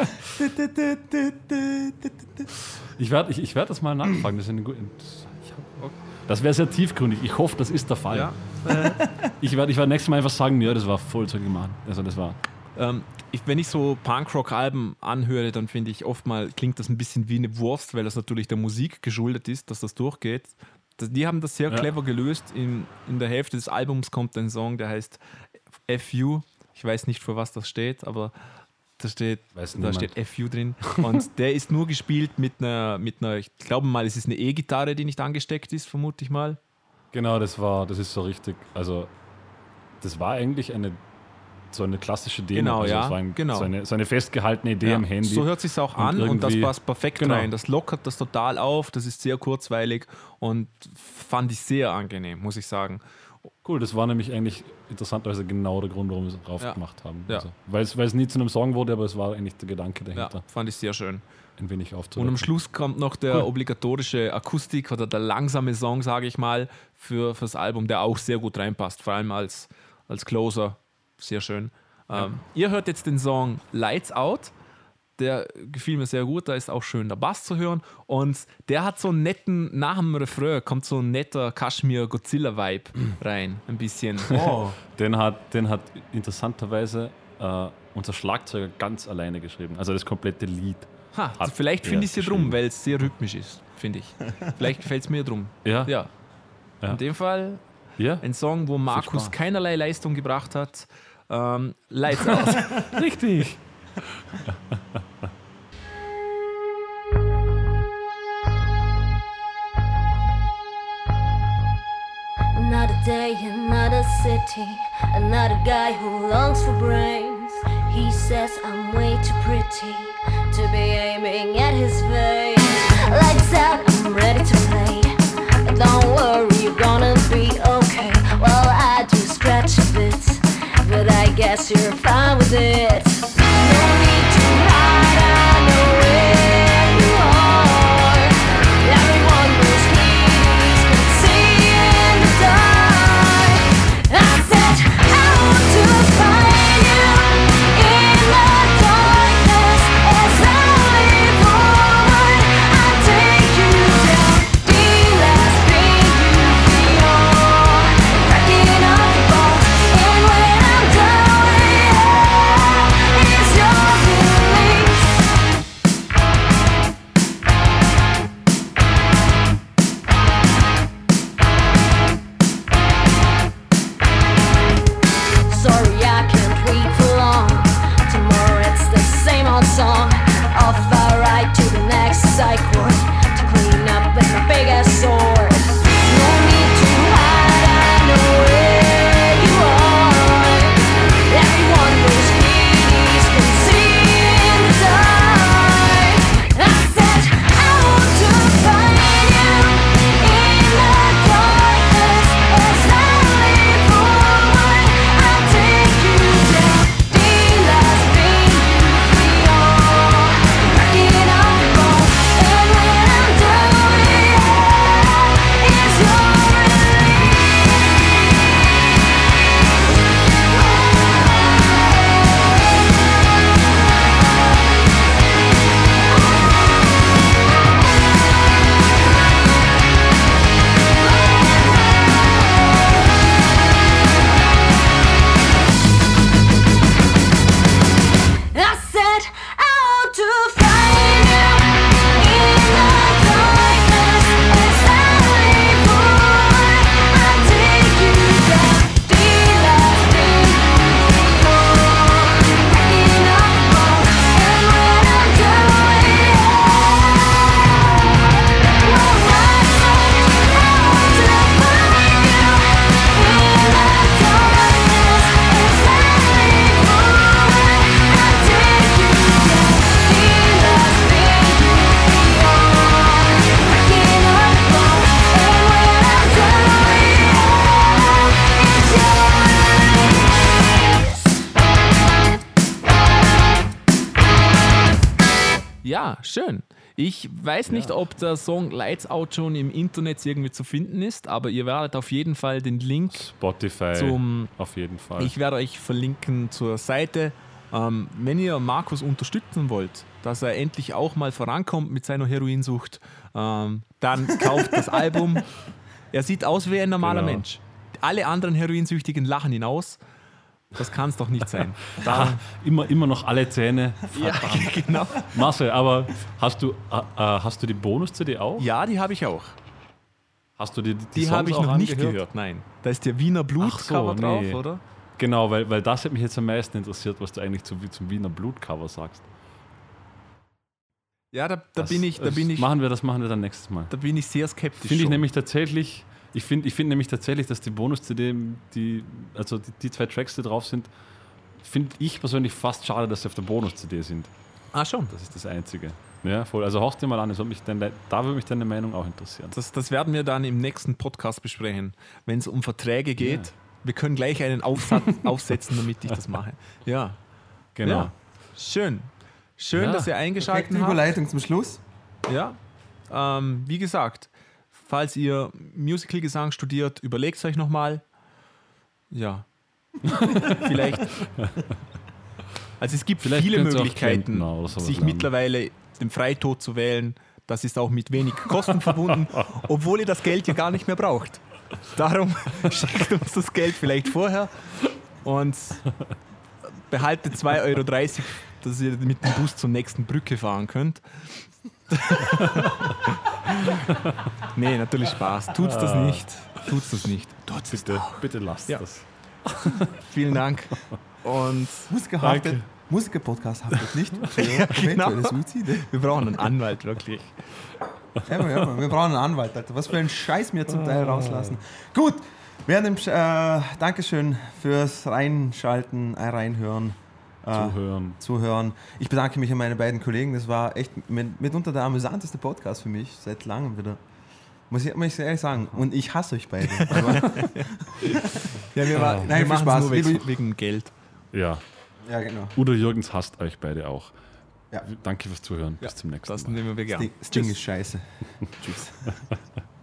Ich werd das mal nachfragen. Das wäre sehr tiefgründig. Ich hoffe, das ist der Fall. Ja. Ich werd nächstes Mal einfach sagen, ja, das war voll so gemacht. Also das war. Wenn ich so Punkrock-Alben anhöre, dann finde ich oftmals klingt das ein bisschen wie eine Wurst, weil das natürlich der Musik geschuldet ist, dass das durchgeht. Die haben das sehr clever gelöst. In der Hälfte des Albums kommt ein Song, der heißt FU. Ich weiß nicht, für was das steht, aber da steht FU drin. Und der ist nur gespielt mit einer, ich glaube mal, es ist eine E-Gitarre, die nicht angesteckt ist, vermute ich mal. Genau, das ist so richtig. Also, das war eigentlich so eine klassische Demo. Genau, also ja, es war genau. so eine festgehaltene Idee am Handy. So hört es sich auch Und an und das irgendwie- passt perfekt genau. rein. Das lockert das total auf, das ist sehr kurzweilig und fand ich sehr angenehm, muss ich sagen. Cool, das war nämlich eigentlich interessanterweise genau der Grund, warum wir es drauf Ja. gemacht haben. Ja. Also, weil es nie zu einem Song wurde, aber es war eigentlich der Gedanke Ja, dahinter, fand ich sehr schön. ein wenig Und aufzulockern. am Schluss kommt noch der obligatorische Akustik oder der langsame Song, sage ich mal, fürs Album, der auch sehr gut reinpasst, vor allem als Closer. Sehr schön. Ihr hört jetzt den Song Lights Out. Der gefiel mir sehr gut, da ist auch schön der Bass zu hören und der hat so einen netten, nach dem Refrain kommt so ein netter Kashmir-Godzilla-Vibe rein, ein bisschen. Oh, Den hat interessanterweise unser Schlagzeuger ganz alleine geschrieben. Also das komplette Lied. Ha, Hat vielleicht er finde ich es hier drum, geschrieben. weil es sehr rhythmisch ist, finde ich. Vielleicht gefällt es mir drum. Ja? Ja. Ja. In dem Fall Ja? ein Song, wo Markus Spaß. keinerlei Leistung gebracht hat. Lights Out. Richtig. Another day, another city, another guy who longs for brains. He says I'm way too pretty to be aiming at his veins. Lights out, I'm ready to play. Don't worry, you're gonna be okay. Well, I do scratch a bit, but I guess you're fine with it. No need to hide, I know where you are. Everyone knows please can see in the dark. I said I want to find you in the darkness as I leap forward. I take you down the last thing you feel, cracking up the bones. And when I'm done with you, Ja, schön. Ich weiß nicht, ob der Song Lights Out schon im Internet irgendwie zu finden ist, aber ihr werdet auf jeden Fall den Link Spotify auf jeden Fall. Ich werde euch verlinken zur Seite. Wenn ihr Markus unterstützen wollt, dass er endlich auch mal vorankommt mit seiner Heroinsucht, dann kauft das Album. Er sieht aus wie ein normaler Mensch. Alle anderen Heroinsüchtigen lachen ihn aus. Das kann es doch nicht sein. Immer noch alle Zähne. Ja, genau. Marcel, aber hast du die Bonus-CD auch? Ja, die habe ich auch. Hast du die Die habe ich Songs noch auch nicht angehört? gehört, nein. Da ist der Wiener Blut-Cover drauf, oder? Genau, weil das hat mich jetzt am meisten interessiert, was du eigentlich zum Wiener Blut-Cover sagst. Ja, da bin ich. Machen wir dann nächstes Mal. Da bin ich sehr skeptisch. Finde ich nämlich tatsächlich. Ich finde nämlich tatsächlich, dass die Bonus-CD, die 2 Tracks, die drauf sind, finde ich persönlich fast schade, dass sie auf der Bonus-CD sind. Ah, schon. Das ist das Einzige. Ja, voll. Also hörst dir mal an, da würde mich deine Meinung auch interessieren. Das werden wir dann im nächsten Podcast besprechen, wenn es um Verträge geht. Ja. Wir können gleich einen aufsetzen, damit ich das mache. Ja. Genau. Ja. Schön, dass ihr eingeschaltet habt. Überleitung zum Schluss. Ja. Wie gesagt, falls ihr Musical-Gesang studiert, überlegt es euch nochmal. Ja. Vielleicht. Also es gibt viele Möglichkeiten, sich mittlerweile den Freitod zu wählen. Das ist auch mit wenig Kosten verbunden, obwohl ihr das Geld ja gar nicht mehr braucht. Darum schickt uns das Geld vielleicht vorher und behaltet 2,30 Euro, dass ihr mit dem Bus zur nächsten Brücke fahren könnt. Nee, natürlich Spaß. Tut's das nicht. Bitte lasst das. Vielen Dank. Und Musiker-Podcast haftet nicht für genau. eventuelle Suizide. Wir brauchen einen Anwalt, wirklich. Ja, wir brauchen einen Anwalt, Alter. Was für einen Scheiß wir zum Teil rauslassen. Gut, Dankeschön fürs Reinschalten, Reinhören. Zuhören. Ich bedanke mich an meine beiden Kollegen. Das war echt mitunter der amüsanteste Podcast für mich seit langem wieder. Muss ich ehrlich sagen. Und ich hasse euch beide. Wir machen Spaß. Nur wegen Geld. Ja, genau. Udo Jürgens hasst euch beide auch. Ja. Danke fürs Zuhören. Bis zum nächsten Mal. Das nehmen wir gerne. Das Ding ist scheiße. Tschüss.